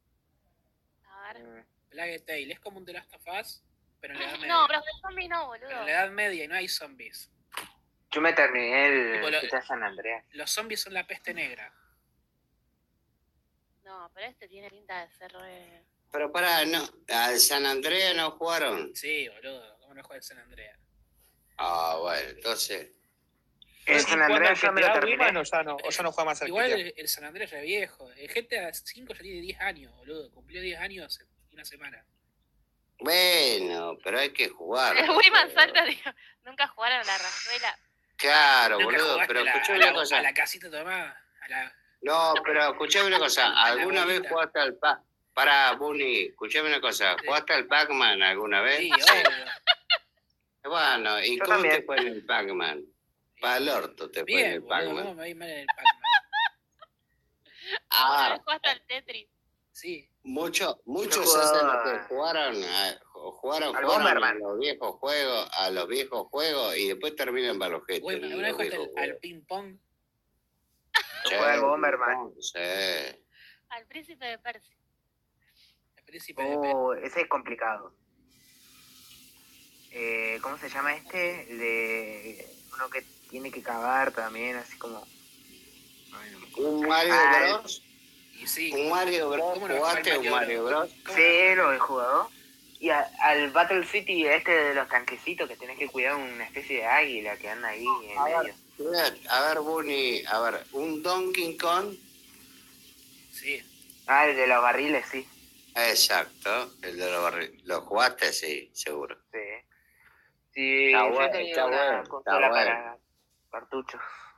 A ver. Mm. Plague Tale. Es como un The Last of Us, pero en la edad media. No, pero de zombies no, Pero boludo. en la edad media y no hay zombies. Yo me terminé el Tipo, lo- G T A San Andreas. Los zombies son la peste negra. No, pero este tiene pinta de ser re... pero pará, no, al San Andrea no jugaron. Sí, boludo. ¿Cómo no juega el San Andreas? Ah, bueno, entonces, ¿Vos El decís San cuándo Andreas yo me lo ¿G T A terminé. Wiman o ya no, o ya no juega más al Igual G T A? el, el San Andreas ya es viejo. El G T A cinco ya tiene diez años, boludo. Cumplió diez años hace una semana. Bueno, pero hay que jugar. El Wiman salta, digo, nunca jugaron a la rayuela. Claro, Nunca boludo, jugaste pero a la, escuchame a una la, cosa. a la casita tomada. A la, No, pero escuchame una cosa. a la ¿Alguna vez bolita. jugaste al Pac? Pará, Bunny, escuchame una cosa. ¿Jugaste al Pac-Man alguna vez? Sí, obvio. Bueno, ¿y Yo cómo también. te fue en el Pac-Man? Para el orto te fue en Bien, el boludo. ¿Cómo Pac-Man. me va a ir mal en el Pac-Man? ¿Alguna Ah, vez jugaste al Tetris? Sí. muchos muchos Yo hacen lo jugaba que jugaron, a- jugaron, al jugaron a Bomberman. los viejos juegos, a los viejos juegos y después terminan para los Güey, en ¿alguna vez los jugaste viejos al, al juegos. ping-pong? Yo jugué al Bomberman. Sí. Al príncipe de Persia. El príncipe de Persia. Oh, ese es complicado. Eh, ¿Cómo se llama este? El de uno que tiene que cavar también, así como... Ay, no me acuerdo. ¿Un Mario Ah, el- Bros? Y sí. ¿Un Mario Bros? ¿Cómo no ¿Jugaste jugar un Mario Mario Bros? ¿Cómo no? Sí, lo he jugado. Y a- al Battle City este de los tanquecitos que tenés que cuidar una especie de águila que anda ahí en A medio. ver, a ver, Bunny, a ver, un Donkey Kong. Sí. Ah, el de los barriles, sí. Exacto, el de los barriles. ¿Lo jugaste? Sí, seguro. Sí. Sí, Está yo bueno, tenía está una bueno, está consola bueno. para cartuchos.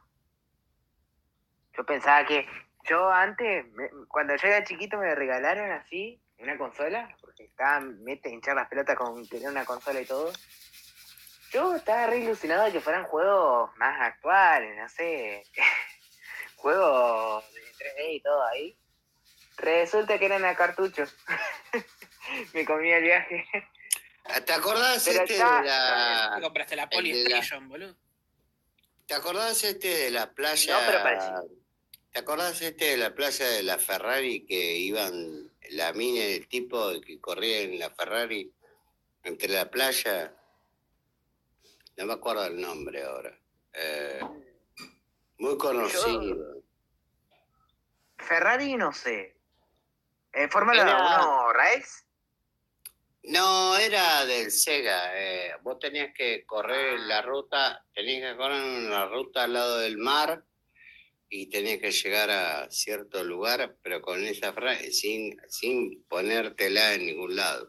Yo pensaba que yo antes, me- cuando yo era chiquito me regalaron así una consola, porque estaba, mete hinchar las pelotas con tener una consola y todo. Yo estaba re ilusionado de que fueran juegos más actuales, no sé, juegos de tres D y todo ahí. Resulta que eran a cartuchos. Me comí el viaje. ¿Te acordás Pero este está- de la... Te compraste la el de la- PlayStation, boludo. ¿Te acordás este de la playa? No, pero parecido. ¿Te acordás este de la playa de la Ferrari que iban la mina y el tipo que corría en la Ferrari entre la playa? No me acuerdo el nombre ahora. Eh, muy conocido. Ferrari no sé. Eh, Fórmula Era- uno Race. No, era del Sega. eh, vos tenías que correr la ruta, tenías que correr una ruta al lado del mar y tenías que llegar a cierto lugar, pero con esa frase, sin, sin ponértela en ningún lado.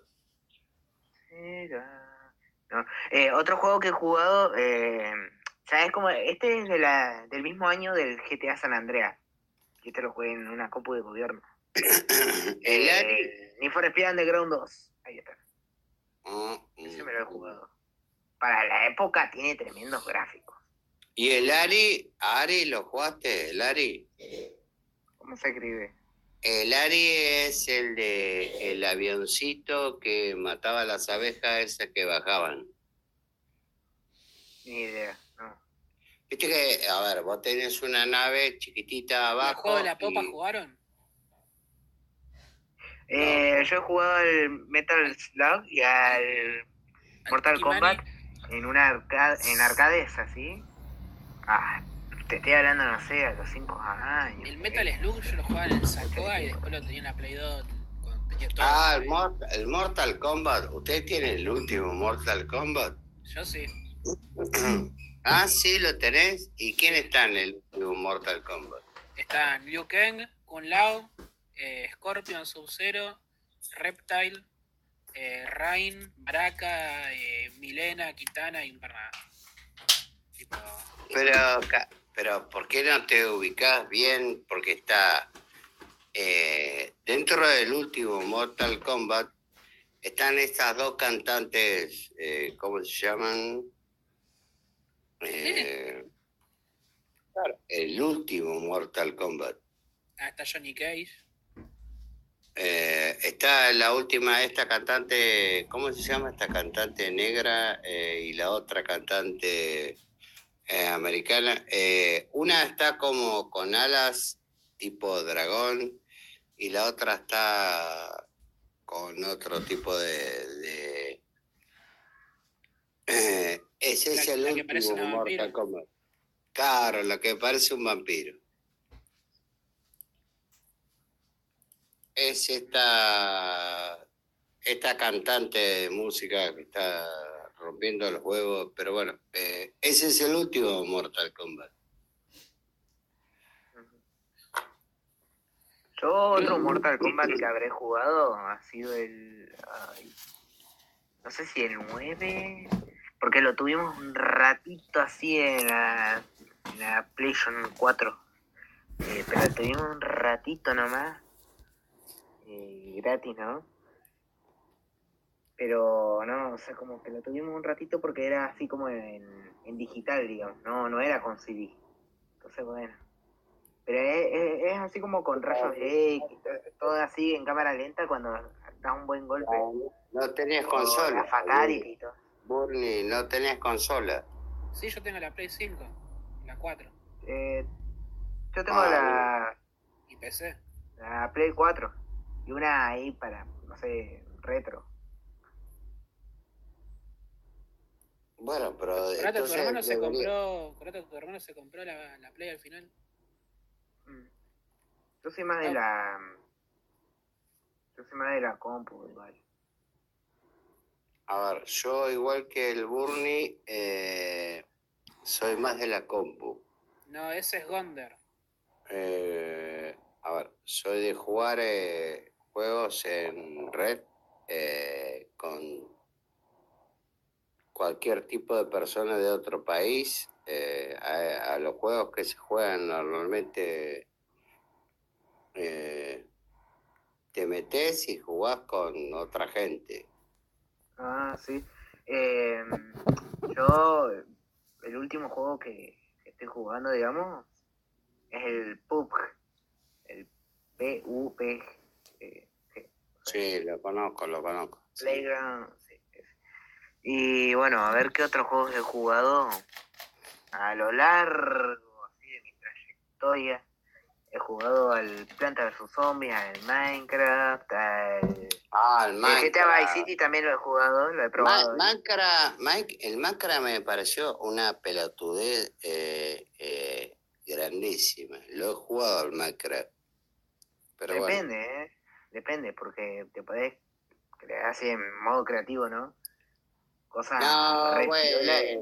Era- No. Eh, otro juego que he jugado, eh, ¿sabes cómo? Este es de la, del mismo año del G T A San Andreas. Que este lo jugué en una compu de gobierno. El Eh, Need for Speed Underground dos. Ahí está. Ah, Ese me lo he jugado. Para la época tiene tremendos gráficos. ¿Y el Ari? ¿Ari lo jugaste? ¿El Ari? ¿Cómo se escribe? El Ari es el de el avioncito que mataba a las abejas esas que bajaban. Ni idea. No. Viste que, a ver, vos tenés una nave chiquitita ¿El abajo. juego de la popa y- jugaron? Eh, yo he jugado al Metal Slug y al Mortal Tiki-Mani. Kombat en una arcade, en arcades así. Ah, te estoy hablando, no sé, a los cinco años. El Metal Slug yo lo jugaba en el Sacoa y después lo tenía en la Play dos. Con, tenía todo. Ah, el, Mort- el Mortal Kombat. ¿Usted tiene el último Mortal Kombat? Yo sí. Ah, sí, lo tenés. ¿Y quién está en el último Mortal Kombat? Están Liu Kang, Kun Lao, eh, Scorpion, Sub-Zero, Reptile, eh, Rain, Baraka, eh, Milena, Kitana y un par más. Tipo, Pero, ca- pero ¿por qué no te ubicás bien? Porque está eh, dentro del último Mortal Kombat están estas dos cantantes, eh, ¿cómo se llaman? Eh, claro, el último Mortal Kombat. ah, está Johnny Cage. Eh, está la última, esta cantante, ¿cómo se llama esta cantante negra? Eh, y la otra cantante eh, americana. Eh, una está como con alas tipo dragón y la otra está con otro tipo de... de- Eh, ese La- es el la que parece último una Mortal vampiro. Kombat. Claro, la que parece un vampiro. Es esta, esta cantante de música que está rompiendo los huevos, pero bueno, eh, ese es el último Mortal Kombat. Yo otro Mortal Kombat que habré jugado ha sido el... ay, no sé si el nueve, porque lo tuvimos un ratito así en la, en la PlayStation cuatro. Eh, pero lo tuvimos un ratito nomás. Eh, gratis, ¿no? Pero no, o sea, como que lo tuvimos un ratito porque era así como en, en digital, digamos. No, no era con C D. Entonces, bueno. Pero es, es, es así como con rayos X, todo así en cámara lenta cuando da un buen golpe. No tenías O consola. la fatality y todo. Burni, no tenías consola. Sí, yo tengo la Play cinco, la cuatro. Eh, yo tengo Ah, la, Y P C. la Play cuatro y una ahí para, no sé, retro. Bueno, pero Corata, tu entonces hermano se debería- compró, Corata, tu hermano se compró la, la Play al final. Yo soy más de la... Yo soy más de la compu, igual. A ver, yo igual que el Burni, eh, soy más de la compu. No, ese es Gonder. Eh, a ver, soy de jugar eh, juegos en red eh, con cualquier tipo de persona de otro país. Eh, a, a los juegos que se juegan normalmente eh, te metes y jugás con otra gente. Ah, sí. Eh, yo, el último juego que, que estoy jugando, digamos, es el P U B G. El P U B G. eh, Sí, lo conozco, lo conozco. Playground, sí, ese. Y bueno, a ver qué otros juegos he jugado a lo largo así de mi trayectoria. He jugado al Planta versus. Zombies, al Minecraft, al... Ah, el el G T A Minecraft. Vice City también lo he jugado, lo he Ma- probado. ¿eh? Minecraft, Mike, el Minecraft me pareció una pelotudez eh, eh, grandísima. Lo he jugado al Minecraft. Pero Depende, bueno. ¿eh? Depende, porque te podés crear así en modo creativo, ¿no? Cosas No, re bueno. piola.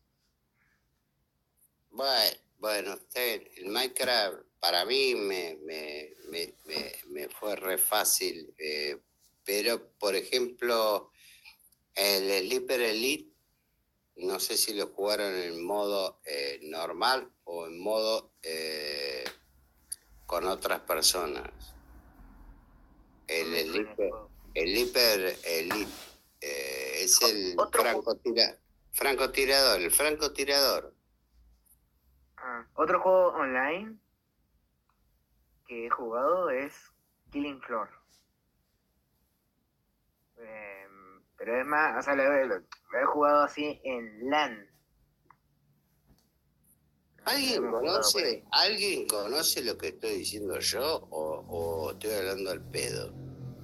Bueno, bueno, usted, el Minecraft para mí me, me, me, me, me fue re fácil. eh, pero, por ejemplo, el Sleeper Elite, no sé si lo jugaron en modo eh, normal o en modo eh, con otras personas. El Sleeper, el Sleeper Elite eh, es el francotira, francotirador, el francotirador. Ah, otro juego online que he jugado es Killing Floor. Eh, pero es más, o sea, lo, he- lo- lo he jugado así en LAN. ¿Alguien Hemos jugado por conoce, ahí. ¿Alguien conoce lo que estoy diciendo yo o, o estoy hablando al pedo?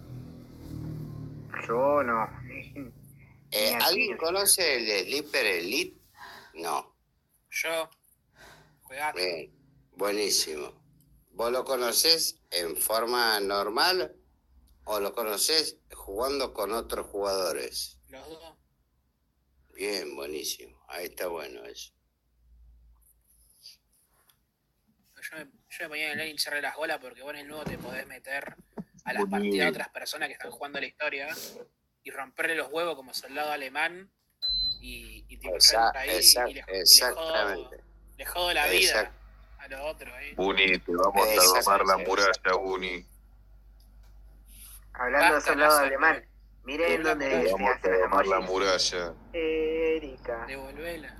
Yo no. Eh, Ni aquí. ¿Alguien conoce el Sleeper Elite? No. Yo. Juegazo. Bien, buenísimo. ¿Vos lo conocés en forma normal o lo conocés jugando con otros jugadores? Los dos. Bien, buenísimo. Ahí está bueno eso. Yo me, yo me ponía en el lane y cerré las bolas porque vos en el nuevo te podés meter a las partidas de otras personas que están jugando la historia y romperle los huevos como soldado alemán y, y tipo yo Esa- entro ahí esa- y le, y le jodo, exactamente. le jodo la vida Exact- a los otros ahí. Buni, te vamos a Exacto, domar la exacto. muralla, Buni. Hablando de Basta, soldado Nasser, alemán. Miren la donde Te muralla. se vamos a hacen los domar la emojis. muralla. Erika. Devolvela.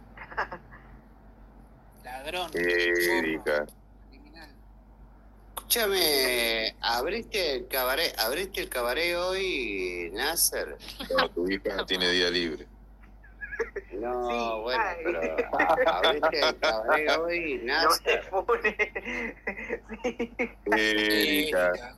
Ladrón. Erika. Criminal. Escúchame, ¿abriste el cabaret, ¿abriste el cabaret hoy, Nasser? No, tu hija no tiene día libre. No, Sí, bueno, ay. pero ¿abriste el cabaret hoy, No se Nasser? pone. Sí. Erika. Erika.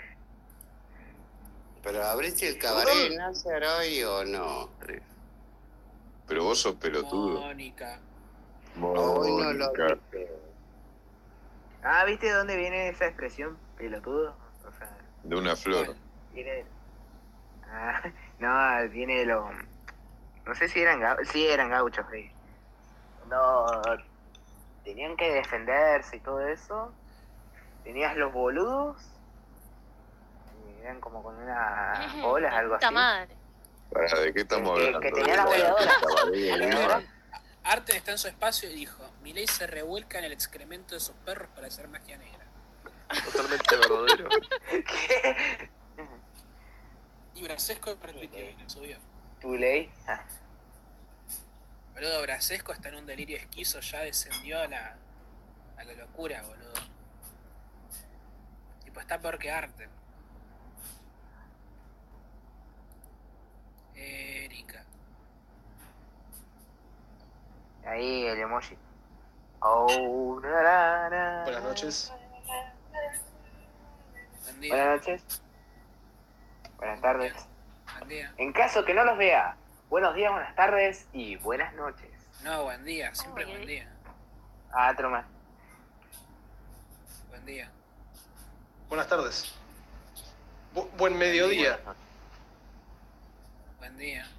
¿Pero abriste el cabaret, Nasser, hoy o no? Pero vos sos pelotudo. Mónica. Hoy no lo Mónica. abriste. Ah, ¿viste de dónde viene esa expresión, pelotudo? O sea, De una flor. ¿Cuál? viene... Ah, no, viene de lo... no sé si eran gauchos, sí eran gauchos, sí. No, tenían que defenderse y todo eso. Tenías los boludos, y eran como con unas olas, algo Puta así. madre. Pará, ¿de qué estamos Que- hablando? que tenía las voladoras. Arten está en su espacio y dijo, Milei se revuelca en el excremento de sus perros para hacer magia negra. Totalmente verdadero. Y Brasesco permitió, subió. Tu ley. Ah, Boludo, Brasesco está en un delirio esquizo, ya descendió a la, a la locura, boludo. Tipo, está peor que Arten. Erika. ahí el emoji. Oh, na, na, na. Buenas noches. Buen día. Buenas noches. Buenas tardes. Buen día. En caso que no los vea, buenos días, buenas tardes y buenas noches. No, buen día, siempre buen día. Ah, otro más. Buen día. Buenas tardes. Bu- buen mediodía. Buen día.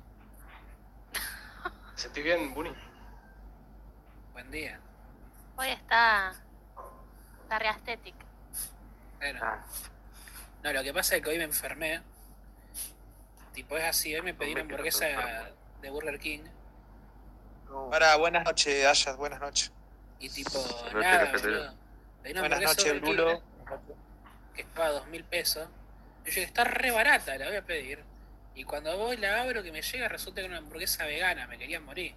¿Te sentís bien, Buni? Buen día. Hoy está. Está reastética. Bueno. Ah. No, lo que pasa es que hoy me enfermé. Tipo, es así, hoy me pedí una hamburguesa de Burger King. Para, buenas noches, Ayas, buenas noches. Y tipo, noches, nada, cafetero. boludo. Pedí una Buenas hamburguesa noches, de Burger Brulo. King, que estaba a dos mil pesos. Y yo dije, está re barata, la voy a pedir. Y cuando voy la abro, que me llega, resulta que era una hamburguesa vegana, me querían morir.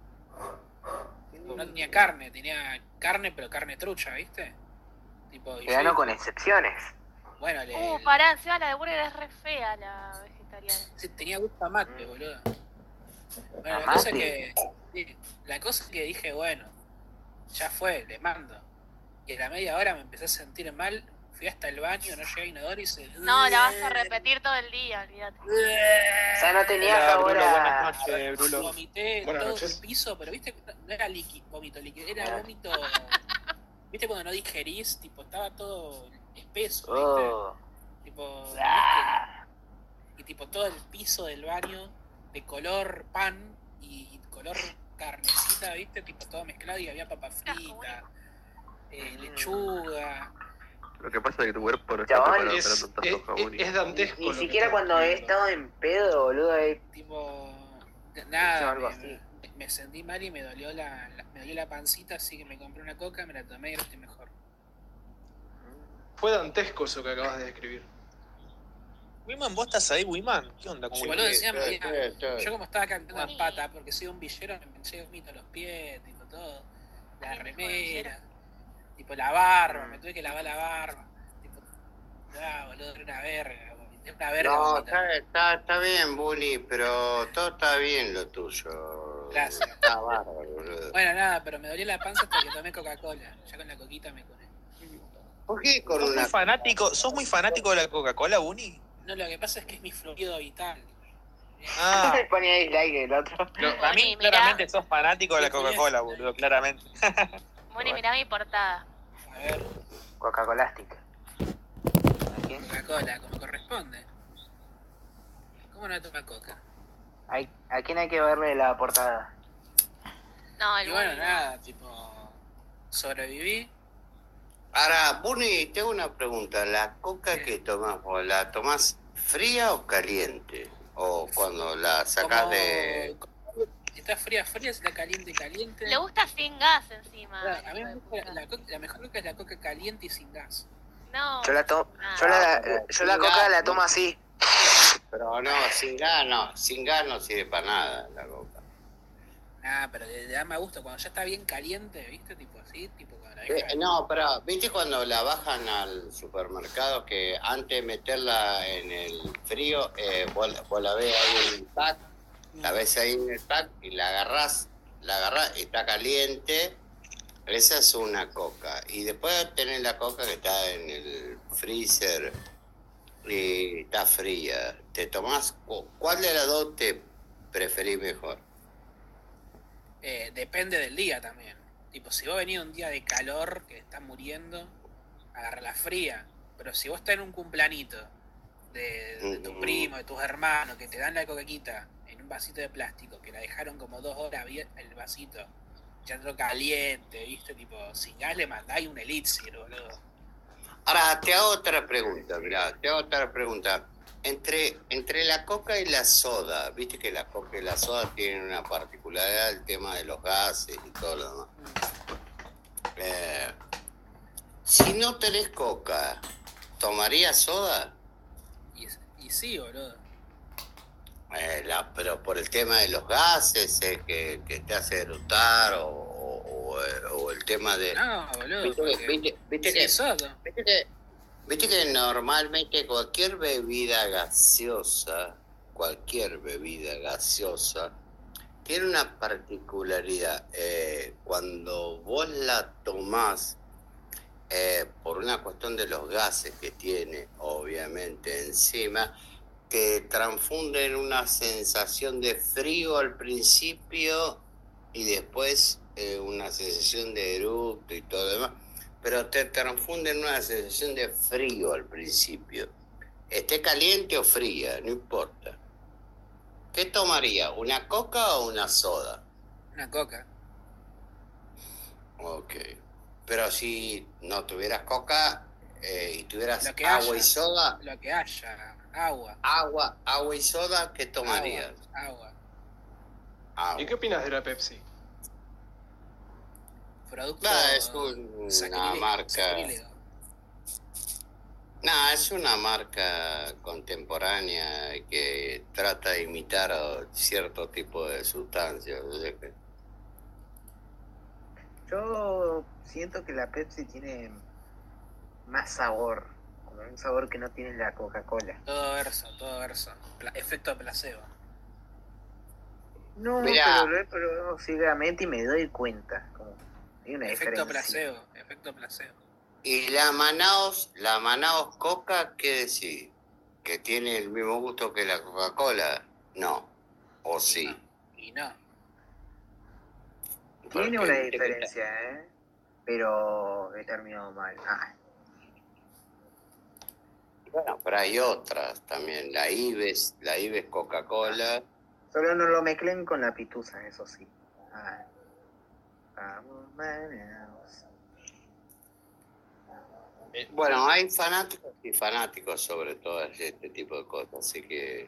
No tenía carne, tenía carne, pero carne trucha, ¿viste? Tipo, y Vegano yo- con excepciones. Bueno, le, Uh, pará, encima la de burger es re fea, la vegetariana. sí, tenía gusto a mate, boludo. Bueno, ¿A la cosa es mate? que. Sí, la cosa es que dije, bueno, ya fue, le mando. Y a la media hora me empecé a sentir mal, fui hasta el baño, no llegué a inodoro y se. No, la vas a repetir todo el día, olvídate. O sea, no tenías Hola, Brulo, ahora... buenas noches, Brulo. Vomité Buenas todo noches. el piso, pero viste, no, no era líquido, vómito líquido, era vómito. ¿Viste cuando no digerís? Tipo, estaba todo espeso, ¿viste? Oh. Tipo, ¿viste? Y tipo todo el piso del baño de color pan y color carnecita, ¿viste? Tipo todo mezclado y había papa frita, eh, lechuga. Lo que pasa es que tu cuerpo no está Chabón, preparado es- para tanta es- soja, es- Buni. es dantesco. Ni lo que siquiera estás cuando he escribiendo. estado en pedo, boludo, he Tipo, hecho nada, algo me, así. me- me sentí mal y me dolió la, la- me dolió la pancita, así que me compré una coca, me la tomé y ahora estoy mejor. Fue dantesco eso que acabas de describir. Wiman, ¿vos estás ahí, Wiman? ¿Qué onda con Boludo, Wiman? encima me sí, dolía- sí, sí. yo como estaba cantando en pata, porque soy un villero, me eché vomito a los pies, tipo todo, la remera, tipo la barba, me tuve que lavar la barba, tipo, ah, boludo, era una verga, vomité una verga. No, vomitar. está, está, está bien, Bully, pero todo está bien lo tuyo. Gracias. Está bárbaro, boludo. Bueno, nada, pero me dolió la panza hasta que tomé Coca-Cola, ya con la coquita me curé. ¿Por qué con ¿Sos una... muy fanático, ¿Sos muy fanático de la Coca-Cola, Buni? No, lo que pasa es que es mi fluido vital. Ah, Ponía dislike el otro. para mí Boni, mirá. claramente sos fanático de la Coca-Cola, boludo, claramente. Moni, mirá mi portada. A ver, Coca-Colastic. Coca-Cola, como corresponde. ¿Cómo no toma coca? Hay- ¿A quién hay que verle la portada? No, el Y bueno, Boni. nada, tipo, sobreviví. Ahora, Bully, te hago una pregunta. ¿La coca que tomás vos, la tomás fría o caliente? O cuando la sacás Como- de... Está fría, fría, se la caliente, caliente. Le gusta sin gas encima. A mí me gusta la, coca- la mejor coca es la coca caliente y sin gas. No. Yo la tomo... Ah. Yo la, yo la coca la tomo así. Pero no, sin gas no. Sin gas no sirve para nada la coca. Ah, pero le, le da más gusto cuando ya está bien caliente, ¿viste? Tipo así, tipo cuando la Eh, deja. no, pero ¿viste cuando la bajan al supermercado que antes de meterla en el frío, eh, vos, vos la ves ahí en el pack, la ves ahí en el pack y la agarrás, la agarrás y está caliente? Esa es una coca. Y después tenés la coca que está en el freezer y está fría. ¿Te tomás? cu- ¿Cuál de las dos te preferís mejor? Eh, depende del día también. Tipo, si vos venís un día de calor que está muriendo, agarra la fría. Pero si vos estás en un cumplanito de, de tu primo, de tus hermanos, que te dan la coquita en un vasito de plástico que la dejaron como dos horas bien, el vasito, ya entró caliente, ¿viste? Tipo, sin gas le mandáis un elixir, boludo. Ahora, te hago otra pregunta, mirá, te hago otra pregunta. Entre, entre la coca y la soda, viste que la coca y la soda tienen una particularidad, el tema de los gases y todo lo demás. Eh, si no tenés coca, ¿tomarías soda? Y, y sí, boludo. Eh, la, pero por el tema de los gases eh, que, que te hace eructar o, o, o- o el tema de... No, boludo. Viste que- porque- viste- viste sí, que- soda. Viste que, viste que normalmente cualquier bebida gaseosa, cualquier bebida gaseosa, tiene una particularidad. Eh, cuando vos la tomás, eh, por una cuestión de los gases que tiene, obviamente, encima, te transfunde en una sensación de frío al principio y después eh, una sensación de eructo y todo lo demás, pero te transfunde en una sensación de frío al principio. Esté caliente o fría, no importa. ¿Qué tomaría? ¿Una coca o una soda? Una coca. Ok. Pero si no tuvieras coca eh, y tuvieras Lo que agua haya. y soda, Lo que haya. Agua. agua, agua y soda, ¿qué tomarías? Agua. Agua. ¿Y qué opinas de la Pepsi? Producto Nah, es un- una sacrílego, marca. sacrílego. No, es una marca contemporánea que trata de imitar a cierto tipo de sustancias. o sea que- Yo siento que la Pepsi tiene más sabor, como un sabor que no tiene la Coca-Cola. Todo verso, todo verso. Pla- efecto placebo. No, Mirá. pero lo he probado ciegamente y me doy cuenta. Como hay una Efecto diferencia. placebo, efecto placebo. Y la Manaos, la Manaos Coca, ¿qué decir? ¿Que tiene el mismo gusto que la Coca-Cola? No. ¿O sí? Y no. Tiene Porque una viste que diferencia, ¿eh? Pero he terminado mal. Ah, Bueno, pero hay otras también. La Ives, la Ives Coca-Cola. solo no lo mezclen con la pitusa, eso sí. Ah. Vamos, manos. Bueno, hay fanáticos y fanáticos sobre todo este tipo de cosas, así que...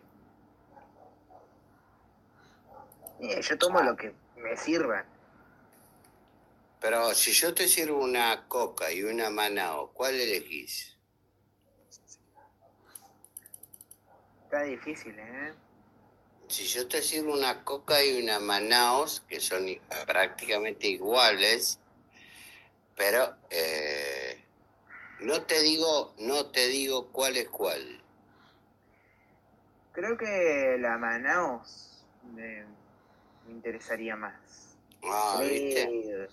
Eh, yo tomo lo que me sirva. Pero si yo te sirvo una Coca y una Manao, ¿cuál elegís? Está difícil, ¿eh? Si yo te sirvo una Coca y una Manaos, que son i- prácticamente iguales, pero eh, no te digo, no te digo cuál es cuál. Creo que la Manaos me, me interesaría más. Ah, ¿viste? Creo.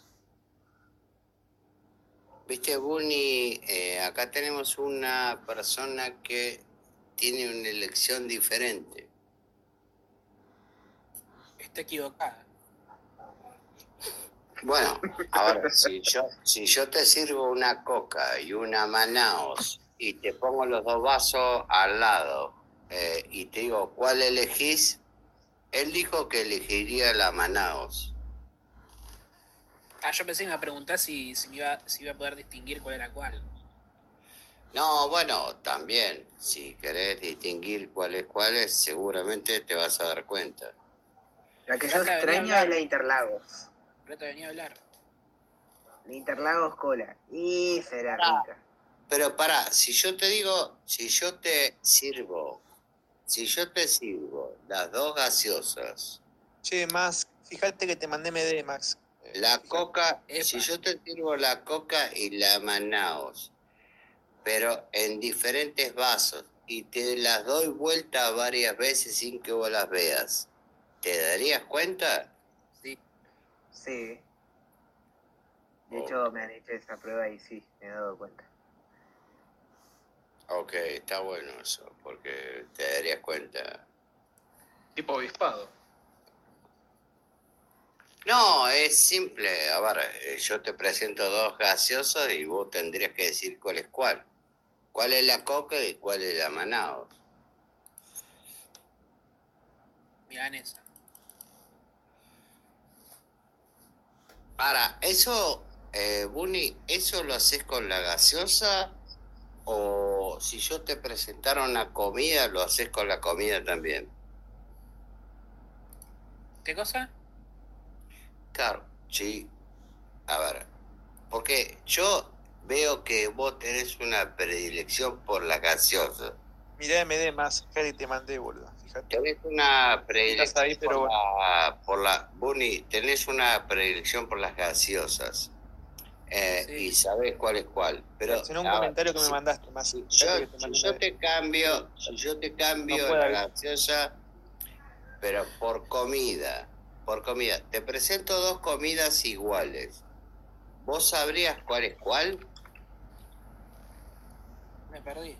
Viste, Bunny, eh, acá tenemos una persona que tiene una elección diferente. Está equivocada. Bueno, ahora, si yo, si yo te sirvo una Coca y una Manaos y te pongo los dos vasos al lado eh, y te digo, ¿cuál elegís? Él dijo que elegiría la Manaos. Ah, yo pensé que me iba a preguntar si, si, me iba, si iba a poder distinguir cuál era cuál. No, bueno, también, si querés distinguir cuál es cuál es, seguramente te vas a dar cuenta. La que yo Plata venía a extraño hablar. es la Interlagos. Plata venía a hablar. La Interlagos Cola. Y será Pará. rica. Pero pará, si yo te digo, si yo te sirvo, si yo te sirvo las dos gaseosas, Che, Max, fíjate que te mandé M D, Max. la Coca, si yo te sirvo la Coca y la Manaos, pero en diferentes vasos, y te las doy vuelta varias veces sin que vos las veas, ¿te darías cuenta? Sí. Sí. De hecho, me han hecho esa prueba y sí, me he dado cuenta. Ok, está bueno eso, porque te darías cuenta. Tipo avispado. No, es simple. A ver, eh, yo te presento dos gaseosas y vos tendrías que decir cuál es cuál. ¿Cuál es la Coca y cuál es la Manaos? Milanesa. Ahora, eso, eh, Bunny, ¿eso lo haces con la gaseosa? O si yo te presentara una comida, ¿lo haces con la comida también? ¿Qué cosa? Claro, sí. A ver, porque yo veo que vos tenés una predilección por la gaseosa. Mirá M D más, Harry, te mandé, boludo. Fíjate. Tenés una predilección Estás ahí, pero por, la, por la... Bunny, tenés una predilección por las gaseosas. Eh, Sí. Y sabés cuál es cuál. Pero Mencionó un ahora, comentario que me si- mandaste más. si Fíjate yo, que te si mandé yo una- te cambio, si yo te cambio No puede la haber. gaseosa, pero por comida, por comida, te presento dos comidas iguales. ¿Vos sabrías cuál es cuál? Me perdí.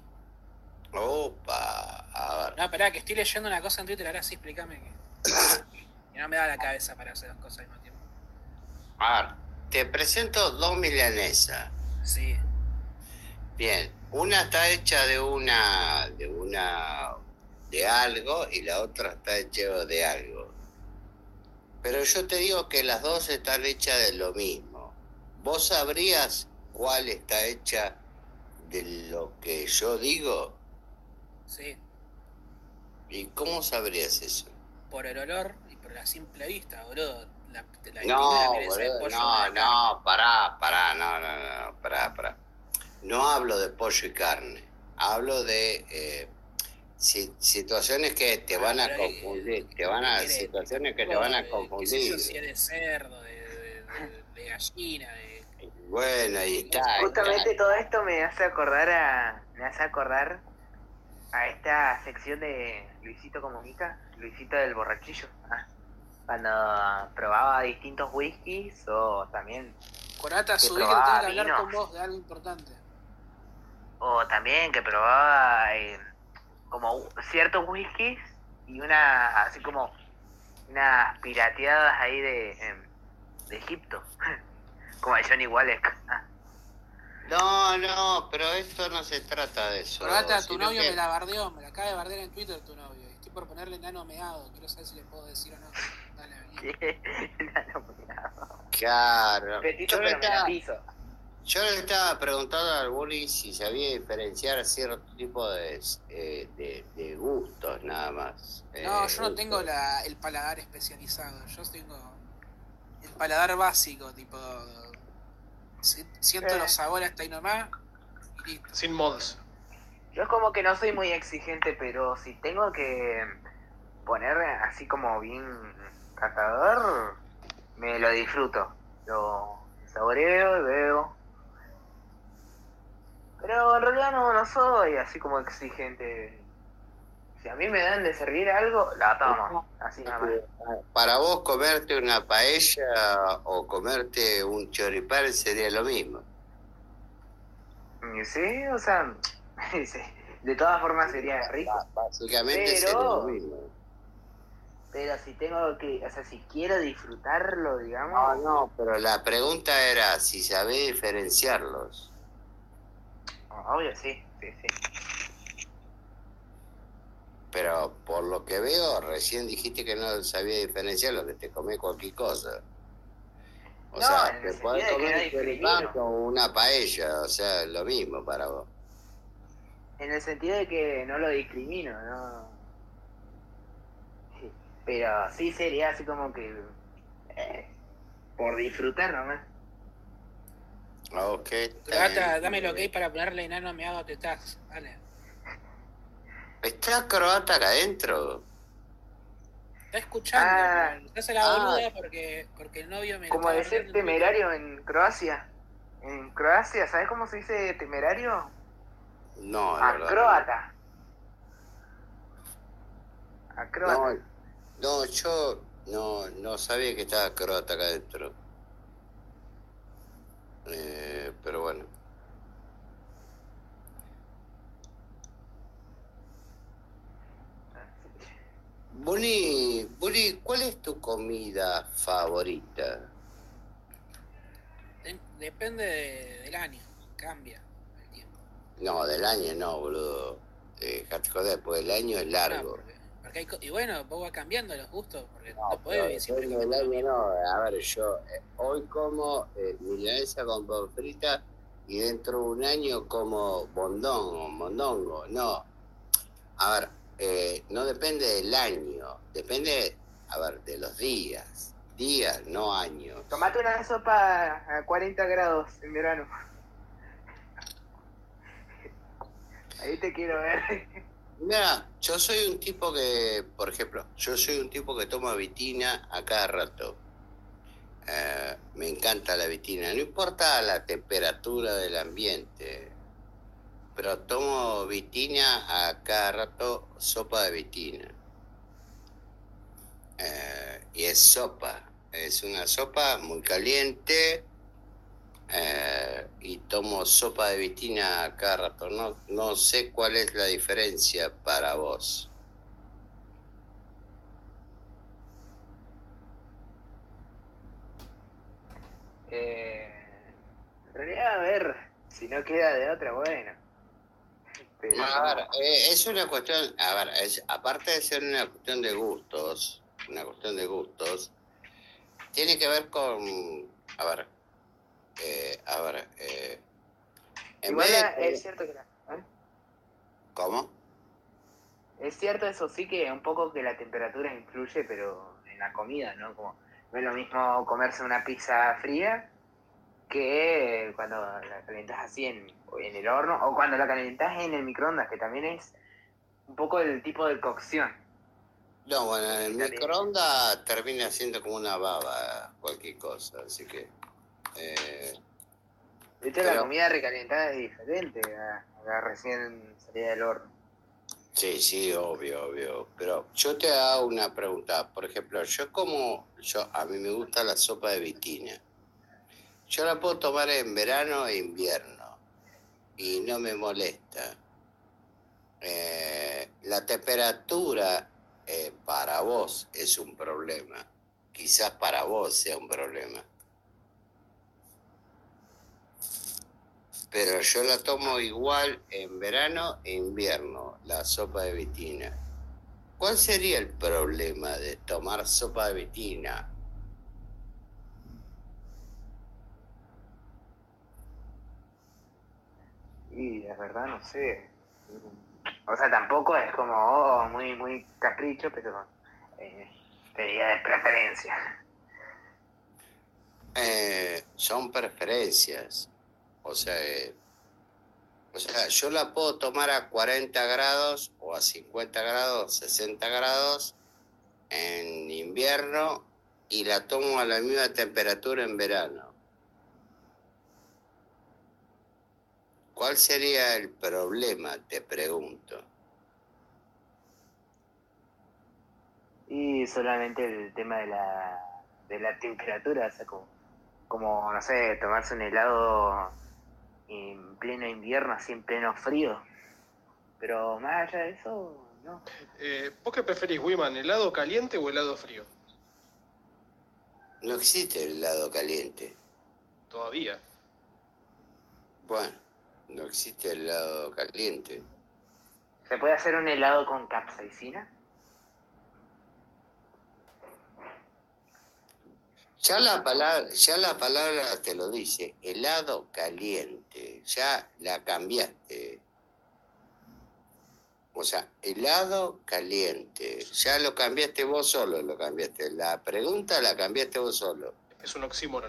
Opa, a ver. No, esperá, que estoy leyendo una cosa en Twitter, ahora sí, explícame que... que no me da la cabeza para hacer dos cosas al mismo tiempo. A ver, te presento dos milanesas. Sí. Bien, una está hecha de una, de una, de algo y la otra está hecha de algo. Pero yo te digo que las dos están hechas de lo mismo. ¿Vos sabrías cuál está hecha de lo que yo digo? Sí. ¿Y cómo sabrías eso? Por el olor y por la simple vista, boludo. La, la primera No, milanesa de boludo, pollo no, de acá. no, pará, pará, no, no, no, pará, pará. No hablo de pollo y carne, hablo de eh, si- situaciones que te van a pero, eh, confundir, te van a, ¿qué querés? situaciones que te van a Eh, qué sé yo, confundir. si es de cerdo, de, de, de- de gallina, de... Bueno, ahí está, ahí está. Justamente todo esto me hace acordar a. Me hace acordar a esta sección de Luisito Comunica, Luisito del borrachillo. Ah, cuando probaba distintos whiskies o también. Corata, que subí que tengo probaba que hablar vinos. con vos de algo importante. O también que probaba eh, como ciertos whiskies y una. Así como. Unas pirateadas ahí de. em, de Egipto. Como el Johnny Walleck. Ah. No, no, pero esto no se trata de eso. Corata, tu sino novio que- me la bardeó, me la acaba de bardear en Twitter tu novio. Estoy por ponerle nano meado, quiero saber si le puedo decir o no. Dale, vení. Claro. Petito, Yo le pero me la estaba- piso. Yo le estaba preguntando al Bully si sabía diferenciar cierto tipo de, eh, de, de gustos, nada más. No, Eh, yo no tengo la, el paladar especializado, yo tengo el paladar básico, tipo... si- Siento Eh. los sabores hasta ahí nomás y listo. Sin mods. Yo es como que no soy muy exigente, pero si tengo que poner así como bien catador, me lo disfruto. Lo saboreo y veo. Pero en realidad no, no soy así como exigente. Si a mí me dan de servir algo, la tomo. Así nada más. Para vos comerte una paella o comerte un choripán sería lo mismo. Y sí, o sea, sí, de todas formas sería rico. Básicamente Pero- sería lo mismo. Pero si tengo que, o sea, si quiero disfrutarlo, No, digamos. no, pero la pregunta era si sabés diferenciarlos. Obvio, sí, sí, sí. Pero por lo que veo, recién dijiste que no sabía diferenciarlo, que te comés cualquier cosa. O No, sea, en el te sentido podés de que comer no un choripán discrimino. con una paella, o sea, lo mismo para vos. En el sentido de que no lo discrimino, ¿no? Sí, pero sí sería así como que. eh, por disfrutar nomás. Ok. Croata, dame lo que hay para ponerle enano meado a Tetax, dale. ¿Está croata acá adentro? Está escuchando, Ah, pero se hace la ah. boluda porque, porque el novio me lo Como está decir bardeando en temerario en Croacia. En Croacia, ¿sabes cómo se dice temerario? No, la A verdad. croata. A No, croata. no, yo no, no sabía que estaba croata acá adentro. Eh, pero bueno. Boni, Boni, ¿cuál es tu comida favorita? De- Depende de- del año, cambia el tiempo. No, del año no, boludo. Eh, dejate joder, pues el año es largo. Porque hay co- y bueno, vos vas cambiando los gustos, porque no, No, podés pero vivir siempre depende con del lo año, mismo. no. A ver, yo eh, hoy como eh, milanesa con pan frita y dentro de un año como bondongo, mondongo. No, a ver, eh, no depende del año, depende, a ver, de los días. Días, no años. Tomate una sopa a cuarenta grados en verano. Ahí te quiero ver. Mira, yo soy un tipo que, por ejemplo, yo soy un tipo que toma vitina a cada rato. Eh, me encanta la vitina, no importa la temperatura del ambiente, pero tomo vitina a cada rato, sopa de vitina. Eh, y es sopa, es una sopa muy caliente. Eh, y tomo sopa de vitina a cada rato. No, no sé cuál es la diferencia para vos. Eh, en realidad, a ver, si no queda de otra, bueno. Pero No, a ver, eh, es una cuestión, a ver, es, aparte de ser una cuestión de gustos, una cuestión de gustos, tiene que ver con, a ver, eh, a ver, eh, en igual vez la- de... es cierto que la, ¿eh? ¿Cómo? Es cierto eso sí que un poco que la temperatura influye, pero en la comida, ¿no? Como no es lo mismo comerse una pizza fría que cuando la calentás así en, en el horno o cuando la calentás en el microondas, que también es un poco el tipo de cocción. No, bueno, en el También. microondas termina siendo como una baba, cualquier cosa, así que... Eh, De hecho, la pero- comida recalentada es diferente a, a la recién salida del horno. Sí, sí, obvio, obvio. Pero yo te hago una pregunta. Por ejemplo, yo como, yo a mí me gusta la sopa de vitina. Yo la puedo tomar en verano e invierno y no me molesta. Eh, la temperatura eh, para vos es un problema. Quizás para vos sea un problema. Pero yo la tomo igual en verano e invierno, la sopa de vitina. ¿Cuál sería el problema de tomar sopa de vitina? Y la verdad no sé. O sea, tampoco es como oh, muy muy capricho, pero eh, sería de preferencia. Eh, son preferencias. O sea, eh, o sea, yo la puedo tomar a cuarenta grados o a cincuenta grados, sesenta grados en invierno y la tomo a la misma temperatura en verano. ¿Cuál sería el problema? Te pregunto. Y solamente el tema de la, de la temperatura, o sea, como, como, no sé, tomarse un helado en pleno invierno, así en pleno frío. Pero más allá de eso, no. Eh, ¿Vos qué preferís, Wiman, helado caliente o helado frío? No existe el helado caliente. Todavía. Bueno, no existe el helado caliente. ¿Se puede hacer un helado con capsaicina? Ya la palabra, ya la palabra te lo dice, helado caliente, ya la cambiaste. O sea, helado caliente, ya lo cambiaste vos solo, lo cambiaste. La pregunta la cambiaste vos solo. Es un oxímoron.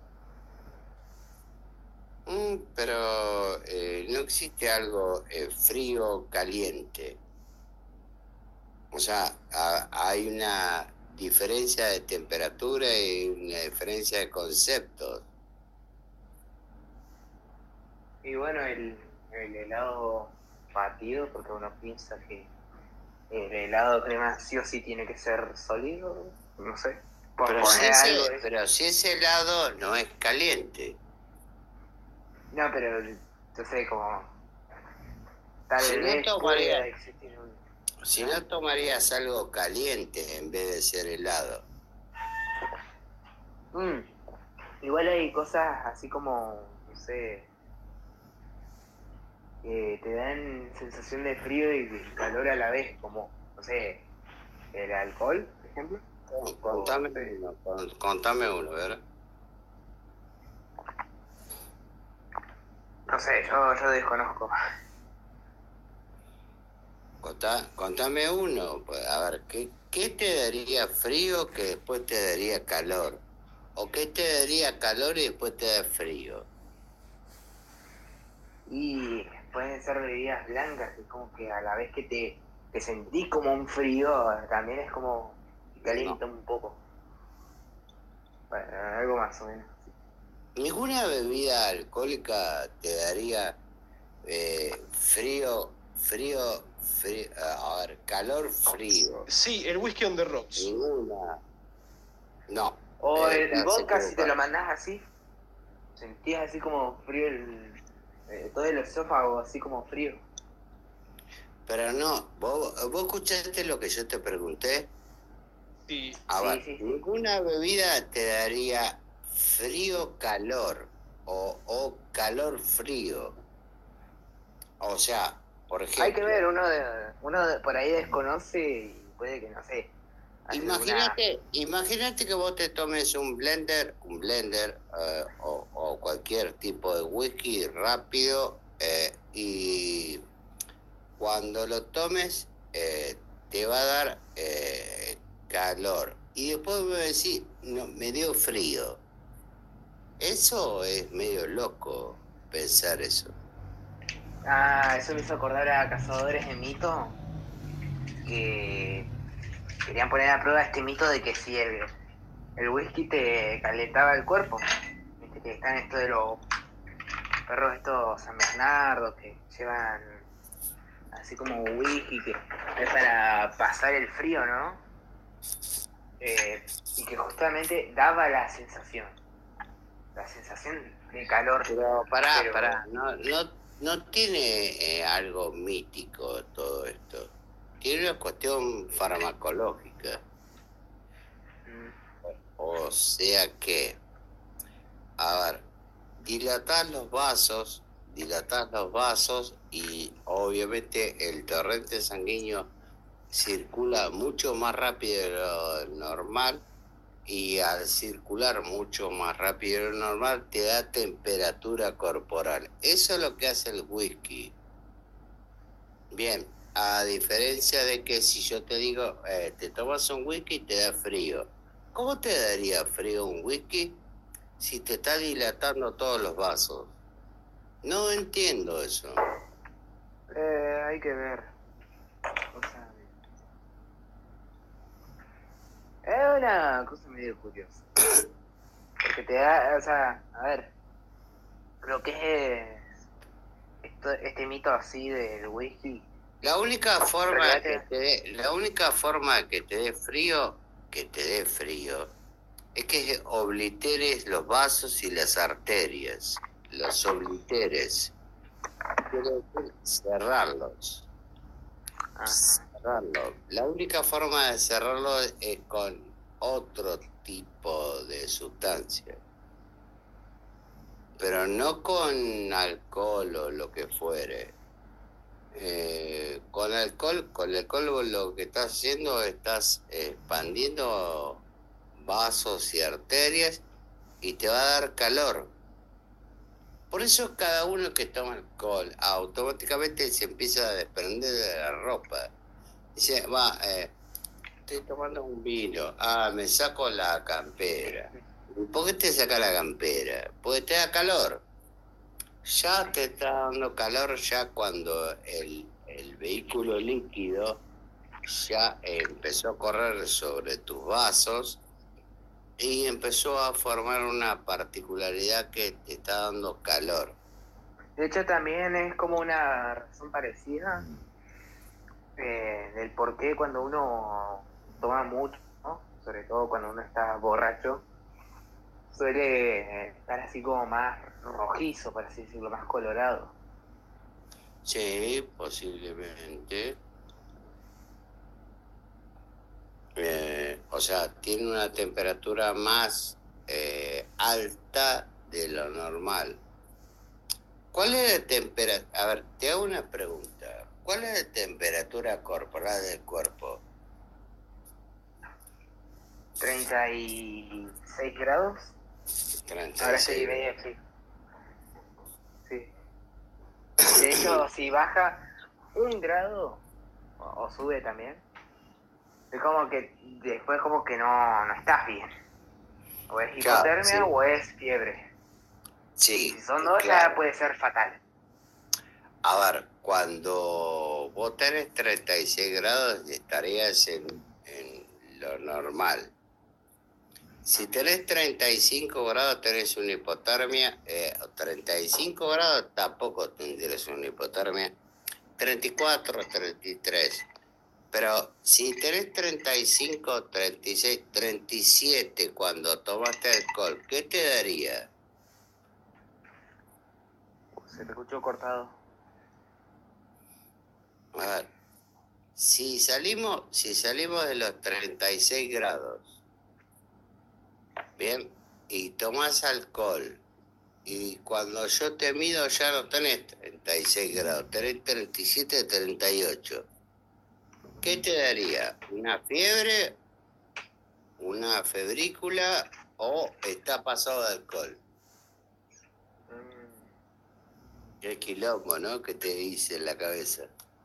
Mm, pero eh, no existe algo eh, frío caliente. O sea, a- hay una diferencia de temperatura y una diferencia de conceptos. Y bueno, el, el helado batido, porque uno piensa que el helado de crema sí o sí tiene que ser sólido, no sé. Por Pero si, poner algo ese, de- pero si ese helado no es caliente. No, pero entonces como tal Si no vez tomaría- pueda existir un... Si no tomarías algo caliente en vez de ser helado. Mm. Igual hay cosas así como, no sé, que te dan sensación de frío y de calor a la vez, como, no sé, ¿El alcohol, por ejemplo? Contame uno, con- contame uno, ¿verdad? No sé, yo, yo desconozco. Contá- contame uno, pues, a ver, ¿qué, ¿qué te daría frío que después te daría calor? ¿O qué te daría calor y después te da frío? Y pueden ser bebidas blancas, y como que a la vez que te, te sentís como un frío, también es como que calienta un poco. Bueno, algo más o menos. ¿Ninguna bebida alcohólica te daría eh, frío, frío, frío, a ver, calor, frío? Sí, el whisky on the rocks. Ninguna. No. O eh, el, el estás vodka, si te lo equivocado. mandás así, sentías así como frío el, eh, todo el esófago, así como frío. Pero no, ¿vos, vos escuchaste lo que yo te pregunté? Sí. A ver, ninguna bebida te daría frío, calor o, o calor, frío. O sea, por ejemplo... Hay que ver, uno de, uno de- por ahí desconoce y puede que, no sé. hace Imagínate, imagínate que vos te tomes un blender, un blender eh, o, o cualquier tipo de whisky rápido eh, y cuando lo tomes eh, te va a dar eh, calor y después me decís, no, me dio frío. Eso es medio loco pensar eso. una- Ah, eso me hizo acordar a Cazadores de Mito, que querían poner a prueba este mito de que si el, el whisky te calentaba el cuerpo. Viste que están esto de los perros estos San Bernardo que llevan así como whisky que es para pasar el frío, ¿no? Eh, y que justamente daba la sensación, la sensación de calor. Pero pará, Pero- pará, no, no, no tiene eh, algo mítico todo esto. Tiene una cuestión farmacológica. O sea que, a ver, dilatar los vasos, dilatar los vasos y obviamente el torrente sanguíneo circula mucho más rápido de lo normal y al circular mucho más rápido de lo normal te da temperatura corporal. Eso es lo que hace el whisky. Bien, a diferencia de que si yo te digo, eh, te tomas un whisky y te da frío. ¿Cómo te daría frío un whisky si te está dilatando todos los vasos? No entiendo eso. Eh, hay que ver. O sea, es una cosa medio curiosa. Porque te da, o sea, a ver, lo que es esto, este mito así del whisky. La única forma realidad que te- te dé, la única forma que te dé frío, que te dé frío, es que obliteres los vasos y las arterias. Los obliteres. Quiere decir cerrarlos. Cerrarlos. La única forma de cerrarlo es con otro tipo de sustancia. Pero no con alcohol o lo que fuere. Eh, con alcohol, con alcohol vos lo que estás haciendo, estás expandiendo vasos y arterias y te va a dar calor. Por eso cada uno que toma alcohol automáticamente se empieza a desprender de la ropa. Dice, va, eh, estoy tomando un vino, ah, me saco la campera. ¿Y por qué te saca la campera? Porque te da calor. Ya te está dando calor ya cuando el, el vehículo líquido ya empezó a correr sobre tus vasos y empezó a formar una particularidad que te está dando calor. De hecho, también es como una razón parecida eh, del por qué cuando uno toma mucho, ¿no? Sobre todo cuando uno está borracho, suele eh, estar así como más rojizo, por así decirlo, más colorado. Sí, posiblemente. Eh, o sea, tiene una temperatura más eh, alta de lo normal. ¿Cuál es la temperatura? A ver, te hago una pregunta. ¿Cuál es la temperatura corporal del cuerpo? treinta y seis grados. treinta y Ahora estoy seis. medio así. Sí. De hecho, si baja un grado, o, o sube también, es como que después como que no, no estás bien. O es Claro, hipotermia sí. o es fiebre. Sí, Si son dos claro. ya puede ser fatal. A ver, cuando vos tenés treinta y seis grados estarías en, en lo normal. Si tenés treinta y cinco grados tenés una hipotermia, eh, treinta y cinco grados tampoco tendrías una hipotermia, treinta y cuatro, treinta y tres. Pero si tenés treinta y cinco, treinta y seis, treinta y siete cuando tomaste alcohol, ¿qué te daría? Se te escuchó cortado. A ver, si salimos, si salimos de los treinta y seis grados, bien, y tomás alcohol, y cuando yo te mido ya no tenés treinta y seis grados, tenés treinta y siete, treinta y ocho. ¿Qué te daría? ¿Una fiebre? ¿Una febrícula? ¿O está pasado de alcohol? Qué quilombo, ¿no? Que te dice en la cabeza.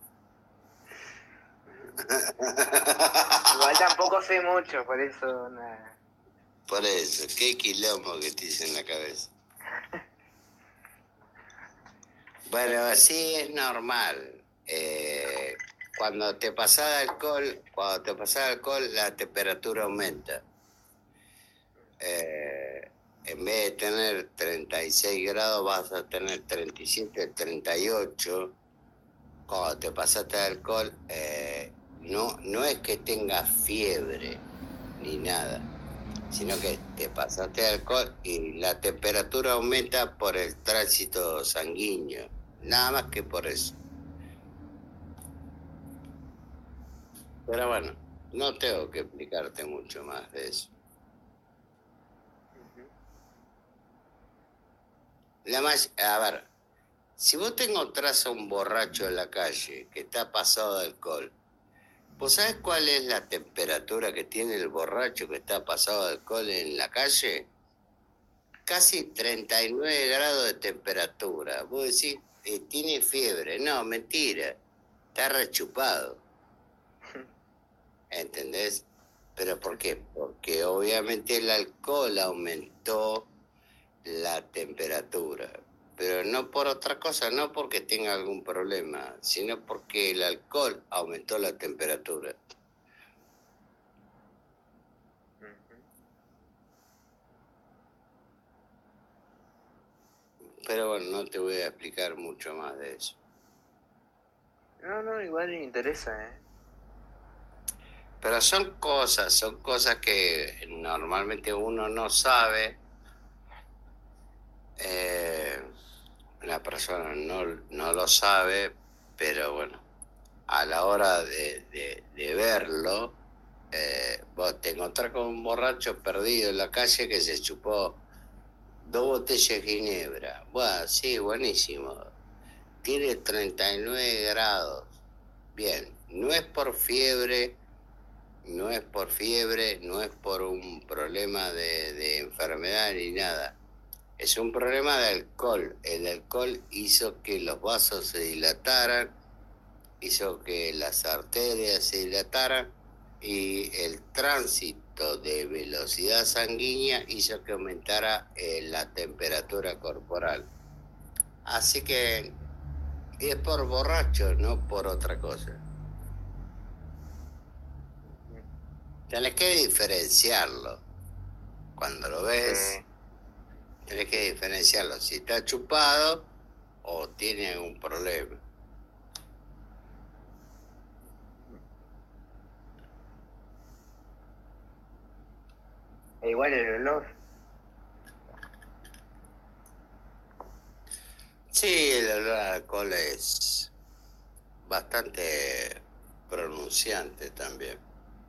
Igual tampoco sé mucho, por eso nada. Por eso, qué quilombo que te dice en la cabeza. Bueno, sí, es normal. Eh, cuando te pasa de alcohol, cuando te pasa de alcohol, la temperatura aumenta. Eh, en vez de tener treinta y seis grados, vas a tener treinta y siete, treinta y ocho. Cuando te pasaste de alcohol, eh, no, no es que tengas fiebre ni nada, sino que te pasaste de alcohol y la temperatura aumenta por el tránsito sanguíneo, nada más que por eso. Pero bueno, no tengo que explicarte mucho más de eso. La más, a ver, si vos te encontrás a un borracho en la calle que está pasado de alcohol, ¿vos sabés cuál es la temperatura que tiene el borracho que está pasado de alcohol en la calle? Casi treinta y nueve grados de temperatura. Vos decís, eh, tiene fiebre. No, mentira. Está rechupado. ¿Entendés? ¿Pero por qué? Porque obviamente el alcohol aumentó la temperatura. Pero no por otra cosa, no porque tenga algún problema, sino porque el alcohol aumentó la temperatura. Pero bueno, no te voy a explicar mucho más de eso. No, no, igual me interesa, ¿eh? Pero son cosas, son cosas que normalmente uno no sabe. Eh, la persona no, no lo sabe, pero bueno, a la hora de, de, de verlo, eh, vos te encontrás con un borracho perdido en la calle que se chupó dos botellas de ginebra. Bueno, sí, buenísimo. Tiene treinta y nueve grados. Bien, no es por fiebre, no es por fiebre, no es por un problema de, de enfermedad ni nada. Es un problema de alcohol. El alcohol hizo que los vasos se dilataran, hizo que las arterias se dilataran y el tránsito de velocidad sanguínea hizo que aumentara eh, la temperatura corporal. Así que es por borracho, no por otra cosa. Tenés que diferenciarlo. Cuando lo ves, tenés que diferenciarlo si está chupado o tiene algún problema. E igual el olor. Sí, el olor al alcohol es bastante pronunciante también.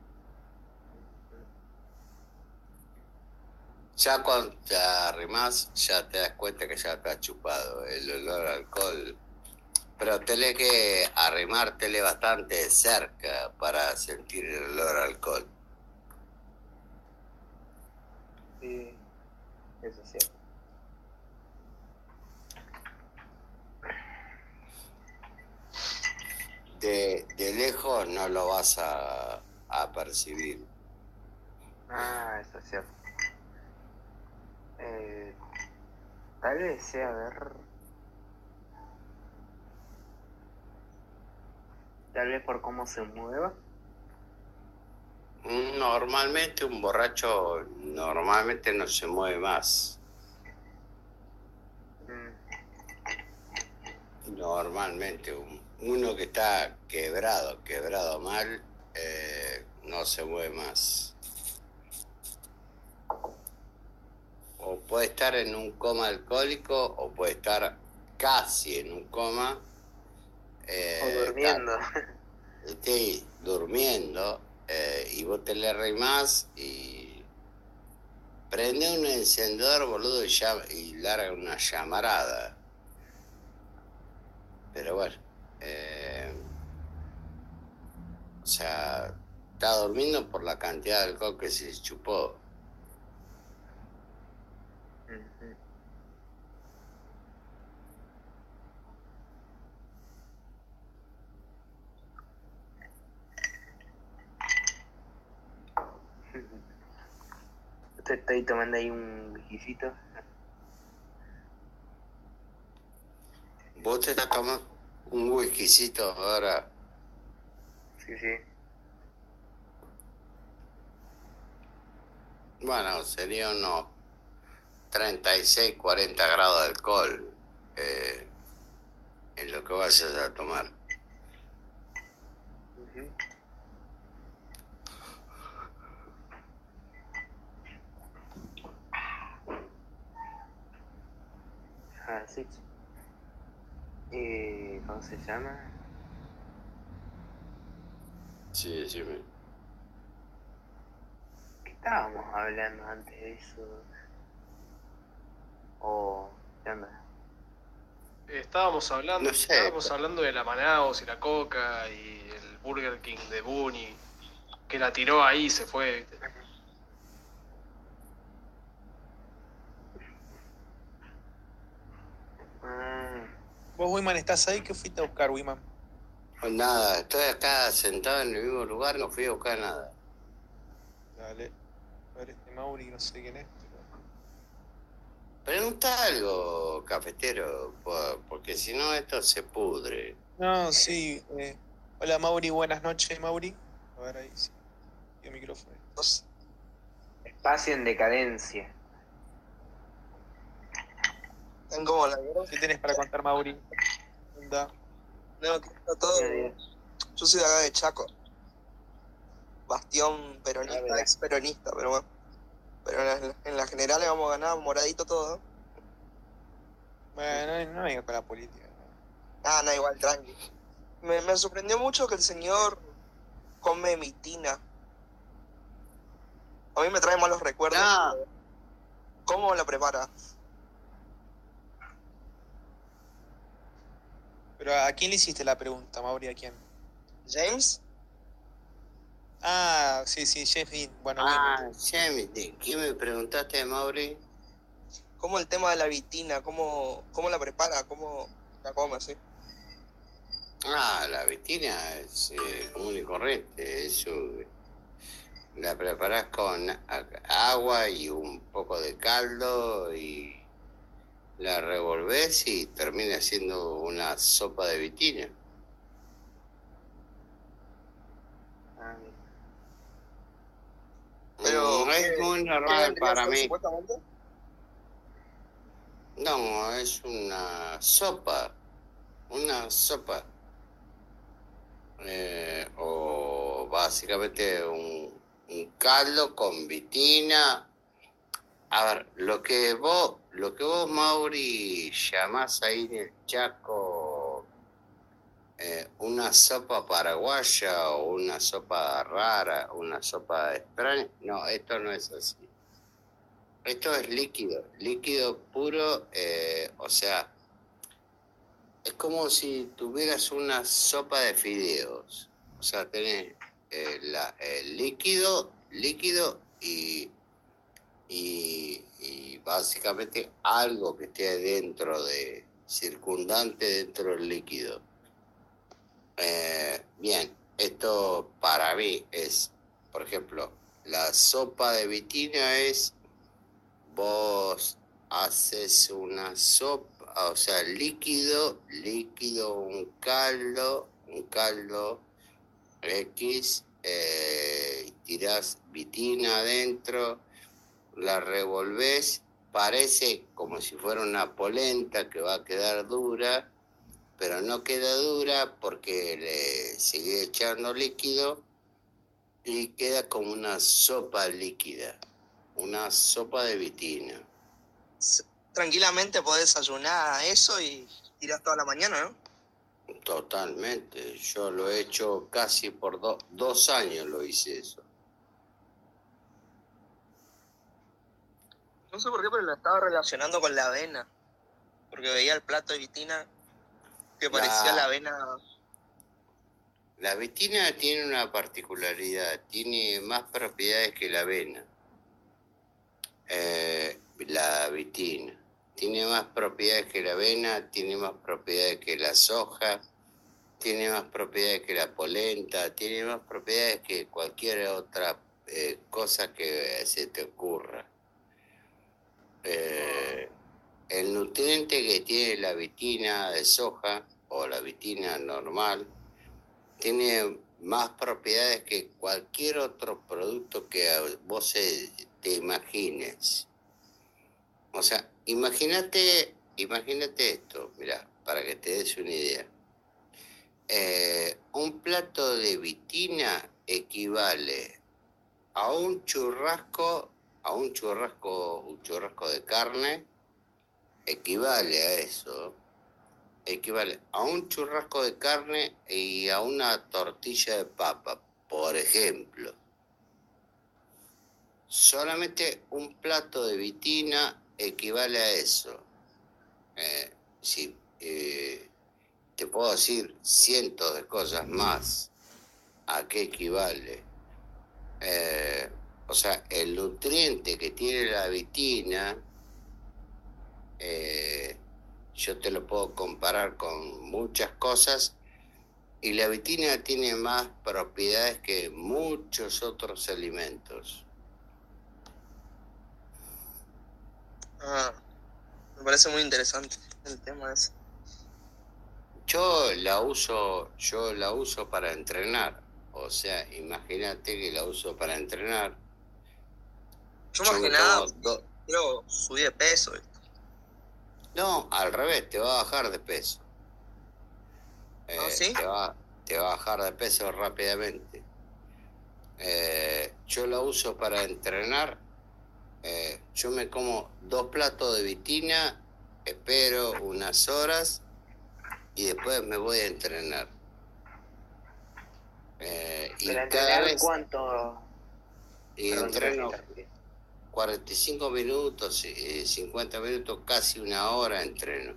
Ya cuando te arrimás, ya te das cuenta que ya está chupado el olor al alcohol. Pero tenés que arrimártele bastante cerca para sentir el olor al alcohol. Sí, eso es cierto. De, de lejos no lo vas a, a percibir. Ah, eso es cierto. Eh, tal vez sea ver. Tal vez por cómo se mueva. Normalmente un borracho normalmente no se mueve más. Normalmente un- uno que está quebrado, quebrado mal, eh, no se mueve más. O puede estar en un coma alcohólico o puede estar casi en un coma. eh, O durmiendo. Sí, durmiendo, eh, y vos te le arrimás y prende un encendedor, boludo, y, llama- y larga una llamarada. Pero bueno, eh, o sea, está durmiendo por la cantidad de alcohol que se chupó. Te estoy tomando ahí un whiskycito. Vos te estás tomando un whiskycito ahora. Sí, sí. Bueno, sería unos treinta y seis, cuarenta grados de alcohol, eh, en lo que vayas a tomar. Ah, sí. Eh, ¿Cómo se llama? Sí, decime. ¿Qué estábamos hablando antes de eso? O, ¿qué onda? Eh, Estábamos hablando, No sé. estábamos hablando de la Manaus y la Coca y el Burger King de Bunny, que la tiró ahí y se fue, ¿viste? Vos, Wiman, ¿estás ahí? ¿Qué fuiste a buscar, Wiman? Pues nada, estoy acá sentado en el mismo lugar, no fui a buscar nada. Dale. A ver, este Mauri, no sé quién es. Pregunta algo, cafetero, por- porque si no esto se pudre. No, sí. eh, Hola, Mauri, buenas noches, Mauri. A ver, ahí sí. El micrófono. Espacio en decadencia. ¿Están como la guerra? ¿Qué tenés para contar, Mauri? Anda. No, que está todo. Yo soy de acá de Chaco. Bastión peronista, ex peronista, pero bueno. Pero en la, en la general le vamos a ganar moradito todo. Bueno, no, no vengas con la política. Ah, no, igual, tranqui. Me, me sorprendió mucho que el señor come mitina. A mí me trae malos recuerdos. ¿Cómo la prepara? Pero ¿a quién le hiciste la pregunta, Mauri? ¿A quién? ¿James? Ah, sí, sí, James Dean. Bueno, Ah, Wiman. James, ¿de qué me preguntaste, Mauri? ¿Cómo el tema de la vitina? ¿Cómo, cómo la prepara? ¿Cómo la come, sí? Ah, la vitina es eh, común y corriente. Eso, la preparás con a- agua y un poco de caldo y la revolvés y termina siendo una sopa de vitina. Pero, Mm, es ¿qué- muy qué normal vendría a para ser, mí. supuestamente? No, es una sopa. Una sopa. Eh, o básicamente un, un caldo con vitina. A ver, lo que vos, lo que vos, Mauri, llamás ahí en el Chaco eh, una sopa paraguaya o una sopa rara, una sopa extraña. No, esto no es así. Esto es líquido, líquido puro, eh, o sea, es como si tuvieras una sopa de fideos. O sea, tenés eh, la- el líquido, líquido y y, y básicamente algo que esté dentro de, circundante dentro del líquido. Eh, bien, esto para mí es, por ejemplo, la sopa de vitina es, vos haces una sopa, o sea, líquido, líquido, un caldo, un caldo X, eh, tirás vitina adentro, la revolvés, parece como si fuera una polenta que va a quedar dura, pero no queda dura porque le sigue echando líquido y queda como una sopa líquida, una sopa de vitina. Tranquilamente podés desayunar eso y tirás toda la mañana, ¿no? Totalmente, yo lo he hecho casi por do- dos años lo hice eso. No sé por qué, pero lo estaba relacionando con la avena. Porque veía el plato de vitina que parecía la La, avena. la vitina tiene una particularidad, tiene más propiedades que la avena. Eh, la vitina tiene más propiedades que la avena, tiene más propiedades que la soja, tiene más propiedades que la polenta, tiene más propiedades que cualquier otra eh, cosa que se te ocurra. Eh, el nutriente que tiene la vitina de soja o la vitina normal tiene más propiedades que cualquier otro producto que vos te imagines. O sea, imagínate, imagínate esto, mira, para que te des una idea. Eh, un plato de vitina equivale a un churrasco, a un churrasco, un churrasco de carne, equivale a eso, equivale a un churrasco de carne y a una tortilla de papa, por ejemplo. Solamente un plato de vitina equivale a eso. Eh, sí, eh, te puedo decir cientos de cosas más a qué equivale. Eh, o sea, el nutriente que tiene la vitina, eh, yo te lo puedo comparar con muchas cosas, y la vitina tiene más propiedades que muchos otros alimentos. Ah, me parece muy interesante el tema ese. Yo la uso, yo la uso para entrenar. O sea, imagínate que la uso para entrenar. Yo Yo más me que nada tomo do- quiero subir de peso. No, al revés, te va a bajar de peso. Eh, ¿Ah, sí? te va, te va a bajar de peso rápidamente. Eh, yo la uso para entrenar. Eh, yo me como dos platos de vitina, espero unas horas y después me voy a entrenar. Eh, y Para cada entrenar, vez ¿cuánto? y Perdón, que te entreno interrumpí. cuarenta y cinco minutos, eh, cincuenta minutos, casi una hora entreno.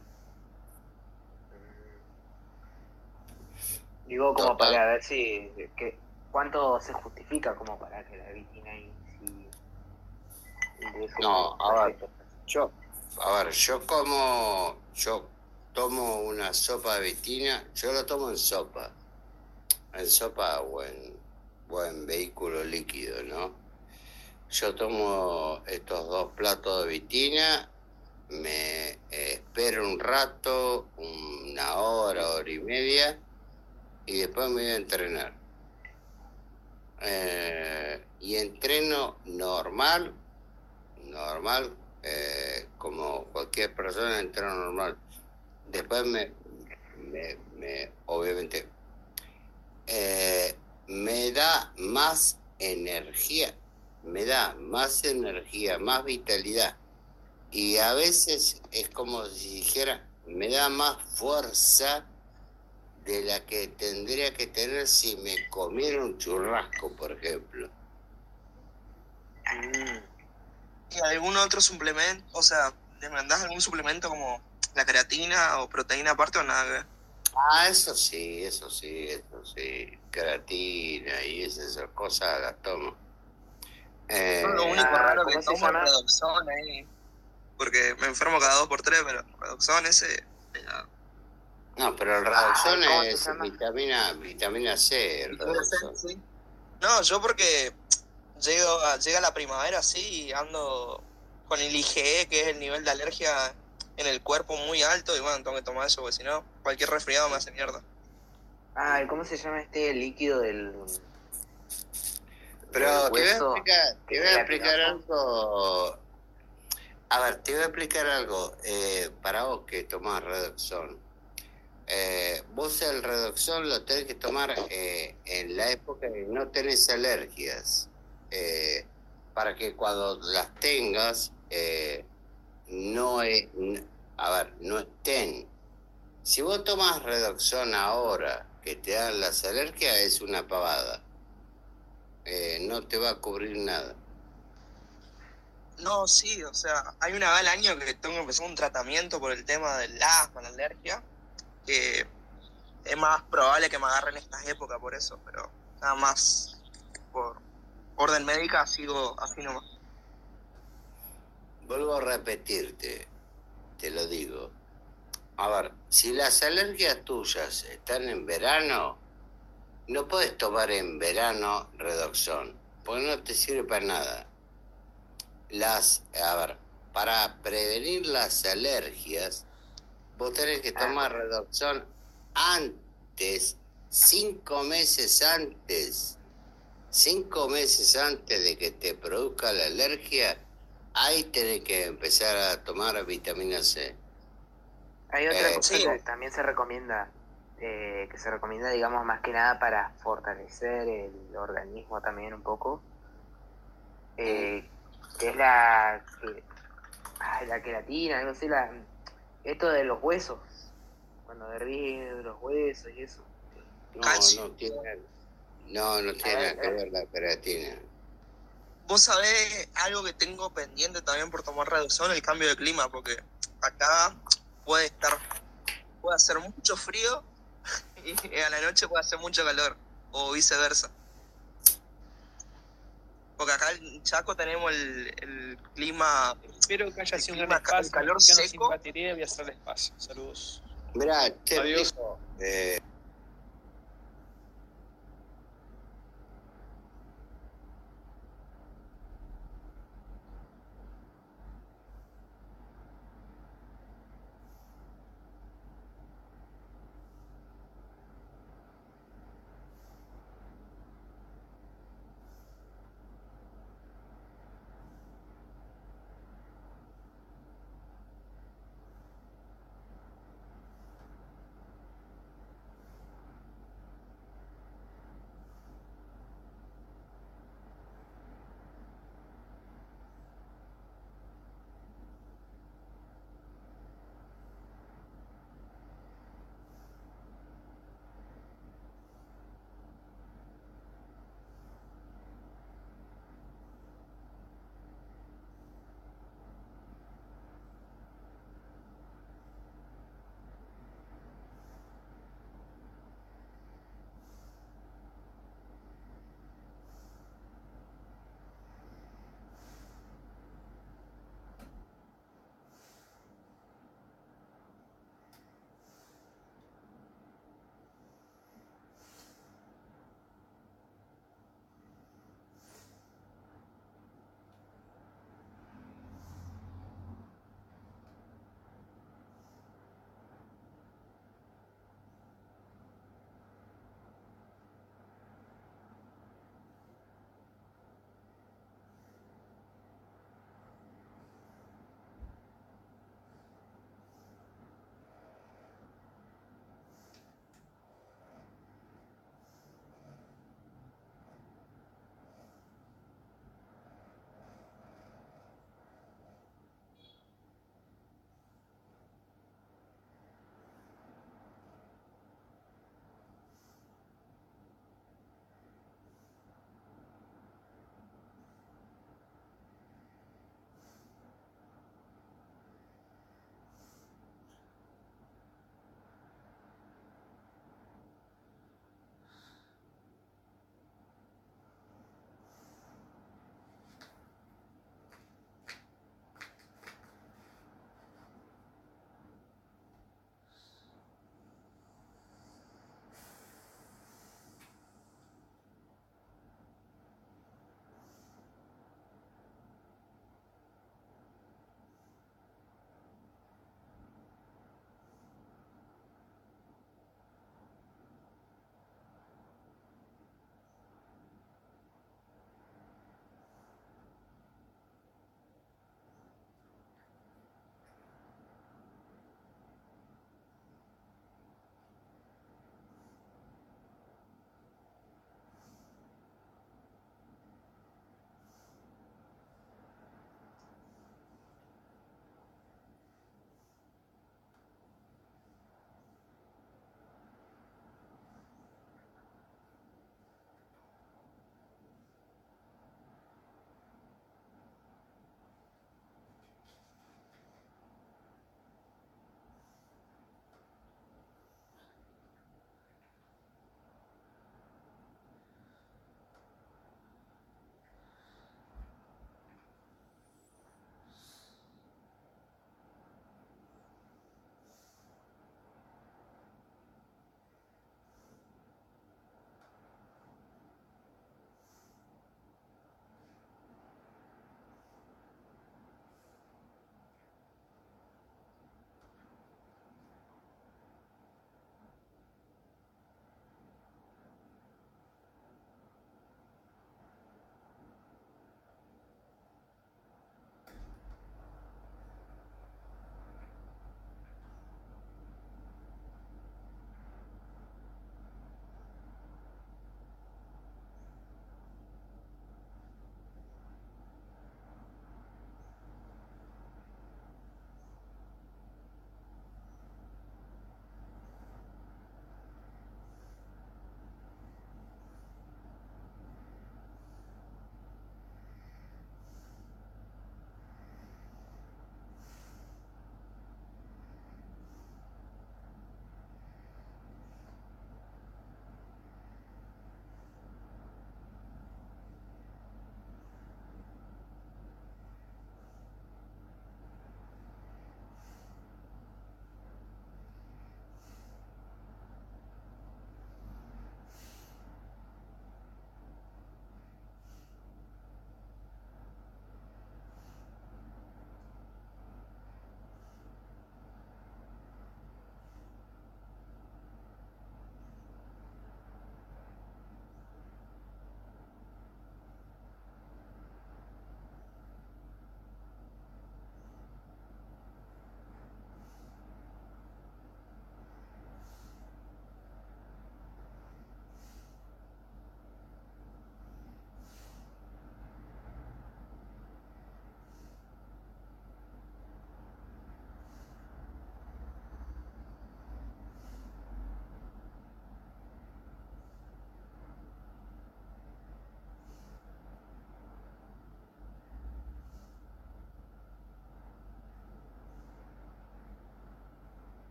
Digo, como Total. para ver si. Que, ¿cuánto se justifica como para que la vitina y si. ingrese No, un a ver, efecto? yo, a ver, yo como, yo tomo una sopa de vitina, yo lo tomo en sopa, en sopa buen, buen vehículo líquido, ¿no? Yo tomo estos dos platos de vitina, me eh, espero un rato, una hora, hora y media, y después me voy a entrenar. Eh, y entreno normal, normal, eh, como cualquier persona entreno normal. Después me, me, me obviamente, eh, me da más energía, me da más energía, más vitalidad. Y a veces es como si dijera, me da más fuerza de la que tendría que tener si me comiera un churrasco, por ejemplo. ¿Y algún otro suplemento? O sea, ¿le mandás algún suplemento como la creatina o proteína aparte o nada que ver? Ah, eso sí, eso sí, eso sí. Creatina y esas cosas las tomo. Eh, Yo lo único Ah, raro ¿cómo que se tomo es llama? Redoxon ahí. Porque me enfermo cada dos por tres, pero Redoxon ese. ya. no, pero el Ay, Redoxon ¿cómo se es llama? vitamina, vitamina C, el Puede ser, Redoxon. sí. No, yo porque llego a- llega la primavera así y ando con el I G E, que es el nivel de alergia en el cuerpo muy alto, y bueno, tengo que tomar eso, porque si no, cualquier resfriado me hace mierda. Ay, ¿cómo se llama este líquido del, Pero del te voy a hueso? explicar, te voy a explicar algo. A ver, te voy a explicar algo. Eh, para vos que tomás Redoxon. Eh, vos el Redoxon lo tenés que tomar eh, en la época que no tenés alergias. Eh, para que cuando las tengas, eh, no, e- n- a ver, no estén. Si vos tomás Redoxon ahora que te dan las alergias, es una pavada. Eh, no te va a cubrir nada. No, sí, o sea, hay una vez al año que tengo que empezar un tratamiento por el tema del asma, la alergia, que es más probable que me agarren estas épocas por eso, pero nada más por orden médica sigo así nomás. Vuelvo a repetirte, te lo digo. A ver, si las alergias tuyas están en verano, no puedes tomar en verano Redoxon, porque no te sirve para nada. Las, a ver, para prevenir las alergias, vos tenés que tomar Redoxon antes, cinco meses antes, cinco meses antes de que te produzca la alergia, ahí tenés que empezar a tomar vitamina C. Hay otra Eh, cosa sí. que también se recomienda, eh, que se recomienda, digamos, más que nada para fortalecer el organismo también un poco, eh, que es la, que, ay, la queratina, algo así, la, esto de los huesos, cuando hervís los huesos y eso. No, no tiene, no, no tiene nada que ver la queratina. Vos sabés algo que tengo pendiente también por tomar Redoxon, el cambio de clima, porque acá puede estar, puede hacer mucho frío y a la noche puede hacer mucho calor, o viceversa. Porque acá en Chaco tenemos el, el clima, Espero que haya el sido un clima, gran espacio. el calor Me quedo sin seco. batería, voy a hacer el espacio. Saludos. Mirá, te Adiós. explico, eh,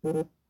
Thank you.